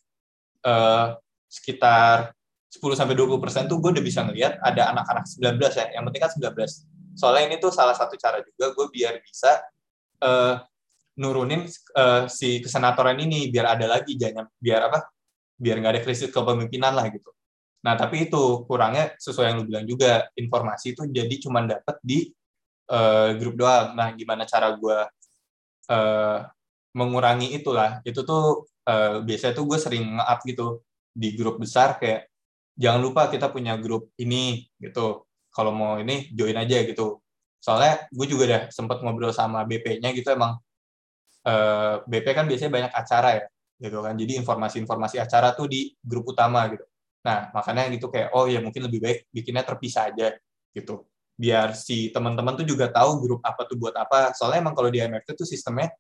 Speaker 1: sekitar 10-20% tuh gue udah bisa ngelihat ada anak-anak 19 ya, yang penting kan 19. Soalnya ini tuh salah satu cara juga gue biar bisa nurunin si kesenatoran ini, biar ada lagi, biar nggak ada krisis kepemimpinan lah gitu. Nah, tapi itu kurangnya sesuai yang lu bilang juga, informasi itu jadi cuma dapat di grup doang. Nah, gimana cara gue mengurangi itulah, itu tuh biasanya tuh gue sering nge-up gitu di grup besar kayak jangan lupa kita punya grup ini gitu, kalau mau ini join aja gitu. Soalnya gue juga udah sempat ngobrol sama BP-nya gitu, emang BP kan biasanya banyak acara ya gitu kan, jadi informasi-informasi acara tuh di grup utama gitu. Nah makanya gitu kayak oh ya mungkin lebih baik bikinnya terpisah aja gitu, biar si teman-teman tuh juga tahu grup apa tuh buat apa. Soalnya emang kalau di MFT tuh sistemnya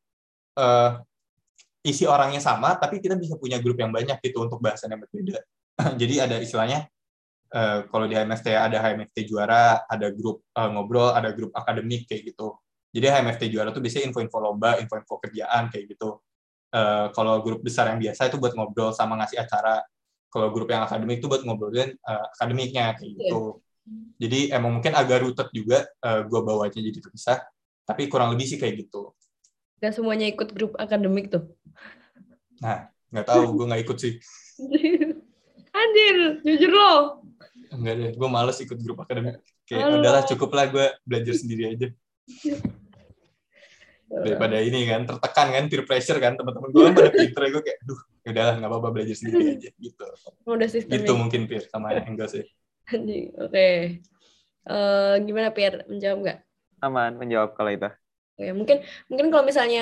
Speaker 1: isi orangnya sama tapi kita bisa punya grup yang banyak gitu untuk bahasan yang berbeda. Jadi ada istilahnya kalau di HMFT ada HMFT juara, ada grup ngobrol, ada grup akademik kayak gitu. Jadi HMFT juara tuh biasanya info-info lomba, info-info kerjaan kayak gitu. Kalau grup besar yang biasa itu buat ngobrol sama ngasih acara. Kalau grup yang akademik itu buat ngobrolin akademiknya kayak gitu. Jadi emang mungkin agak rutet juga gue bawanya jadi terpisah, tapi kurang lebih sih kayak gitu.
Speaker 2: Gak semuanya ikut grup akademik tuh?
Speaker 1: Nah, nggak tahu, gue nggak ikut sih.
Speaker 2: Anjir, jujur lo.
Speaker 1: Enggak deh, gue males ikut grup akademik. Kayak udahlah cukup lah gue belajar sendiri aja. daripada ini kan tertekan kan peer pressure kan teman-teman gue kan pada pinter gue kayak aduh yaudahlah nggak apa-apa belajar sendiri aja gitu.
Speaker 2: Udah sistemnya
Speaker 1: Gitu mungkin Pir sama Enggas sih.
Speaker 2: Oke. Gimana Pierre, menjawab nggak?
Speaker 3: Aman menjawab kalau itu.
Speaker 2: Ya, mungkin kalau misalnya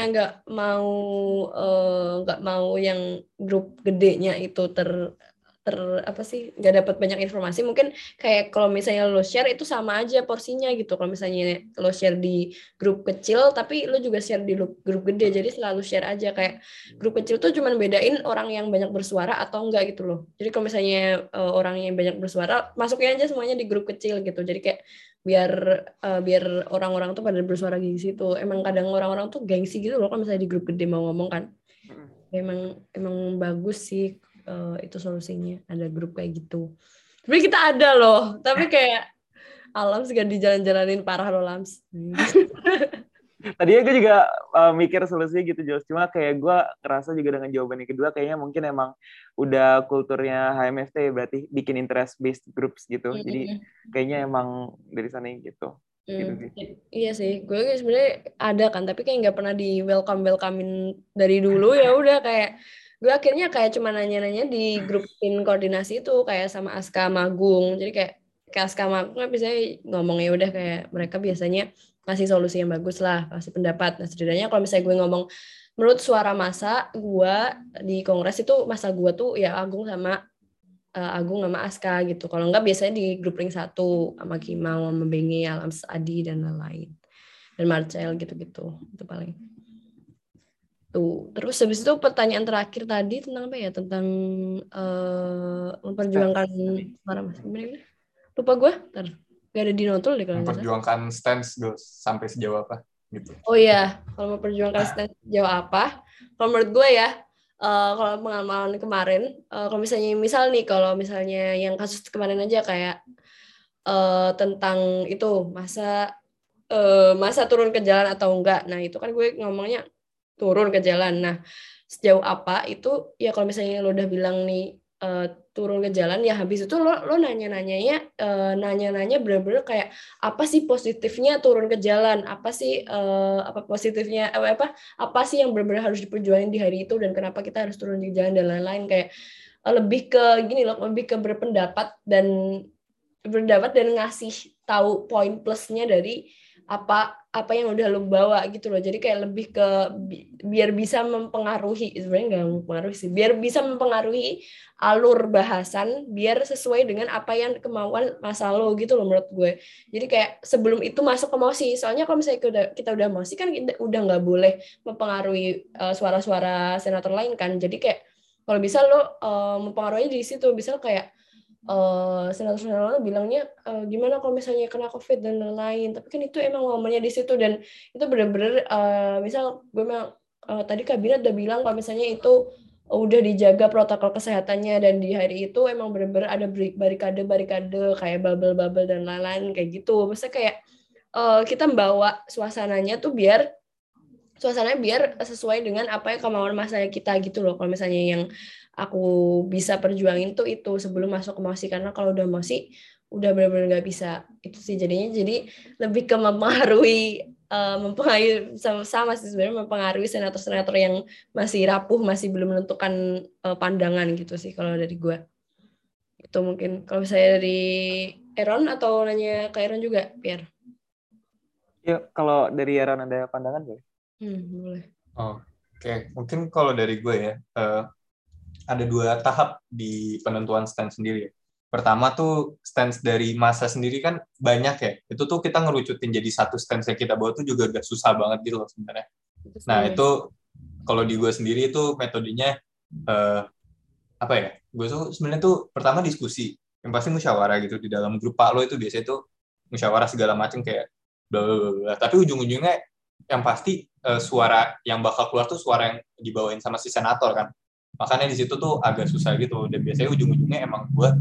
Speaker 2: nggak mau yang grup gedenya itu apa sih nggak dapat banyak informasi, mungkin kayak kalau misalnya lo share itu sama aja porsinya gitu. Kalau misalnya lo share di grup kecil tapi lo juga share di grup gede, jadi selalu share aja. Kayak grup kecil tuh cuman bedain orang yang banyak bersuara atau enggak gitu loh. Jadi kalau misalnya orang yang banyak bersuara masukin aja semuanya di grup kecil gitu, jadi kayak biar orang-orang tuh pada bersuara di situ. Emang kadang orang-orang tuh gengsi gitu loh kalau misalnya di grup gede mau ngomong kan. Emang bagus sih itu solusinya, ada grup kayak gitu. Tapi kita ada loh, tapi kayak Alams gak dijalan-jalanin parah loh Lams.
Speaker 3: Tadinya gue juga mikir solusinya gitu Jos, cuma kayak gue ngerasa juga dengan jawaban yang kedua kayaknya mungkin emang udah kulturnya HMFT berarti bikin interest based groups gitu. Jadi kayaknya emang dari sana gitu. Gitu sih.
Speaker 2: Iya sih, gue sebenarnya ada kan, tapi kayak nggak pernah di welcomein dari dulu. Ya udah kayak gue akhirnya kayak cuma nanya-nanya di grup tim koordinasi itu kayak sama Aska Magung. Jadi kayak Aska Magung kan biasanya ngomong, ya udah kayak mereka biasanya kasih solusi yang bagus lah, kasih pendapat. Nah setidaknya kalau misalnya gue ngomong menurut suara masa gue di kongres itu, masa gue tuh ya Agung sama Aska gitu. Kalau enggak biasanya di grup ring 1 sama Kimau, sama Bengi, Alams, Adi dan lain-lain. Dan Marcel gitu-gitu. Itu paling. Tuh. Terus habis itu pertanyaan terakhir tadi tentang apa ya? Tentang memperjuangkan suara mas. Gimana? Lupa gue. Ntar. Gak ada di notul deh kalau
Speaker 1: memperjuangkan stance sampai sejauh apa gitu.
Speaker 2: Oh iya, kalau memperjuangkan stance sejauh apa? Kalau menurut gue ya, kalau pengalaman kemarin, kalau misal nih, kalau misalnya yang kasus kemarin aja kayak tentang itu masa turun ke jalan atau enggak. Nah itu kan gue ngomongnya turun ke jalan. Nah sejauh apa itu ya, kalau misalnya lo udah bilang nih turun ke jalan, ya habis itu lo nanya-nanya bener-bener kayak apa sih positifnya turun ke jalan, apa sih apa positifnya apa sih yang benar-benar harus diperjuangin di hari itu dan kenapa kita harus turun di jalan dan lain-lain. Kayak lebih ke gini loh, lebih ke berpendapat dan ngasih tahu poin plusnya dari apa yang udah lo bawa gitu loh. Jadi kayak lebih ke biar bisa mempengaruhi, sebenarnya nggak mempengaruhi sih, biar bisa mempengaruhi alur bahasan biar sesuai dengan apa yang kemauan masa lo gitu loh menurut gue. Jadi kayak sebelum itu masuk emosi, soalnya kalau misalnya kita udah emosi kan kita udah nggak boleh mempengaruhi suara-suara senator lain kan. Jadi kayak kalau bisa lo mempengaruhi di situ, bisa kayak senator-senator bilangnya gimana kalau misalnya kena COVID dan lain-lain, tapi kan itu emang momennya di situ. Dan itu benar-benar misal gue memang tadi kabinet udah bilang kalau misalnya itu udah dijaga protokol kesehatannya dan di hari itu emang benar-benar ada barikade kayak bubble dan lain-lain kayak gitu. Maksudnya kayak kita membawa suasananya biar sesuai dengan apa yang kemauan masa kita gitu loh. Kalau misalnya yang aku bisa perjuangin tuh itu sebelum masuk emosi, karena kalau udah emosi udah benar-benar nggak bisa itu sih. Jadi lebih ke mempengaruhi sama sih sebenarnya, mempengaruhi senator-senator yang masih rapuh, masih belum menentukan pandangan gitu sih kalau dari gue. Itu mungkin kalau saya dari Aaron, atau nanya ke Aaron juga, Pierre?
Speaker 3: Ya, kalau dari Aaron ada pandangan boleh?
Speaker 2: Boleh.
Speaker 1: Oke. Mungkin kalau dari gue ya, ada 2 tahap di penentuan stance sendiri. Pertama tuh stance dari masa sendiri kan banyak ya. Itu tuh kita ngerucutin jadi satu stance yang kita bawa tuh juga agak susah banget gitu loh sebenarnya. Nah itu kalau di gue sendiri itu metodenya apa ya? Gue tuh sebenarnya tuh pertama diskusi. Yang pasti musyawarah gitu di dalam grup Pak lo itu biasanya tuh musyawarah segala macam kayak bla bla bla. Tapi ujung-ujungnya yang pasti suara yang bakal keluar tuh suara yang dibawain sama si senator kan. Makanya di situ tuh agak susah gitu. Dan biasanya ujung-ujungnya emang gue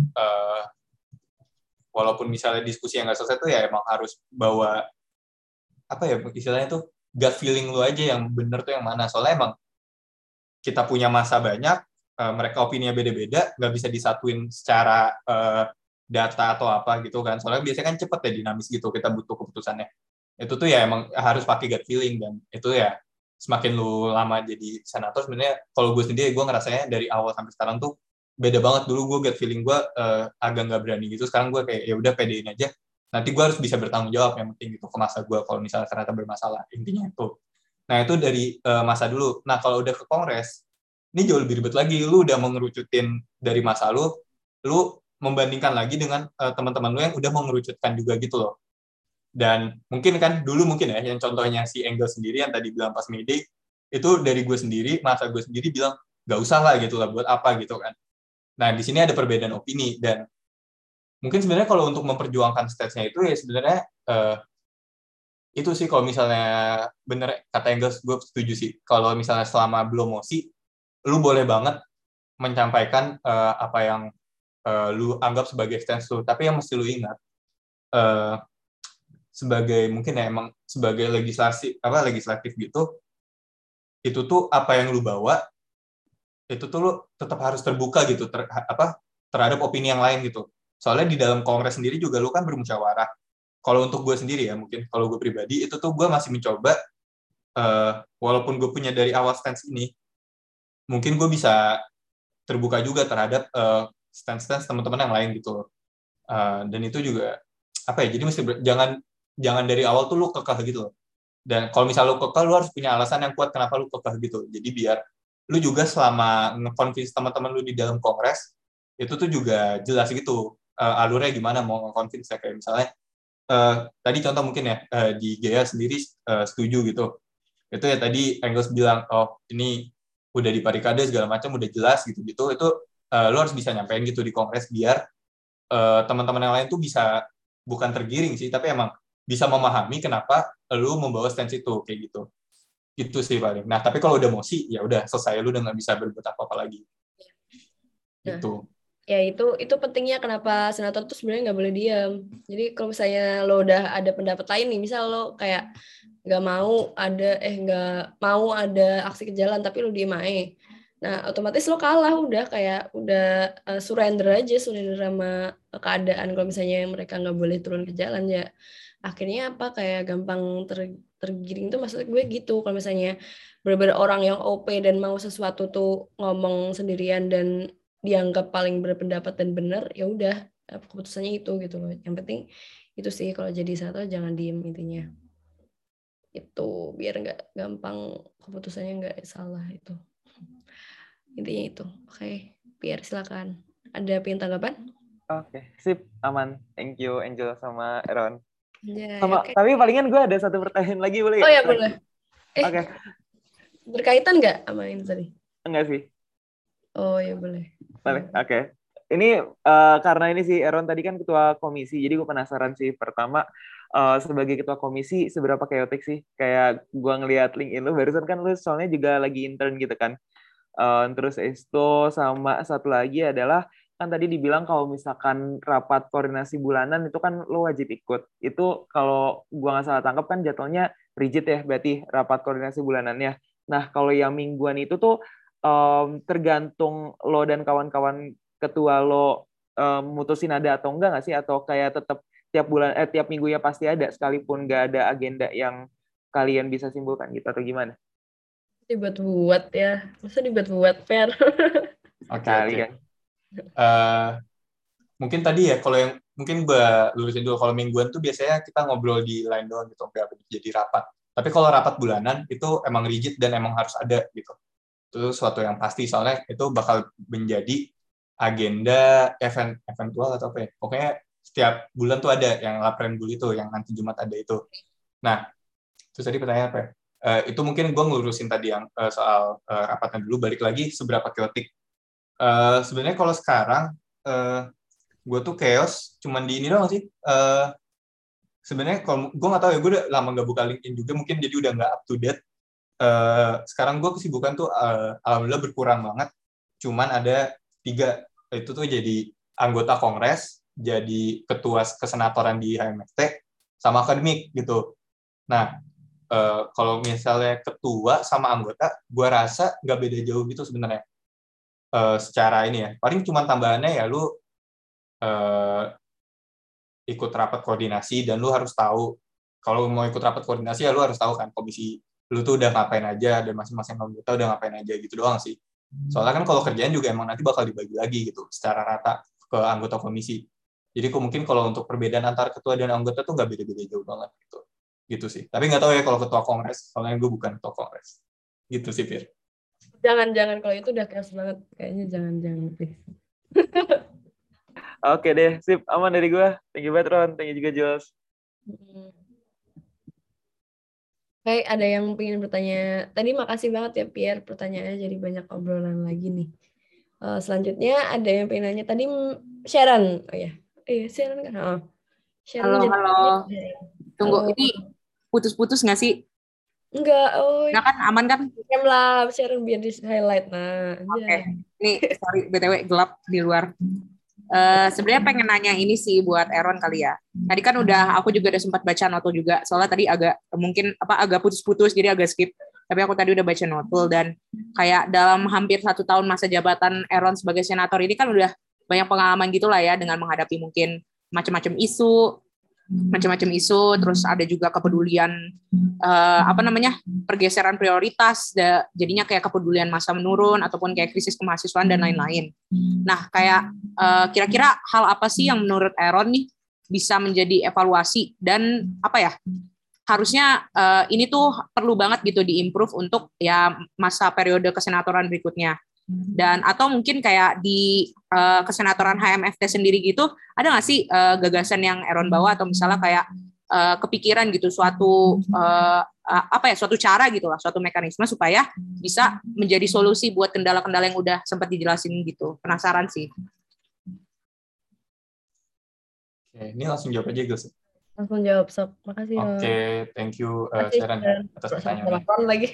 Speaker 1: walaupun misalnya diskusi yang nggak selesai tuh ya emang harus bawa apa ya istilahnya tuh gut feeling lu aja yang bener tuh yang mana. Soalnya emang kita punya masa banyak, mereka opininya beda-beda, nggak bisa disatuin secara data atau apa gitu kan. Soalnya biasanya kan cepet ya dinamis gitu, kita butuh keputusannya. Itu tuh ya emang harus pakai gut feeling, dan itu ya semakin lu lama jadi senator sebenarnya kalau gue sendiri gue ngerasanya dari awal sampai sekarang tuh beda banget. Dulu gue gut feeling gue agak nggak berani gitu, sekarang gue kayak ya udah pedein aja, nanti gue harus bisa bertanggung jawab yang penting gitu ke masa gue kalau misalnya ternyata bermasalah, intinya itu. Nah itu dari masa dulu. Nah kalau udah ke kongres ini jauh lebih ribet lagi, lu udah mengerucutin dari masa lu membandingkan lagi dengan teman-teman lu yang udah mengerucutkan juga gitu loh. Dan mungkin kan dulu mungkin ya yang contohnya si Engel sendiri yang tadi bilang pas Mayday itu dari gue sendiri, masa gue sendiri bilang gak usah lah gitu lah, buat apa gitu kan. Nah di sini ada perbedaan opini, dan mungkin sebenarnya kalau untuk memperjuangkan stage-nya itu ya sebenarnya itu sih kalau misalnya bener kata Engel, gue setuju sih kalau misalnya selama belum mosi lu boleh banget menyampaikan apa yang lu anggap sebagai stance lu, tapi yang mesti lu ingat sebagai mungkin ya emang sebagai legislatif gitu, itu tuh apa yang lu bawa itu tuh lu tetap harus terbuka gitu terhadap opini yang lain gitu. Soalnya di dalam kongres sendiri juga lu kan bermusyawarah. Kalau untuk gue sendiri ya, mungkin kalau gue pribadi itu tuh gue masih mencoba walaupun gue punya dari awal stance ini, mungkin gue bisa terbuka juga terhadap stance teman-teman yang lain gitu. Dan itu juga apa ya, jadi mesti jangan dari awal tuh lu kekeh gitu loh. Dan kalau misalnya lu kekeh, lu harus punya alasan yang kuat kenapa lu kekeh gitu. Jadi biar lu juga selama nge-convince teman-teman lu di dalam kongres itu tuh juga jelas gitu alurnya gimana mau nge-convince ya. Kayak misalnya tadi contoh mungkin ya di GEA sendiri setuju gitu. Itu ya tadi Engels bilang, oh ini udah di parikade segala macam udah jelas gitu-gitu. Itu lu harus bisa nyampein gitu di kongres biar teman-teman yang lain tuh bisa bukan tergiring sih, tapi emang bisa memahami kenapa lu membawa stance itu kayak gitu. Itu sih paling. Nah, tapi kalau udah mosi ya udah selesai, lu udah nggak bisa berbuat apa-apa lagi.
Speaker 2: Nah,
Speaker 1: Gitu.
Speaker 2: ya itu pentingnya kenapa senator tuh sebenarnya nggak boleh diam. Jadi kalau misalnya lo udah ada pendapat lain nih, misal lo kayak nggak mau ada aksi ke jalan tapi lo diem aja. Nah, otomatis lo kalah, udah surrender sama keadaan. Kalau misalnya mereka nggak boleh turun ke jalan ya akhirnya kayak gampang tergiring tuh, maksud gue gitu. Kalau misalnya benar-benar orang yang OP dan mau sesuatu tuh ngomong sendirian dan dianggap paling berpendapat dan benar, ya udah keputusannya itu gitu loh. Yang penting itu sih, kalau jadi satu jangan diem intinya. Itu biar nggak gampang keputusannya nggak salah itu. Intinya itu. Oke, biar silakan. Ada pengen tanggapan?
Speaker 3: Oke, sip, aman. Thank you Angel sama Aaron.
Speaker 2: Ya,
Speaker 3: Sama, tapi palingan gue ada satu pertanyaan lagi, boleh?
Speaker 2: Oh ya boleh.
Speaker 3: Oke.
Speaker 2: Berkaitan nggak sama ini tadi?
Speaker 3: Enggak sih.
Speaker 2: Oh ya boleh.
Speaker 3: Boleh. Oke. Ini karena ini sih Aaron tadi kan ketua komisi, jadi gue penasaran sih pertama sebagai ketua komisi seberapa chaotic sih? Kayak gue ngeliat LinkedIn lu barusan kan, lu soalnya juga lagi intern gitu kan. Terus itu sama satu lagi adalah kan tadi dibilang kalau misalkan rapat koordinasi bulanan itu kan lo wajib ikut. Itu kalau gua nggak salah tangkap kan jatuhnya rigid ya, berarti rapat koordinasi bulanannya. Nah kalau yang mingguan itu tuh tergantung lo dan kawan-kawan ketua lo mutusin ada atau enggak nggak sih? Atau kayak tetap tiap minggu ya pasti ada sekalipun nggak ada agenda yang kalian bisa simpulkan gitu atau gimana?
Speaker 2: Dibuat-buat ya, masa dibuat-buat fair?
Speaker 1: Oke. Mungkin tadi ya kalau yang mungkin gue lurusin dulu, kalau mingguan tuh biasanya kita ngobrol di line doang gitu, nggak jadi rapat. Tapi kalau rapat bulanan itu emang rigid dan emang harus ada gitu. Itu suatu yang pasti, soalnya itu bakal menjadi agenda eventual atau apa ya. Pokoknya setiap bulan tuh ada yang laporan bulu itu, yang nanti Jumat ada itu. Nah, terus tadi pertanyaan apa ya? Itu mungkin gue ngelurusin tadi yang soal rapatnya dulu, balik lagi seberapa chaotic. Sebenarnya kalau sekarang gue tuh chaos cuman di ini doang sih. Sebenarnya kalau gue nggak tahu ya, gue udah lama nggak buka LinkedIn juga, mungkin jadi udah nggak up to date. Sekarang gue kesibukan tuh alhamdulillah berkurang banget. Cuman ada 3, itu tuh jadi anggota kongres, jadi ketua kesenatoran di HMFT, sama akademik gitu. Nah, kalau misalnya ketua sama anggota, gue rasa nggak beda jauh gitu sebenarnya. Secara ini ya, paling cuma tambahannya ya lu ikut rapat koordinasi dan lu harus tahu kalau mau ikut rapat koordinasi ya lu harus tahu kan komisi lu tuh udah ngapain aja dan masing-masing anggota udah ngapain aja gitu doang sih. Soalnya kan kalau kerjaan juga emang nanti bakal dibagi lagi gitu secara rata ke anggota komisi. Jadi mungkin kalau untuk perbedaan antar ketua dan anggota tuh nggak beda-beda jauh banget gitu. Gitu sih. Tapi nggak tahu ya kalau ketua kongres, soalnya gue bukan ketua kongres. Gitu sih, Fir.
Speaker 2: Jangan kalau itu udah keras banget. Kayaknya jangan please.
Speaker 3: Oke deh, sip. Aman dari gue. Thank you banget, Ron. Thank you juga, Jos.
Speaker 2: Oke, ada yang pengen bertanya. Tadi makasih banget ya, Pierre. Pertanyaannya jadi banyak obrolan lagi nih. Selanjutnya ada yang pengen nanya. Tadi Sharon. Oh ya. Sharon kan? Sharon
Speaker 4: Halo. Tunggu, ini putus-putus nggak sih?
Speaker 2: Enggak,
Speaker 4: Nggak kan? Aman kan?
Speaker 2: Lah, Sharon biar di highlight. Nah,
Speaker 4: Oke. Ini, sorry, BTW gelap di luar. Sebenarnya pengen nanya ini sih buat Aaron kali ya. Tadi kan aku juga udah sempat baca notul juga. Soalnya tadi agak putus-putus, jadi agak skip. Tapi aku tadi udah baca notul dan kayak dalam hampir 1 tahun masa jabatan Aaron sebagai senator ini kan udah banyak pengalaman gitulah ya dengan menghadapi mungkin macam-macam isu, terus ada juga kepedulian pergeseran prioritas, jadinya kayak kepedulian masa menurun ataupun kayak krisis kemahasiswaan dan lain-lain. Nah, kayak kira-kira hal apa sih yang menurut Aaron nih bisa menjadi evaluasi dan harusnya ini tuh perlu banget gitu diimprove untuk ya masa periode kesenatoran berikutnya. Dan atau mungkin kayak di kesenatoran HMFT sendiri gitu, ada nggak sih gagasan yang Aaron bawa atau misalnya kayak kepikiran gitu suatu cara gitu lah, suatu mekanisme supaya bisa menjadi solusi buat kendala-kendala yang udah sempat dijelasin gitu. Penasaran sih.
Speaker 1: Oke, ini langsung jawab aja Gus.
Speaker 2: Langsung jawab, Sob. Makasih.
Speaker 1: Oke, thank you Sharon atas pertanyaannya.
Speaker 2: Lagi.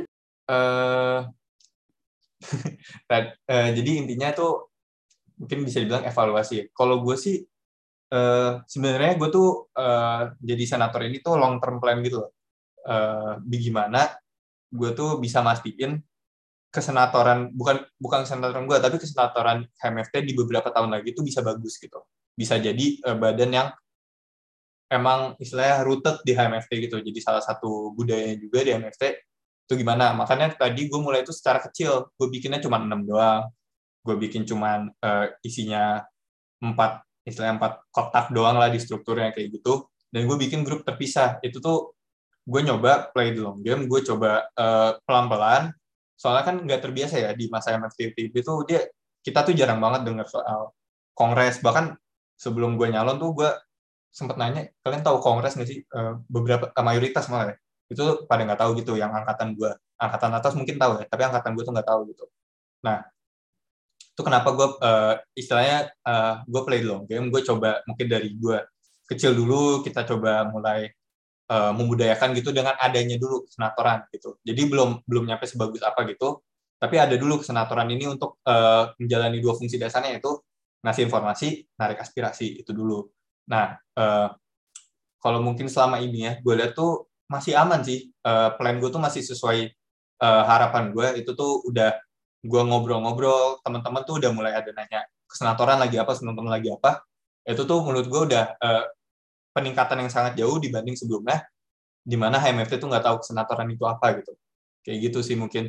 Speaker 1: Jadi intinya tuh mungkin bisa dibilang evaluasi. Kalau gue sih sebenarnya gue tuh jadi senator ini tuh long term plan gitu loh. Bagaimana gue tuh bisa mastiin kesenatoran bukan kesenatoran gue tapi kesenatoran HMFT di beberapa tahun lagi tuh bisa bagus gitu. Bisa jadi badan yang emang istilahnya rooted di HMFT gitu. Jadi salah satu budayanya juga di HMFT itu gimana. Makanya tadi gue mulai itu secara kecil. Gue bikinnya cuma 6 doang. Gue bikin cuma isinya 4 kotak doang lah di strukturnya kayak gitu. Dan gue bikin grup terpisah. Itu tuh gue nyoba play the long game. Gue coba pelan-pelan. Soalnya kan nggak terbiasa ya di masa HMFT itu kita tuh jarang banget dengar soal kongres. Bahkan sebelum gue nyalon tuh gue sempat nanya, kalian tahu kongres nggak sih? Beberapa mayoritas malah ya. Itu pada nggak tahu gitu, yang angkatan atas mungkin tahu ya, tapi angkatan gue tuh nggak tahu gitu. Nah, itu kenapa gue istilahnya gue play the long game, gue coba mungkin dari gue kecil dulu, kita coba mulai membudayakan gitu dengan adanya dulu kesenatoran gitu. Jadi belum nyampe sebagus apa gitu, tapi ada dulu kesenatoran ini untuk menjalani 2 fungsi dasarnya, yaitu ngasih informasi, narik aspirasi, itu dulu. Nah, kalau mungkin selama ini ya, gue lihat tuh masih aman sih. Plan gue tuh masih sesuai harapan gue. Itu tuh udah gue ngobrol-ngobrol, teman-teman tuh udah mulai ada nanya, kesenatoran lagi apa, teman-teman lagi apa. Itu tuh menurut gue udah peningkatan yang sangat jauh dibanding sebelumnya, di mana HMFT tuh nggak tahu kesenatoran itu apa gitu. Kayak gitu sih mungkin.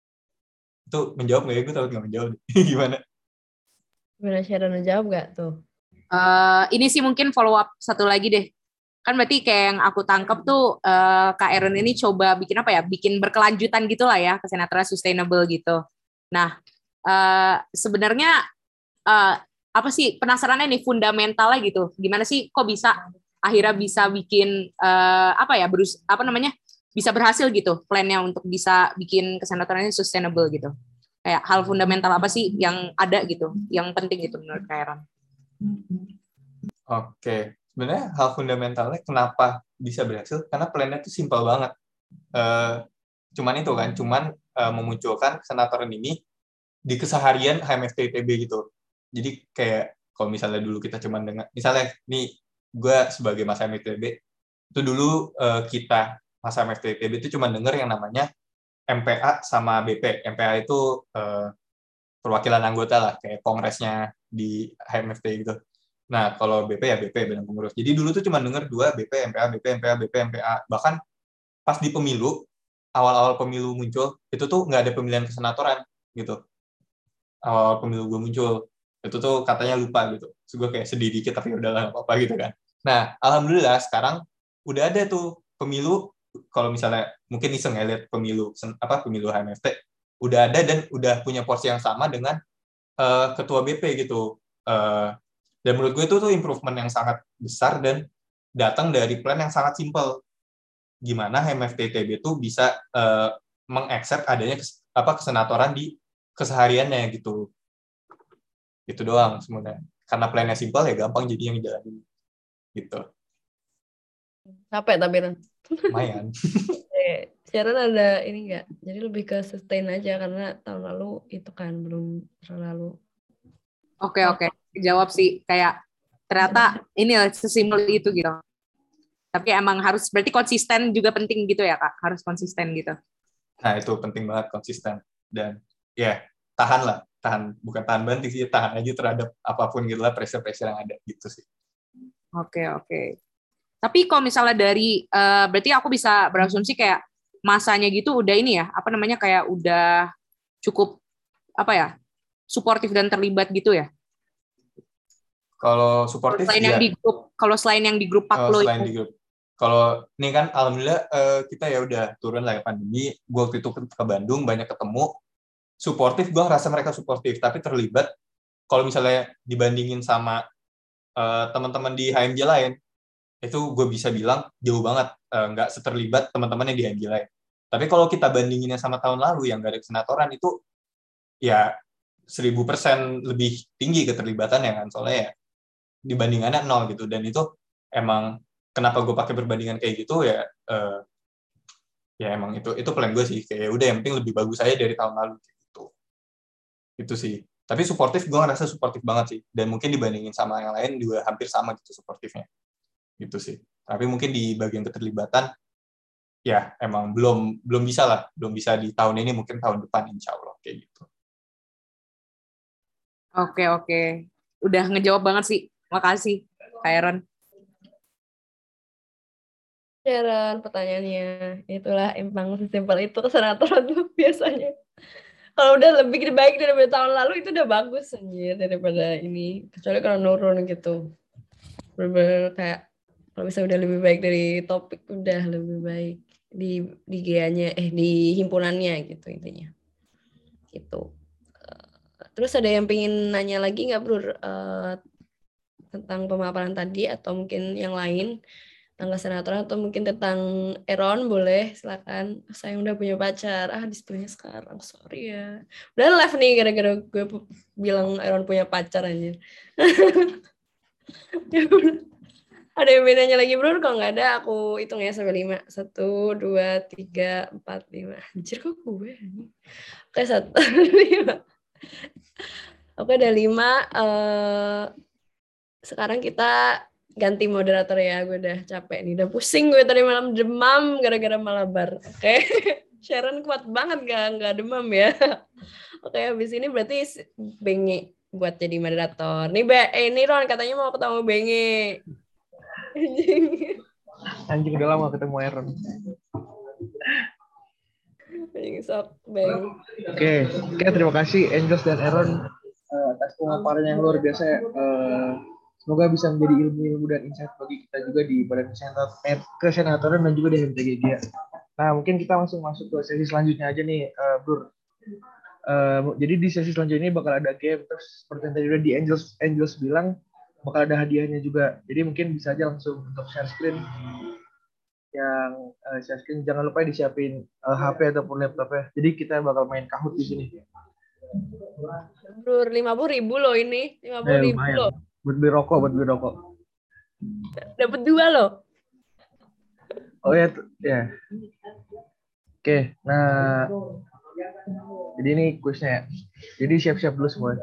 Speaker 1: Itu menjawab nggak ya? Gue takut nggak menjawab. Gimana?
Speaker 2: Gimana Sharon menjawab nggak tuh?
Speaker 4: Ini sih mungkin follow up satu lagi deh. Kan berarti kayak yang aku tangkap tuh Kak Aaron ini coba bikin berkelanjutan gitu lah ya, kesenatoran sustainable gitu. Nah, sebenarnya apa sih penasarannya nih fundamentalnya gitu. Gimana sih kok akhirnya bisa bikin bisa berhasil gitu plannya untuk bisa bikin kesenatorannya sustainable gitu. Kayak hal fundamental apa sih yang ada gitu, yang penting gitu menurut Kak Aaron?
Speaker 1: Oke, sebenarnya hal fundamentalnya kenapa bisa berhasil, karena plannya itu simpel banget. Cuman memunculkan kesenatoran ini di keseharian HMFT-ITB gitu. Jadi kayak kalau misalnya dulu kita cuma dengar, misalnya nih gue sebagai masa HMFT-ITB, itu dulu kita masa HMFT-ITB itu cuma dengar yang namanya MPA sama BP. MPA itu perwakilan anggota lah, kayak kongresnya di HMFT gitu. Nah, kalau BP ya BP, badan pengurus. Jadi dulu tuh cuma denger 2, BP, MPA, BP, MPA, BP, MPA. Bahkan pas di pemilu, awal-awal pemilu muncul, itu tuh nggak ada pemilihan kesenatoran gitu. Awal pemilu gue muncul, itu tuh katanya lupa gitu. Terus gue kayak sedih dikit, tapi udahlah nggak apa-apa gitu kan. Nah, alhamdulillah sekarang udah ada tuh pemilu, kalau misalnya mungkin iseng ya lihat pemilu HMFT, udah ada dan udah punya porsi yang sama dengan ketua BP gitu. Dan menurut gue itu tuh improvement yang sangat besar dan datang dari plan yang sangat simpel. Gimana HMFT-ITB itu bisa mengaccept adanya kesenatoran di kesehariannya gitu. Itu doang sebenarnya. Karena plannya simpel ya gampang jadi yang jalanin gitu.
Speaker 2: Capek tapi kan.
Speaker 1: Lumayan.
Speaker 2: Sharon ada ini nggak? Jadi lebih ke sustain aja karena tahun lalu itu kan belum terlalu.
Speaker 4: Oke. Jawab sih kayak ternyata ini sesimpel itu gitu. Tapi emang harus berarti konsisten juga penting gitu ya Kak? Harus konsisten gitu.
Speaker 1: Nah, itu penting banget konsisten dan ya tahan bukan tahan banting sih, tahan aja terhadap apapun gitu lah, pressure yang ada gitu sih.
Speaker 4: Oke. Tapi kalau misalnya dari berarti aku bisa berasumsi kayak masanya gitu udah ini ya, apa namanya kayak udah cukup apa ya? Suportif dan terlibat gitu ya.
Speaker 1: Kalau suportif
Speaker 4: Selain yang di grup, kalau selain yang di grup Paklo
Speaker 1: selain di grup. Kalau ini kan alhamdulillah kita ya udah turun lah ya pandemi. Gue waktu itu ke Bandung banyak ketemu. Suportif, gue ngerasa mereka suportif, tapi terlibat. Kalau misalnya dibandingin sama teman-teman di HMJ lain, itu gue bisa bilang jauh banget, nggak seterlibat teman-teman yang di HMJ lain. Tapi kalau kita bandinginnya sama tahun lalu yang nggak ada kesenatoran itu ya 1000% lebih tinggi keterlibatannya kan, soalnya ya dibandingannya 0 gitu. Dan itu emang kenapa gue pakai perbandingan kayak gitu ya, ya emang itu plan gue sih, kayak udah yang penting lebih bagus aja dari tahun lalu gitu. Itu sih. Tapi suportif, gue ngerasa suportif banget sih, dan mungkin dibandingin sama yang lain juga hampir sama gitu suportifnya gitu sih. Tapi mungkin di bagian keterlibatan ya emang belum bisa di tahun ini, mungkin tahun depan insya Allah kayak gitu.
Speaker 4: Oke. Udah ngejawab banget sih. Makasih, Kak Aaron.
Speaker 2: Sharon, pertanyaannya itulah emang sesimpel itu kesenatoran tuh biasanya. Kalau udah lebih baik daripada tahun lalu itu udah bagus anjir daripada ini. Kecuali kalau nurun gitu. Bener-bener kayak kalau bisa udah lebih baik dari topik udah lebih baik di GA-nya di himpunannya gitu intinya. Gitu. Terus ada yang pengen nanya lagi nggak Bro tentang pemaparan tadi atau mungkin yang lain tentang kesenatoran atau mungkin tentang Aaron boleh silakan. Saya udah punya pacar. Displaynya sekarang. Sorry ya. Udah live nih gara-gara gue bilang Aaron punya pacar anjir. Ya udah. Ada yang bedanya lagi bro? Kalau nggak ada aku hitung ya sampai 5. 1, 2, 3, 4, 5. Anjir kok gue ini. Oke 1, 5. Oke ada 5. Sekarang kita ganti moderator ya. Gue udah capek nih. Udah pusing gue tadi malam demam gara-gara malabar. Oke. Sharon kuat banget nggak demam ya. Oke habis ini berarti Bengi buat jadi moderator. Nih Ron katanya mau ketemu Bengi.
Speaker 3: Anjing udah lama ketemu Aaron. Oke, terima kasih Angels dan Aaron atas pemaparan yang luar biasa. Semoga bisa menjadi ilmu dan insight bagi kita juga di Badan Kesenatoran dan juga di HMTGG. Nah, mungkin kita langsung masuk ke sesi selanjutnya aja nih, Bro. Jadi di sesi selanjutnya ini bakal ada game, terus seperti yang tadi udah di Angels bilang bakal ada hadiahnya juga. Jadi mungkin bisa aja langsung untuk share screen. Yang share screen jangan lupa disiapin HP ataupun laptopnya. Jadi kita bakal main Kahoot di sini.
Speaker 2: Bro, 50.000 loh ini. 50.000 loh.
Speaker 3: Buat beli rokok.
Speaker 2: Dapat 2 loh.
Speaker 3: Oh ya. Oke, nah jadi ini kuisnya. Jadi siap-siap dulu semua.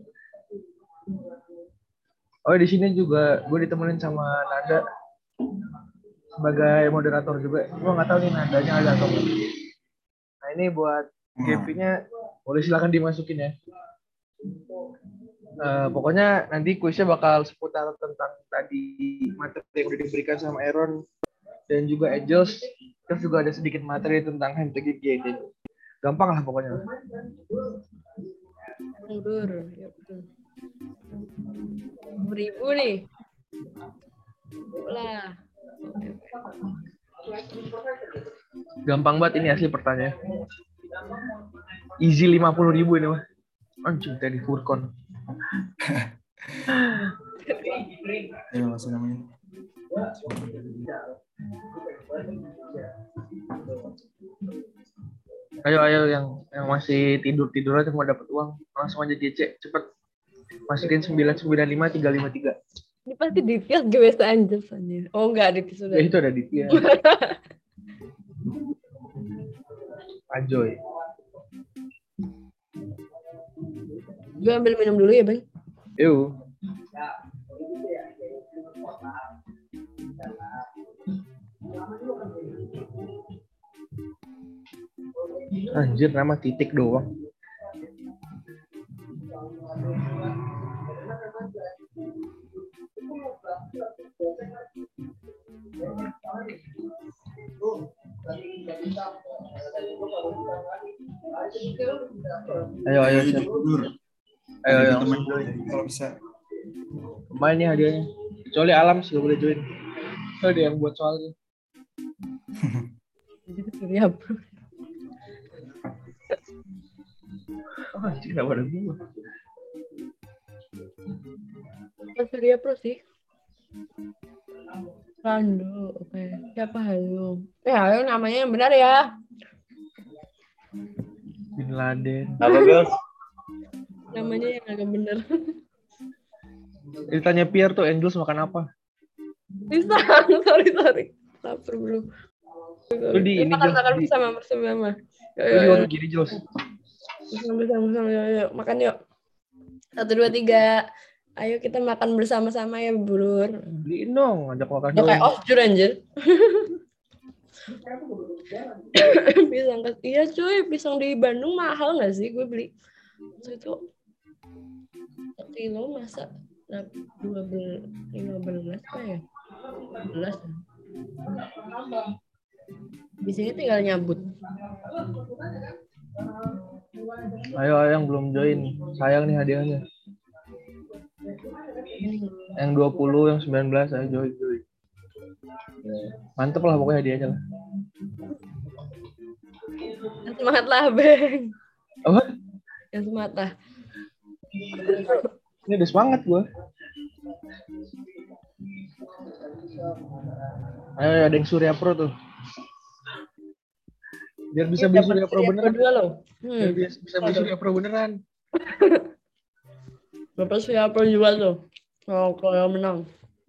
Speaker 3: Oh di sini juga gue ditemenin sama Nanda sebagai moderator juga. Gue nggak tahu nih Nandanya ada atau enggak. Nah ini buat GP-nya boleh silakan dimasukin ya.
Speaker 5: Pokoknya nanti kuisnya bakal seputar tentang tadi materi yang udah diberikan sama Aaron dan juga Angels. Terus juga ada sedikit materi tentang handshake GD. Gampang lah pokoknya.
Speaker 2: Mundur. 1000 nih. Lah.
Speaker 5: Gampang banget ini asli pertanyaan. Easy 50.000 ini mah. Anjing tadi Furkon.
Speaker 6: Ya langsung namanya.
Speaker 5: Ayo yang masih tidur aja mau dapat uang langsung aja GC cepet masukin 995 353.
Speaker 2: Ini pasti Ditya gue Angels anjir. Oh enggak, Ditya sudah.
Speaker 5: Ya itu ada Ditya. Ajoy.
Speaker 2: Gue ambil minum dulu ya, Bang.
Speaker 5: Yuk. Anjir, nama titik doang. Ayo. Ayo.
Speaker 6: Kalau bisa.
Speaker 5: Main nih hadiahnya. Kecuali Alam sih gak boleh join. Soalnya dia yang buat soalnya.
Speaker 2: Jadi Surya Bro.
Speaker 5: Oh, anjir, kenapa ada gua?
Speaker 2: Surya Pro sih. Rando, oke. Siapa Hayo? Hayo namanya yang benar ya.
Speaker 5: Bin Laden.
Speaker 1: Apa, Bel?
Speaker 2: Namanya yang agak benar.
Speaker 5: Ditanya Pierre tuh Angels makan apa?
Speaker 2: Bisa, sorry. Lapar bro.
Speaker 5: Lu di ini
Speaker 2: makan
Speaker 5: Jos.
Speaker 2: bersama.
Speaker 5: Lu di warung gini Jos.
Speaker 2: Bersama, yuk. Makan yuk. 1, 2, 3. Ayo kita makan bersama-sama ya, Bro.
Speaker 5: Beliin dong, ajak makan
Speaker 2: Udah
Speaker 5: dong.
Speaker 2: kayak off-jur anjir. Pisang iya cuy, pisang di Bandung mahal nggak sih? Gue beli itu 1 kilo masa 15 apa ya? 15. Di sini tinggal nyabut.
Speaker 5: Ayo yang belum join, sayang nih hadiahnya. Yang 20, yang 19, ayo join. Mantep lah pokoknya hadiahnya lah.
Speaker 2: Semangat lah, Beng.
Speaker 5: Apa?
Speaker 2: Yang semangat lah.
Speaker 5: Ini udah semangat gue. Ayo ada yang Surya Pro tuh. Biar bisa beli Surya Pro beneran. Biar bisa beli Surya Pro beneran.
Speaker 2: Bapak Surya Pro juga tuh. Kalau menang.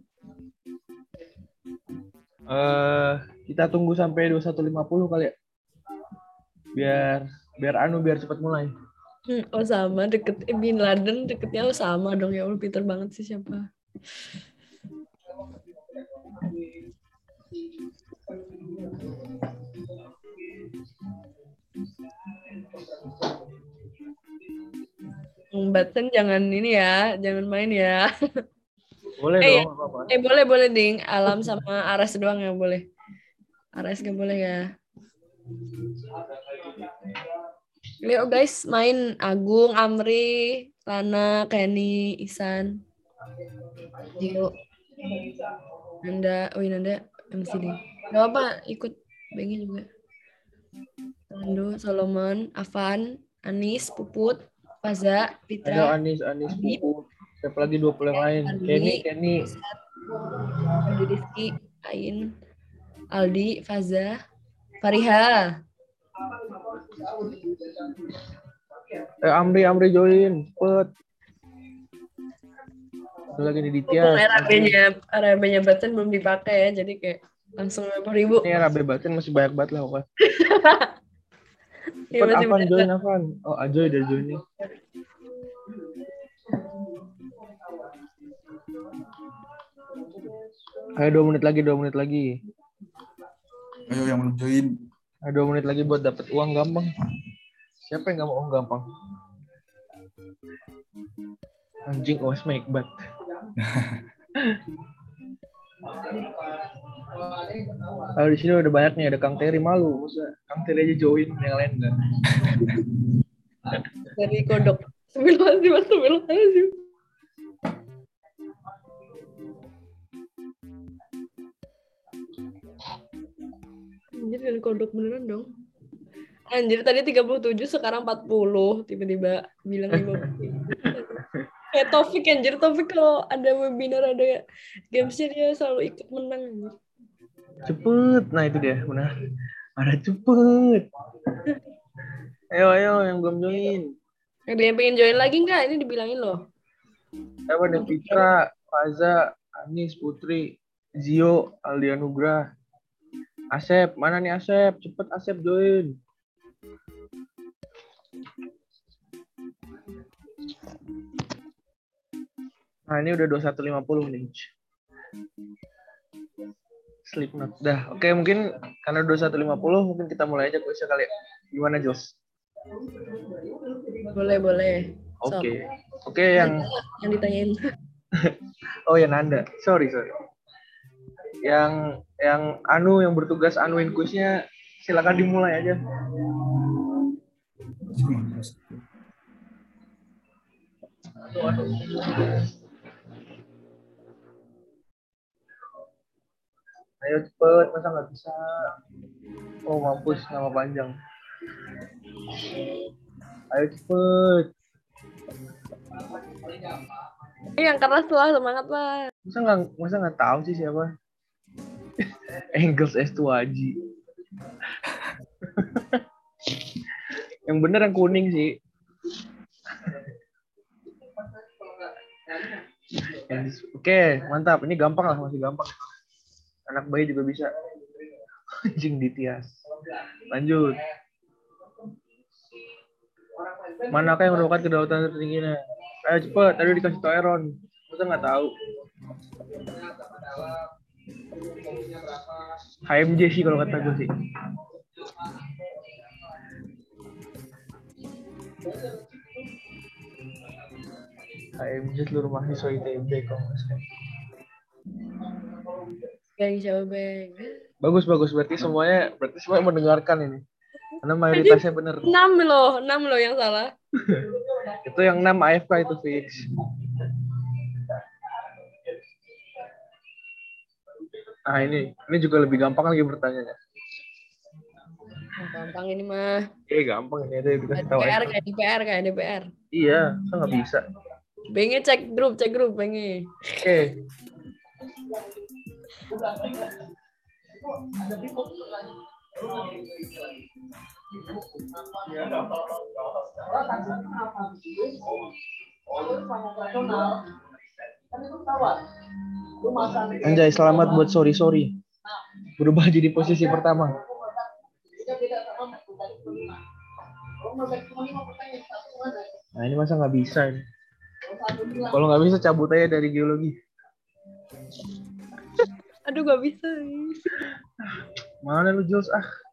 Speaker 5: Kita tunggu sampai 21.50 kali ya. Biar cepat mulai.
Speaker 2: Oh sama deket Bin Laden deketnya sama dong ya Allah pinter banget sih siapa. Batsen jangan ini ya, jangan main ya.
Speaker 5: Boleh dong, apa-apa.
Speaker 2: Boleh Ding. Alam sama Aras doang yang boleh. Aras gak boleh ya. Lihat guys, main Agung, Amri, Lana, Kenny, Isan, Dio, Nanda MC Ding. Gak apa, ikut Bengi juga. Rando, Solomon, Avan, Anis, Puput, Faza, Fitra.
Speaker 5: Ada Anis, Puput. Siapa lagi 20 yang lain? Kenny.
Speaker 2: Adi Rizky, Ain, Aldi, Faza, Fariha.
Speaker 5: Amri join, cepet. Itu lagi di Ditya.
Speaker 2: RAB-nya Batsen belum dipakai ya, jadi kayak langsung 50.000.
Speaker 5: Ini RAB Batsen masih banyak banget lah pokoknya.
Speaker 2: Ya,
Speaker 5: Cepet Avan. Oh, Ajoy udah join nih. Ayo 2 menit lagi.
Speaker 6: Ayo yang belum join.
Speaker 5: Ayo 2 menit lagi buat dapat uang gampang. Siapa yang nggak mau uang gampang? Anjing, Owas mah Iqbal. Kalau di sini udah banyak nih, ada Kang Terry, malu. Masa Kang Terry aja join, yang lain enggak.
Speaker 2: Dari kodok. Bismillahirrahmanirrahim. Anjir dari kodok beneran dong. Anjir tadi 37 sekarang 40. Tiba-tiba bilang 50. Kayak Taufik anjir. Taufik kalau ada webinar ada gamesnya dia selalu ikut menang anjir.
Speaker 5: Cepet, nah itu dia, benar. Ada cepet. Ayo yang belum join.
Speaker 2: Ada yang pengen join lagi nggak? Ini dibilangin loh.
Speaker 5: Siapa nih? Fitra, Faza, Anis, Putri, Zio, Aldi Anugrah, Asep. Mana nih Asep? Cepet Asep join. Nah ini udah 21.50 nih. Slipknot. Dah, oke mungkin karena 21.50 mungkin kita mulai aja kuisnya kali. Gimana Jos?
Speaker 2: Boleh.
Speaker 5: Oke yang
Speaker 2: ditanyain.
Speaker 5: Oh ya Nanda. Sorry. Yang Anu yang bertugas anuin kuisnya silakan dimulai aja. Ayo cepet, masa nggak bisa? Oh mampus, nama panjang. Ayo cepet.
Speaker 2: Yang keras lah, semangat lah.
Speaker 5: Masa nggak tahu sih siapa? Engels S2Aji. Yang bener yang kuning sih. Oke, mantap. Ini gampang lah, masih gampang. Anak bayi juga bisa. Anjing ditias. Lanjut. Manakah yang merupakan kedaulatan tertingginya? Ayo cepet, tadi dikasih tau Aaron. Masa nggak tahu? HMJ sih kalau kata gue sih. HMJ seluruh mahasiswa ITB kok.
Speaker 2: Bang siapa Bang?
Speaker 5: Bagus. Berarti semuanya mendengarkan ini. Karena mayoritasnya benar.
Speaker 2: 6 loh yang salah.
Speaker 5: Itu yang 6 AFK itu fix. Nah ini juga lebih gampang lagi bertanya.
Speaker 2: Gampang ini mah.
Speaker 5: Gampang ini ada dikasih tahu.
Speaker 2: Kayak DPR.
Speaker 5: Iya, kan nggak bisa.
Speaker 2: Bengnya cek grup Bengnya.
Speaker 5: Oke. Anjay, selamat buat sorry. Berubah jadi posisi pertama. Nah ini masa nggak bisa ini. Kalau nggak bisa cabut aja dari geologi.
Speaker 2: Aduh nggak bisa.
Speaker 5: Mana lu Jules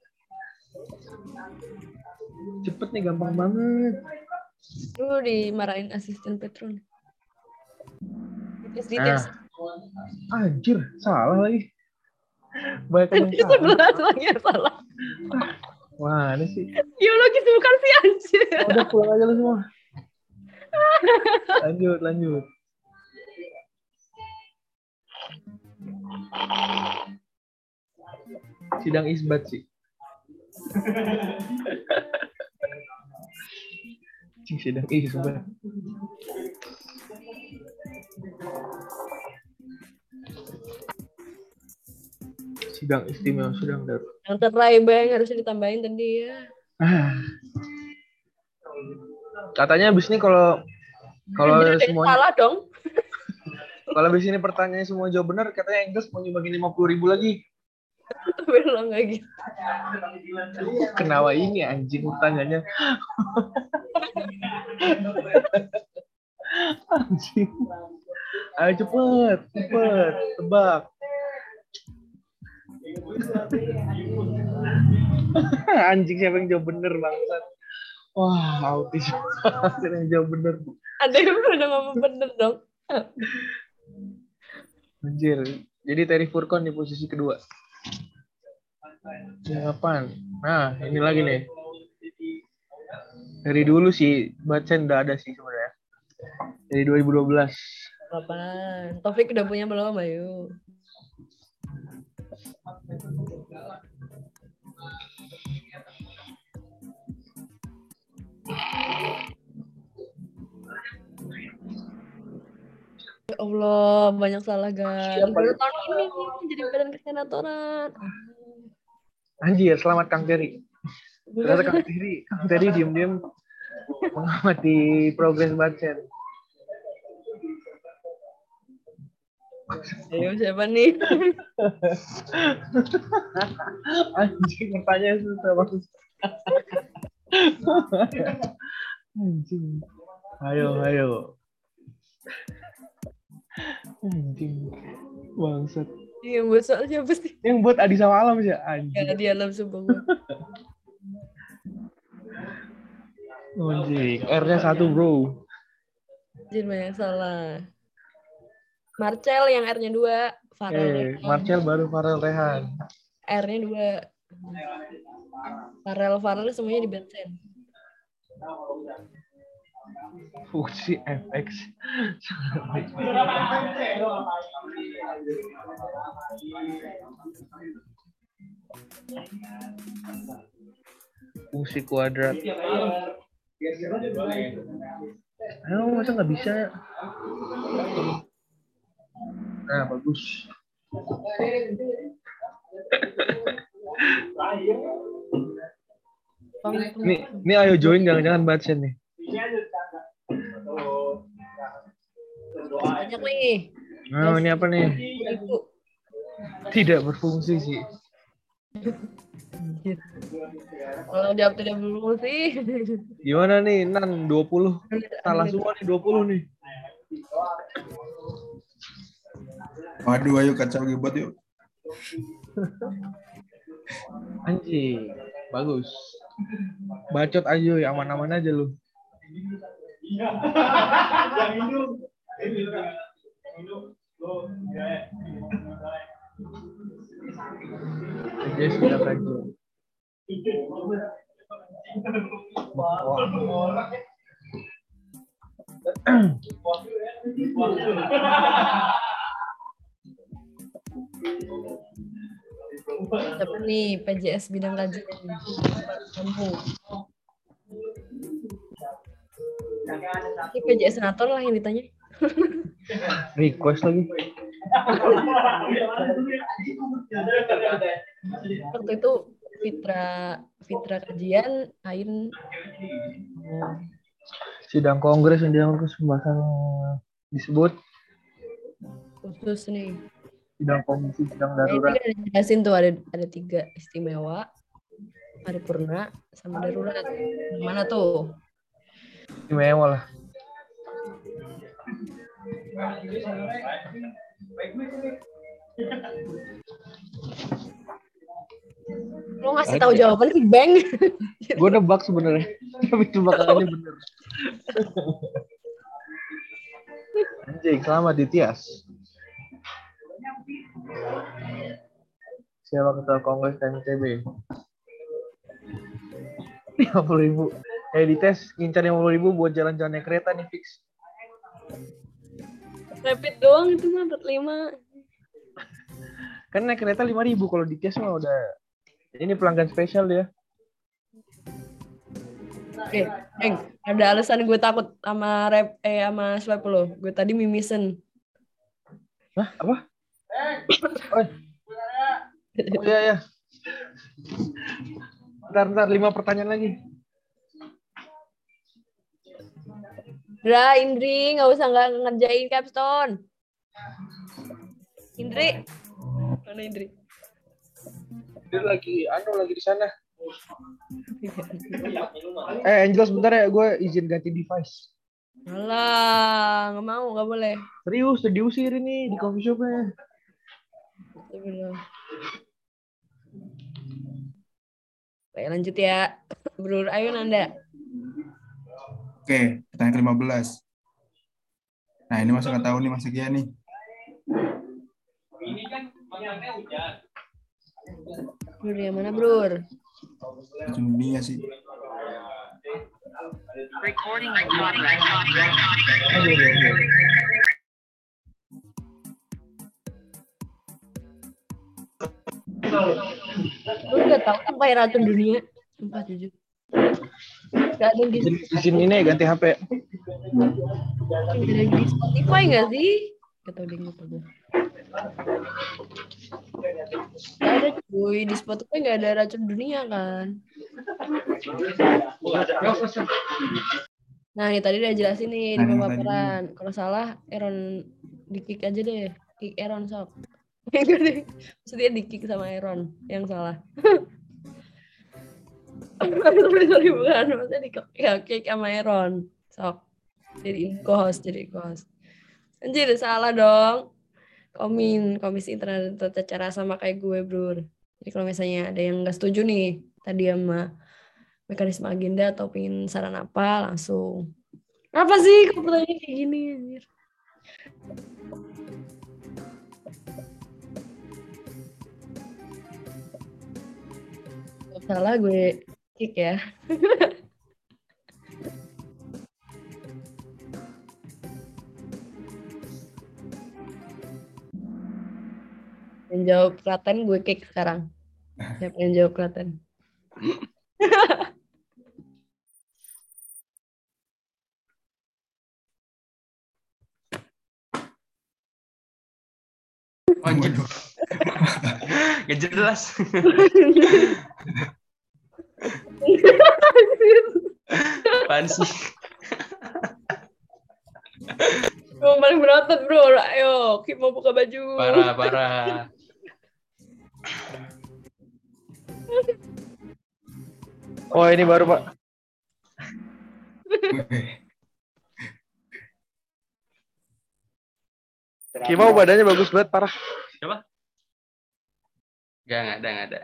Speaker 5: Cepet nih, gampang banget.
Speaker 2: Lu dimarahin asisten Petron.
Speaker 5: Nah. Anjir, salah lagi. Banyak yang
Speaker 2: salah. 11 lagi yang salah.
Speaker 5: Wah, ini sih.
Speaker 2: Geologis bukan sih anjir.
Speaker 5: Udah pulang aja lu semua. Lanjut. Sidang isbat sih. Sidang isbat. Sidang istimewa, sidang darurat.
Speaker 2: Yang terai Bang harusnya ditambahin tadi ya.
Speaker 5: Katanya abis ini kalau semuanya
Speaker 2: salah dong.
Speaker 5: Kalau abis ini pertanyaannya semua jawab benar, katanya Engels mau nyumbangin 50.000 lagi.
Speaker 2: Tapi lo nggak gitu.
Speaker 5: Kenapa ini anjing pertanyaannya? Anjing. Ayo cepet, tebak. Anjing siapa yang jawab bener bangsat. Wah, autis. Akhirnya jawab bener.
Speaker 2: Ada yang udah ngomong bener dong.
Speaker 5: Anjir. Jadi Terry Furkon di posisi kedua. Apaan? Nah, ini lagi nih. Dari dulu sih, Bacen udah ada sih sebenarnya. Dari 2012.
Speaker 2: Apaan? Taufik udah punya belum, ayo. Ya Allah, banyak salah guys. Baru tahun ini jadi badan kesenatoran.
Speaker 5: Anjir, selamat Kang Terry. Ternyata Kang Terry diem-diem mengamati progres Bacen.
Speaker 2: Ayo siapa nih?
Speaker 5: Anjing, pertanyaan susah banget. Anjing. Ayo. Anjing. Bangsat.
Speaker 2: Yang buat soal siapa sih?
Speaker 5: Yang buat Adi sama Alam sih,
Speaker 2: Ya,
Speaker 5: anjing.
Speaker 2: di alam subuh gue.
Speaker 5: Anjing. R-nya 1, bro.
Speaker 2: Jadi banyak salah. Marcel yang R-nya 2. Farel.
Speaker 5: Marcel baru Farel Rehan.
Speaker 2: R-nya 2. Farel semuanya di Bacen.
Speaker 5: Fungsi FX. Fungsi kuadrat. Ayo, masa nggak bisa? Nah, bagus. Ini ayo join, jangan-jangan Bacen nih.
Speaker 2: Banyak nih.
Speaker 5: Nah, ini apa nih? Tidak berfungsi sih.
Speaker 2: Kalau jawab tidak berfungsi.
Speaker 5: Gimana nih, Nan? 20. Salah semua nih, 20 nih.
Speaker 6: Waduh, ayo kacau gebat yuk.
Speaker 5: Anjing, bagus. Bacot aja, ya aman-aman aja lu. Aja sudah kajian.
Speaker 2: Siapa nih PJS bidang kajian? Kampung. Ini PJS senator lah yang ditanya.
Speaker 5: Request lagi.
Speaker 2: Waktu itu Fitra kajian, Ain.
Speaker 5: Sidang kongres pembahasan disebut
Speaker 2: Khusus nih.
Speaker 5: sidang komisi sidang
Speaker 2: Ini
Speaker 5: darurat.
Speaker 2: kan ada jelasin tuh ada 3 istimewa, paripurna, sama darurat. Mana tuh?
Speaker 5: Istimewa lah.
Speaker 2: Lo ngasih tahu jawaban di bank.
Speaker 5: Gue nebak sebenarnya, tapi tebakannya bener. Anjing, selamat Ditias. Siapa ketua kongres KMTB? 50.000. Dites ngincar 50.000 buat jalan-jalan naik kereta nih fix.
Speaker 2: Rapid doang itu mah 45.
Speaker 5: Kan naik kereta 5.000, kalau Ditias mah udah ini pelanggan spesial dia.
Speaker 2: Oke, ada alasan gue takut sama sama swipe lo. Gue tadi mimisen.
Speaker 5: Hah? Apa? Oh iya. Bentar, 5 pertanyaan lagi.
Speaker 2: Indri, nggak usah ngerjain capstone. Indri. Mana Indri?
Speaker 5: Dia lagi di sana. Angel sebentar ya, gue izin ganti device.
Speaker 2: Alah, nggak mau, nggak boleh.
Speaker 5: Serius, diusir ini di coffee shopnya.
Speaker 2: Oke, lanjut ya. Bro, ayo Nanda.
Speaker 6: Oke, pertanyaan ke-15. Nah, ini masa nggak tahu nih Mas Gia nih.
Speaker 2: Brur, yang mana, Brur?
Speaker 6: Racun dunia sih.
Speaker 2: Lu nggak tahu sampai racun dunia? Sumpah jujur. Gak ada di
Speaker 5: Di sini nih ganti HP.
Speaker 2: Spotify nggak sih? Gak tau deh, nggak tahu gue. Gak ada cuy, di Spotify nggak ada racun dunia kan? Nah, ini tadi udah jelasin nih di
Speaker 6: Nah, yang
Speaker 2: pemaparan. Kalau salah, Aaron di-kick aja deh. Kick Aaron, sok. Enggak deh. Maksudnya di-kick sama Aaron yang salah. Sorry, bukan. Maksudnya di-kick sama Aaron. Sok. Jadi co-host. Anjir, salah dong. Komisi internet tata cara sama kayak gue, Bro. Jadi kalau misalnya ada yang nggak setuju nih, tadi sama mekanisme agenda atau pengen saran apa, langsung. Apa sih kok pertanyaan kayak gini, anjir? Salah gue kick ya. Yang jawab Klaten gue kick sekarang. Siapa yang jawab Klaten?
Speaker 7: Waduh. Gak jelas. Apaan sih?
Speaker 2: Yang paling berotot, Bro. Ayo, Kim mau buka baju.
Speaker 7: Parah.
Speaker 5: Oh, ini baru, Pak. Kimau badannya bagus banget, parah.
Speaker 7: Siapa? Gak ada.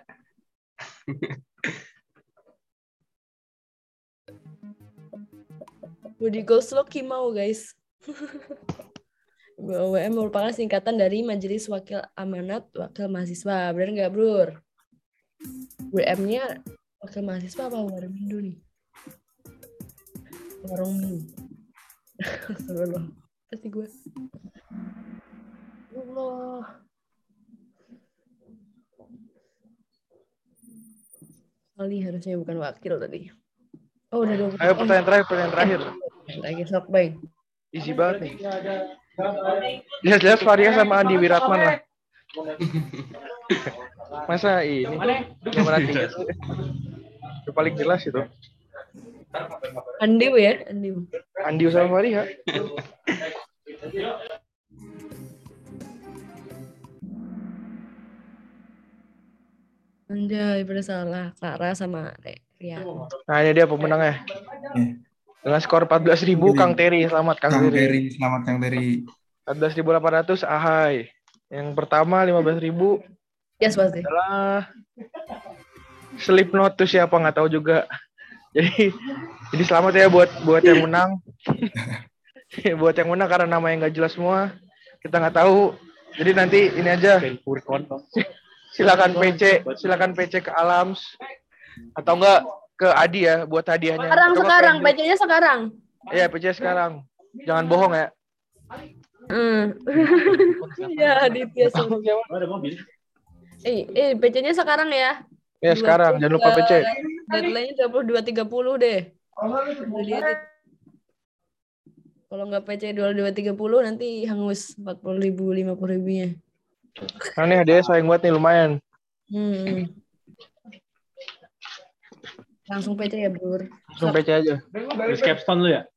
Speaker 2: Budi Goslo Kimau, guys. BOWM merupakan singkatan dari Majelis Wakil Amanat Wakil Mahasiswa. Benar nggak, Bro? WM-nya Wakil Mahasiswa apa Warung Mindu nih? Warung Mindu. Astagfirullah. Pasti gue. Allah. Kali harusnya bukan wakil tadi. Oh, udah 20.
Speaker 5: Ayo pertanyaan terakhir.
Speaker 2: Lagi sok, Bang.
Speaker 5: Easy banget nih. Jelas-jelas Faria sama Andi Wiratman lah. Masa ini? Yang berarti itu paling jelas itu.
Speaker 2: Andiu ya, Andiu.
Speaker 5: Andi sama Faria.
Speaker 2: Anjay, bersalah. Clara sama Ria.
Speaker 5: Nah, ini dia pemenangnya. Dengan skor 14.000, Kang Terry. Selamat, Kang Terry.
Speaker 6: Selamat, Kang Terry.
Speaker 5: 14.800, Ahai. Yang pertama, 15.000.
Speaker 2: Yes, pasti.
Speaker 5: Adalah Slipknot tuh siapa, nggak tahu juga. Jadi selamat ya buat yang menang. Buat yang menang karena nama yang nggak jelas semua. Kita nggak tahu. Jadi nanti ini aja. Silakan PC ke Alams atau enggak ke Adi ya buat hadiahnya.
Speaker 2: Sekarang PC-nya sekarang.
Speaker 5: Iya, PC sekarang. Jangan bohong ya.
Speaker 2: Ya, Aditya.
Speaker 7: Ada mobil.
Speaker 2: PC-nya sekarang ya.
Speaker 5: Ya, sekarang. Jangan lupa PC.
Speaker 2: Deadline-nya 22.30 deh. Kalau nggak PC 22.30 nanti hangus 40.000, 50.000-nya.
Speaker 5: Nah, nih hadiahnya sayang banget nih, lumayan.
Speaker 2: Langsung PC ya, Bro.
Speaker 5: Langsung PC aja.
Speaker 7: Di capstone lu ya?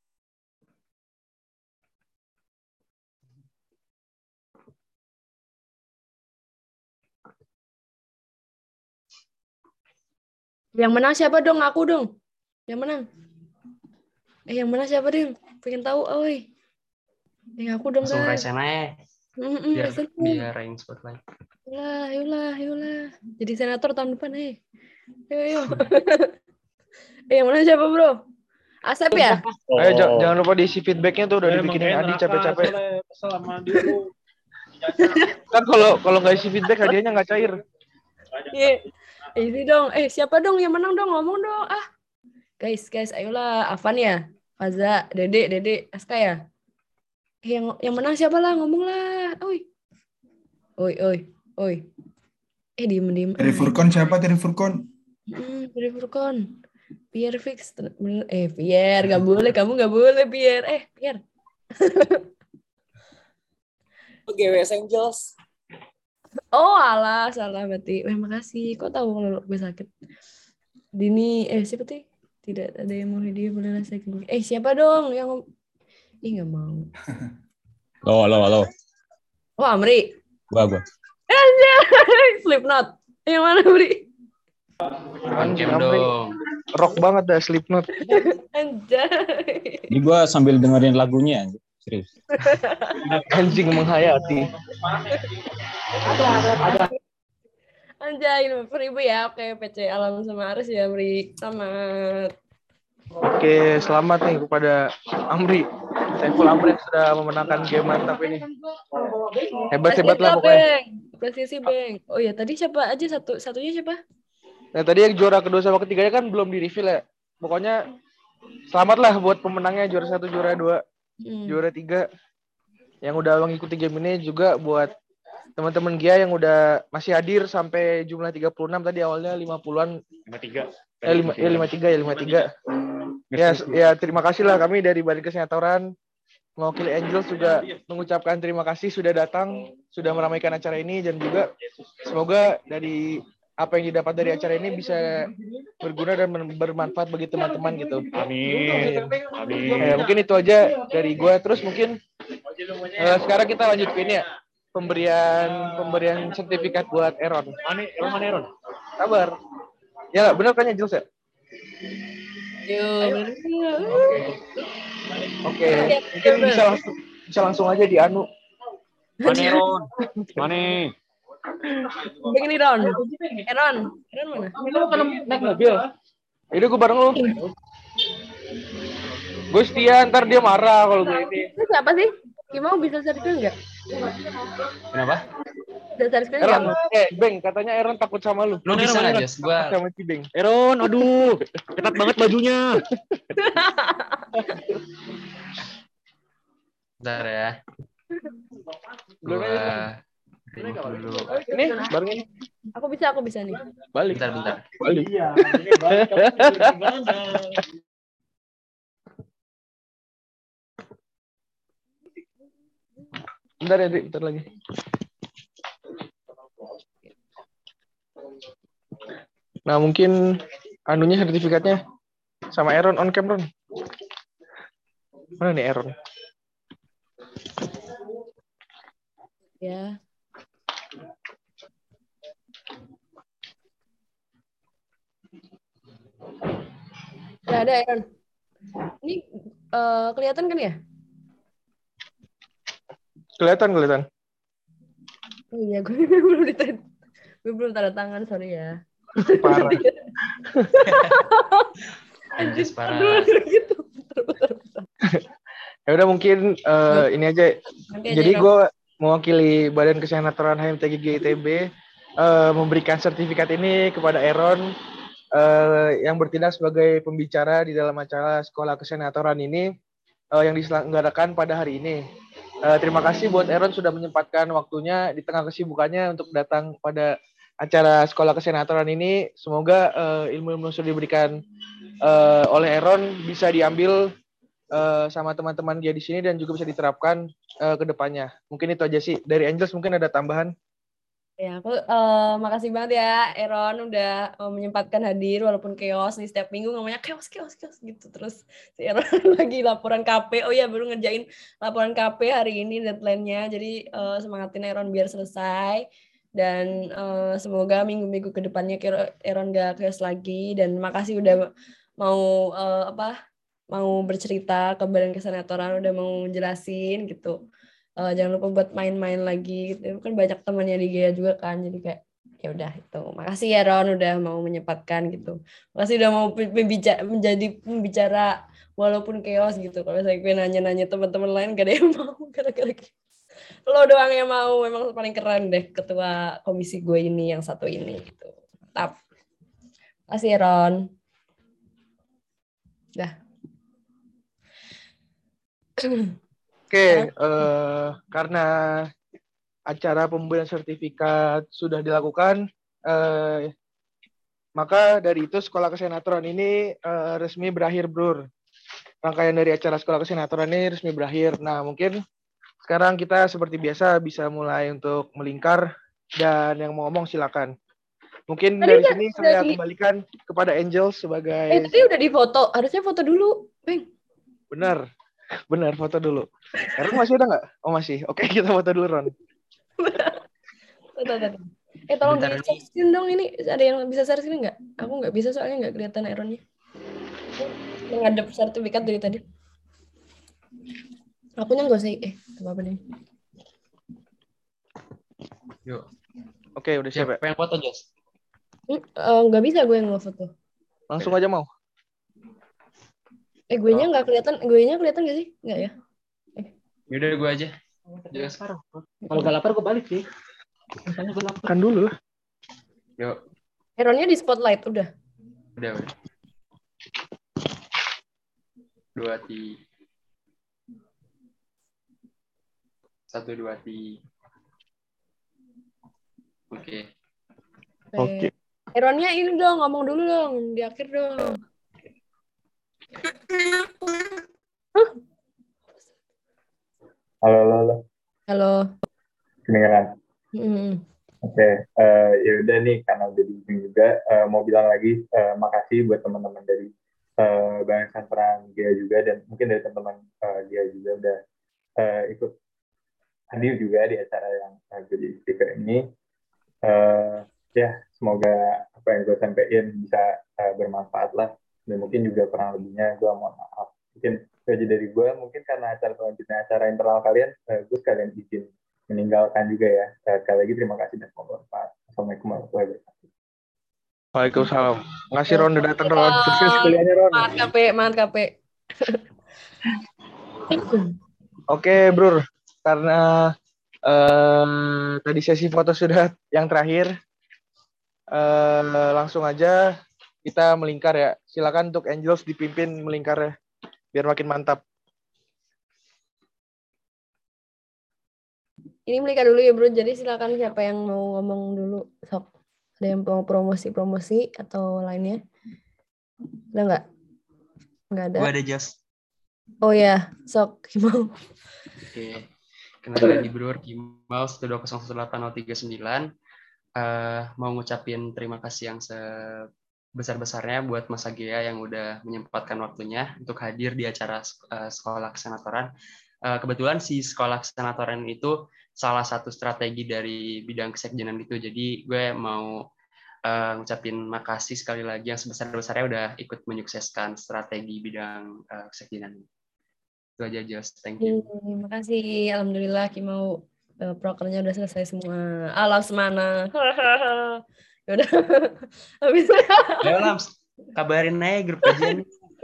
Speaker 2: Yang menang siapa dong? Aku dong. Yang menang. Yang menang siapa dong? Pengen tahu, oi. Yang aku dong,
Speaker 7: Langsung
Speaker 2: guys.
Speaker 7: resen aja. Biar rank spotlight.
Speaker 2: Yolah. Jadi senator tahun depan, Ayo. Yang menang siapa, Bro? Asep ya?
Speaker 5: Ayo jangan lupa diisi feedbacknya tuh udah dibikinin Adi capek-capek. Kan kalau nggak isi feedback hadiahnya nggak cair.
Speaker 2: Iya. Ini dong. Siapa dong yang menang dong? Ngomong dong. Guys, ayolah. Afan ya? Faza, Dede, Aska ya? Yang menang siapa lah? Ngomong lah. Oi. Diem.
Speaker 6: Dari Furkon siapa? Dari Furkon?
Speaker 2: Dari Furkon. Pierre fix. Pierre, gak boleh. Kamu gak boleh, Pierre. Pierre.
Speaker 8: GWS Angels.
Speaker 2: Oh, alah, salah berarti. Makasih. Kok tahu kalau gue sakit? Dini, siapa tuh? Tidak ada yang mau hadiah, bolehlah saya keluar. Siapa dong yang nggak mau.
Speaker 9: Halo.
Speaker 2: Oh, Amri.
Speaker 9: Gua.
Speaker 2: Slipknot. Yang mana, Amri?
Speaker 5: Anjing Amri. Rock banget dah Slipknot.
Speaker 2: Anjay.
Speaker 9: Ini gua sambil dengerin lagunya, serius.
Speaker 5: Anjing menghayati.
Speaker 2: Anjay, 50.000 ya. Oke, PC Alam sama Aris ya, Amri. Selamat.
Speaker 5: Oke, selamat nih kepada Amri. Saiful Amri yang sudah memenangkan game mantap ini. Hebat lah pokoknya.
Speaker 2: Presisi, Bang. Oh ya, tadi siapa aja satunya siapa?
Speaker 5: Nah, tadi yang juara kedua sama ketiganya kan belum di-reveal ya. Pokoknya selamat lah buat pemenangnya juara 1, juara 2, juara 3. Yang udah mengikuti game ini juga buat teman-teman Gia yang udah masih hadir sampai jumlah 36 tadi awalnya 50-an. 53. Ya, terima kasih lah kami dari Badan Kesehatan mewakili Angels juga mengucapkan terima kasih sudah datang, sudah meramaikan acara ini dan juga semoga dari apa yang didapat dari acara ini bisa berguna dan bermanfaat bagi teman-teman gitu.
Speaker 7: Amin.
Speaker 5: Ya, mungkin itu aja dari gue. Terus mungkin sekarang kita lanjut ke ini ya. Pemberian sertifikat buat Aaron.
Speaker 7: Mana Aaron?
Speaker 5: Sabar. Ya, benar kan Angels ya? Oke. Mungkin bisa langsung aja di anu.
Speaker 7: Mana Aaron? Mana?
Speaker 2: Begini Ron. Aaron mana?
Speaker 5: Lu kan naik mobil. Ini gue bareng lu. Gue setia, ntar dia marah kalau gue ini.
Speaker 2: Itu siapa sih? Kimau bisa servis nggak?
Speaker 7: Kenapa?
Speaker 2: Bisa servis
Speaker 5: Aaron,
Speaker 2: nggak?
Speaker 5: Beng, katanya Aaron takut sama lu.
Speaker 7: Lu bisa nggak, Jas? Gua
Speaker 5: sama si Beng.
Speaker 7: Aaron, aduh, ketat banget bajunya. Bentar ya. Gua dulu.
Speaker 5: Ini bareng ini.
Speaker 2: Aku bisa nih.
Speaker 5: Balik.
Speaker 7: Bentar.
Speaker 5: Balik. Bentar ya, bentar lagi. Nah, mungkin anunya sertifikatnya sama Aaron on cam, Ron. Mana nih Aaron?
Speaker 2: Ya. Gak ada Aaron. Ini kelihatan kan ya?
Speaker 5: Kelihatan.
Speaker 2: Oh iya, gue belum tanda tangan, sorry ya.
Speaker 5: Parah.
Speaker 7: Anjis parah.
Speaker 2: Gitu.
Speaker 5: Ya udah mungkin ini aja. Jadi gue mewakili Badan Kesehatan HMTGG ITB memberikan sertifikat ini kepada Aaron yang bertindak sebagai pembicara di dalam acara Sekolah Kesenatoran ini yang diselenggarakan pada hari ini. Terima kasih buat Aaron sudah menyempatkan waktunya di tengah kesibukannya untuk datang pada acara Sekolah Kesenatoran ini. Semoga ilmu-ilmu yang sudah diberikan oleh Aaron bisa diambil sama teman-teman dia di sini dan juga bisa diterapkan ke depannya. Mungkin itu aja sih. Dari Angels mungkin ada tambahan?
Speaker 2: Ya, aku makasih banget ya Aaron udah menyempatkan hadir walaupun chaos nih setiap minggu ngomongnya chaos gitu. Terus si Aaron lagi laporan KP. Oh ya, baru ngerjain laporan KP hari ini deadline-nya. Jadi semangatin Aaron biar selesai dan semoga minggu-minggu ke depannya Aaron gak chaos lagi dan makasih udah mau bercerita ke Badan Kesenatoran, udah mau jelasin gitu. Jangan lupa buat main-main lagi gitu. Kan banyak temannya di GEA juga kan, jadi kayak ya udah itu. Makasih ya Ron udah mau menyempatkan gitu. Makasih udah mau menjadi pembicara walaupun chaos gitu. Kalau saya gue nanya-nanya teman-teman lain gak ada yang mau gara-gara gitu. Lo doang yang mau, memang paling keren deh ketua komisi gue ini yang satu ini gitu. Mantap. Kasih Ron. Dah.
Speaker 5: Oke, karena acara pemberian sertifikat sudah dilakukan, maka dari itu Sekolah Kesenatoran ini resmi berakhir, Bro. Rangkaian dari acara Sekolah Kesenatoran ini resmi berakhir. Nah, mungkin sekarang kita seperti biasa bisa mulai untuk melingkar, dan yang mau ngomong silakan. Mungkin
Speaker 2: Tadi
Speaker 5: dari
Speaker 2: udah-
Speaker 5: sini
Speaker 2: udah
Speaker 5: saya
Speaker 2: di-
Speaker 5: kembalikan kepada Angel sebagai...
Speaker 2: Tadi udah difoto, harusnya foto dulu, Bang.
Speaker 5: Benar, foto dulu. Ron masih ada nggak? Oh masih. Oke, kita foto dulu, Ron.
Speaker 2: Tadi. Tolong
Speaker 7: Bentar,
Speaker 2: di-share screen dong ini. Ada yang bisa share screen nggak? Aku nggak bisa soalnya nggak kelihatan Aaronnya. Menghadap sertifikat dari tadi. Akunya nggak usah. Apa-apa deh.
Speaker 7: Yuk.
Speaker 5: Oke, udah siap ya?
Speaker 7: Pengen foto, Jos?
Speaker 2: Nggak bisa gue yang nge-foto.
Speaker 5: Langsung aja mau.
Speaker 2: Gue-nya nggak kelihatan. Gue-nya kelihatan nggak sih? Nggak ya?
Speaker 7: Yaudah gue aja. Juga sekarang. Kalau gak lapar gue balik sih. Misalnya gue lapar.
Speaker 5: Kan dulu.
Speaker 7: Yuk.
Speaker 2: Aaronnya di spotlight, udah.
Speaker 7: Udah. 2, 3. 1, 2, 3. Oke.
Speaker 2: Aaronnya ini dong, ngomong dulu dong. Di akhir dong. Halo.
Speaker 1: Kedengeran. Oke, ya udah nih karena udah di ujung juga, mau bilang lagi makasih buat teman-teman dari Bangsa Perang Gia juga, dan mungkin dari teman-teman Gia juga udah ikut hadir juga di acara yang jadi speaker ini. Ya, semoga apa yang gue sampaikan bisa bermanfaat lah, dan mungkin juga kurang lebihnya gue mohon maaf. Mungkin gaji dari gue, mungkin karena acara selanjutnya acara internal kalian, gue sekalian izin meninggalkan juga ya. Sekali lagi terima kasih dan semoga bermanfaat. Assalamualaikum warahmatullahi wabarakatuh.
Speaker 5: Waalaikumsalam. Ngasih Ron udah datang, Ron. Sukses kuliahnya, Ron.
Speaker 2: Mantap, KP.
Speaker 5: Oke, Bro. Karena tadi sesi foto sudah yang terakhir, langsung aja kita melingkar ya. Silakan untuk Angels dipimpin melingkar ya, biar makin mantap.
Speaker 2: Ini melingkar dulu ya, Bro. Jadi silakan siapa yang mau ngomong dulu. Sok. Ada yang mau promosi atau lainnya? Ada nggak? Nggak ada.
Speaker 7: Gue ada, Jos.
Speaker 2: Oh ya, sok. Mau.
Speaker 7: Oke. Kenalin di Bro, Kimau 1201839. Mau ngucapin terima kasih yang sebesar-besarnya buat Mas Agea yang udah menyempatkan waktunya untuk hadir di acara Sekolah Kesenatoran. Kebetulan si Sekolah Kesenatoran itu salah satu strategi dari bidang kesekjenan itu. Jadi gue mau ngucapin makasih sekali lagi yang sebesar-besarnya udah ikut menyukseskan strategi bidang kesekjenan. Itu aja, Jos. Thank you.
Speaker 2: Terima kasih. Alhamdulillah Kimau prokernya udah selesai semua. Alam semana. Udah. Habis.
Speaker 7: Ayo Lams, kabarin aja grup kajian.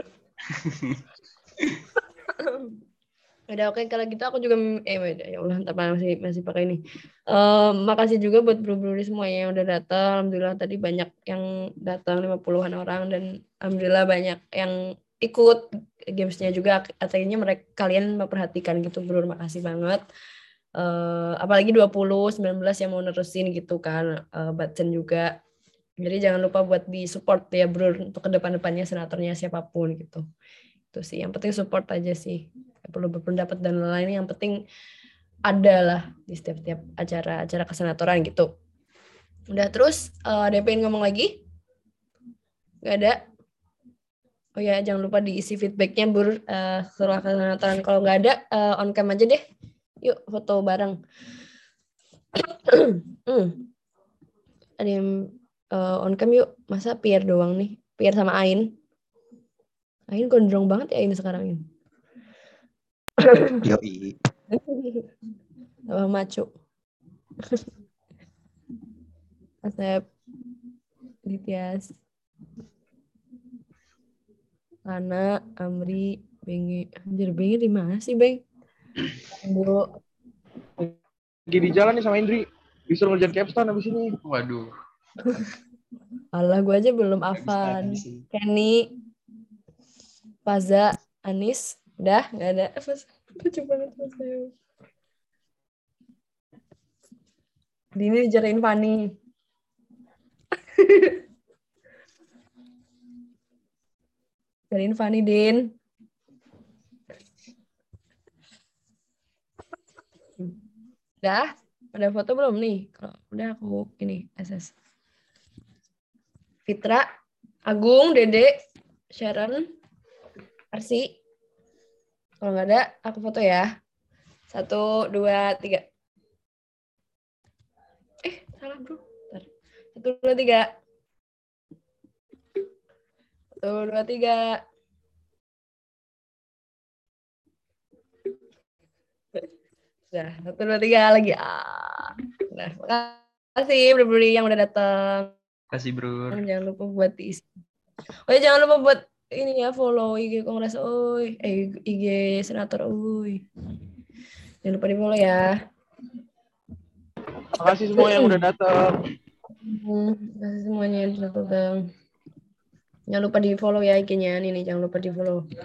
Speaker 2: Udah oke, kalau gitu aku juga ya Allah, entar masih pakai ini. Makasih juga buat bro-bro semuanya yang udah datang. Alhamdulillah tadi banyak yang datang, 50-an orang, dan alhamdulillah banyak yang ikut gamesnya juga. Artinya kalian memperhatikan gitu, bro. Makasih banget. Apalagi 20, 19 yang mau nerusin gitu kan. Batsen juga. Jadi jangan lupa buat di support ya, bro, untuk ke depan-depannya senatornya siapapun gitu. Itu sih, yang penting support aja sih. Gak perlu berpendapat dan lain-lain, yang penting ada lah di setiap acara kesenatoran gitu. Udah, terus ada yang pengen ngomong lagi? Gak ada? Oh ya, jangan lupa diisi feedbacknya, Bur, setelah kesenatoran. Kalau nggak ada, on cam aja deh. Yuk, foto bareng. Ada yang on cam yuk. Masa Pierre doang nih? Pierre sama Ain. Ain gondrong banget ya Ain sekarang ini.
Speaker 10: Yoi.
Speaker 2: Sama maco. Asep. Ditias. Lana, Amri, Benge. Anjir, Benge di mana sih, Beng? Bu.
Speaker 5: Lagi di jalan nih sama Indri. Disuruh ngerjain capstone abis ini.
Speaker 7: Waduh.
Speaker 2: Alah, gue aja belum Afan. Kenny, Faza, Anis. Udah, nggak ada. Lucu banget Mas saya. Dini dijarain Fanny. Jarain Fanny, Din. Udah? Ada foto belum nih? Kalau udah aku ini SS. Fitra, Agung, Dede, Sharon, Arsi. Kalau nggak ada, aku foto ya. 1, 2, 3. Salah bro. Bentar. 1, 2, 3. 1, 2, 3. Udah, 1, 2, 3 lagi. Nah, makasih bro-bro yang udah datang.
Speaker 7: Kasih bro.
Speaker 2: Jangan lupa buat diisi. Oh ya, jangan lupa buat ini ya, follow IG Kongres Uy. IG Senator Uy. Jangan lupa di follow ya.
Speaker 5: Makasih semua yang udah datang.
Speaker 2: Makasih semuanya yang sudah datang. Jangan lupa di follow ya IG-nya. Ini jangan lupa di follow.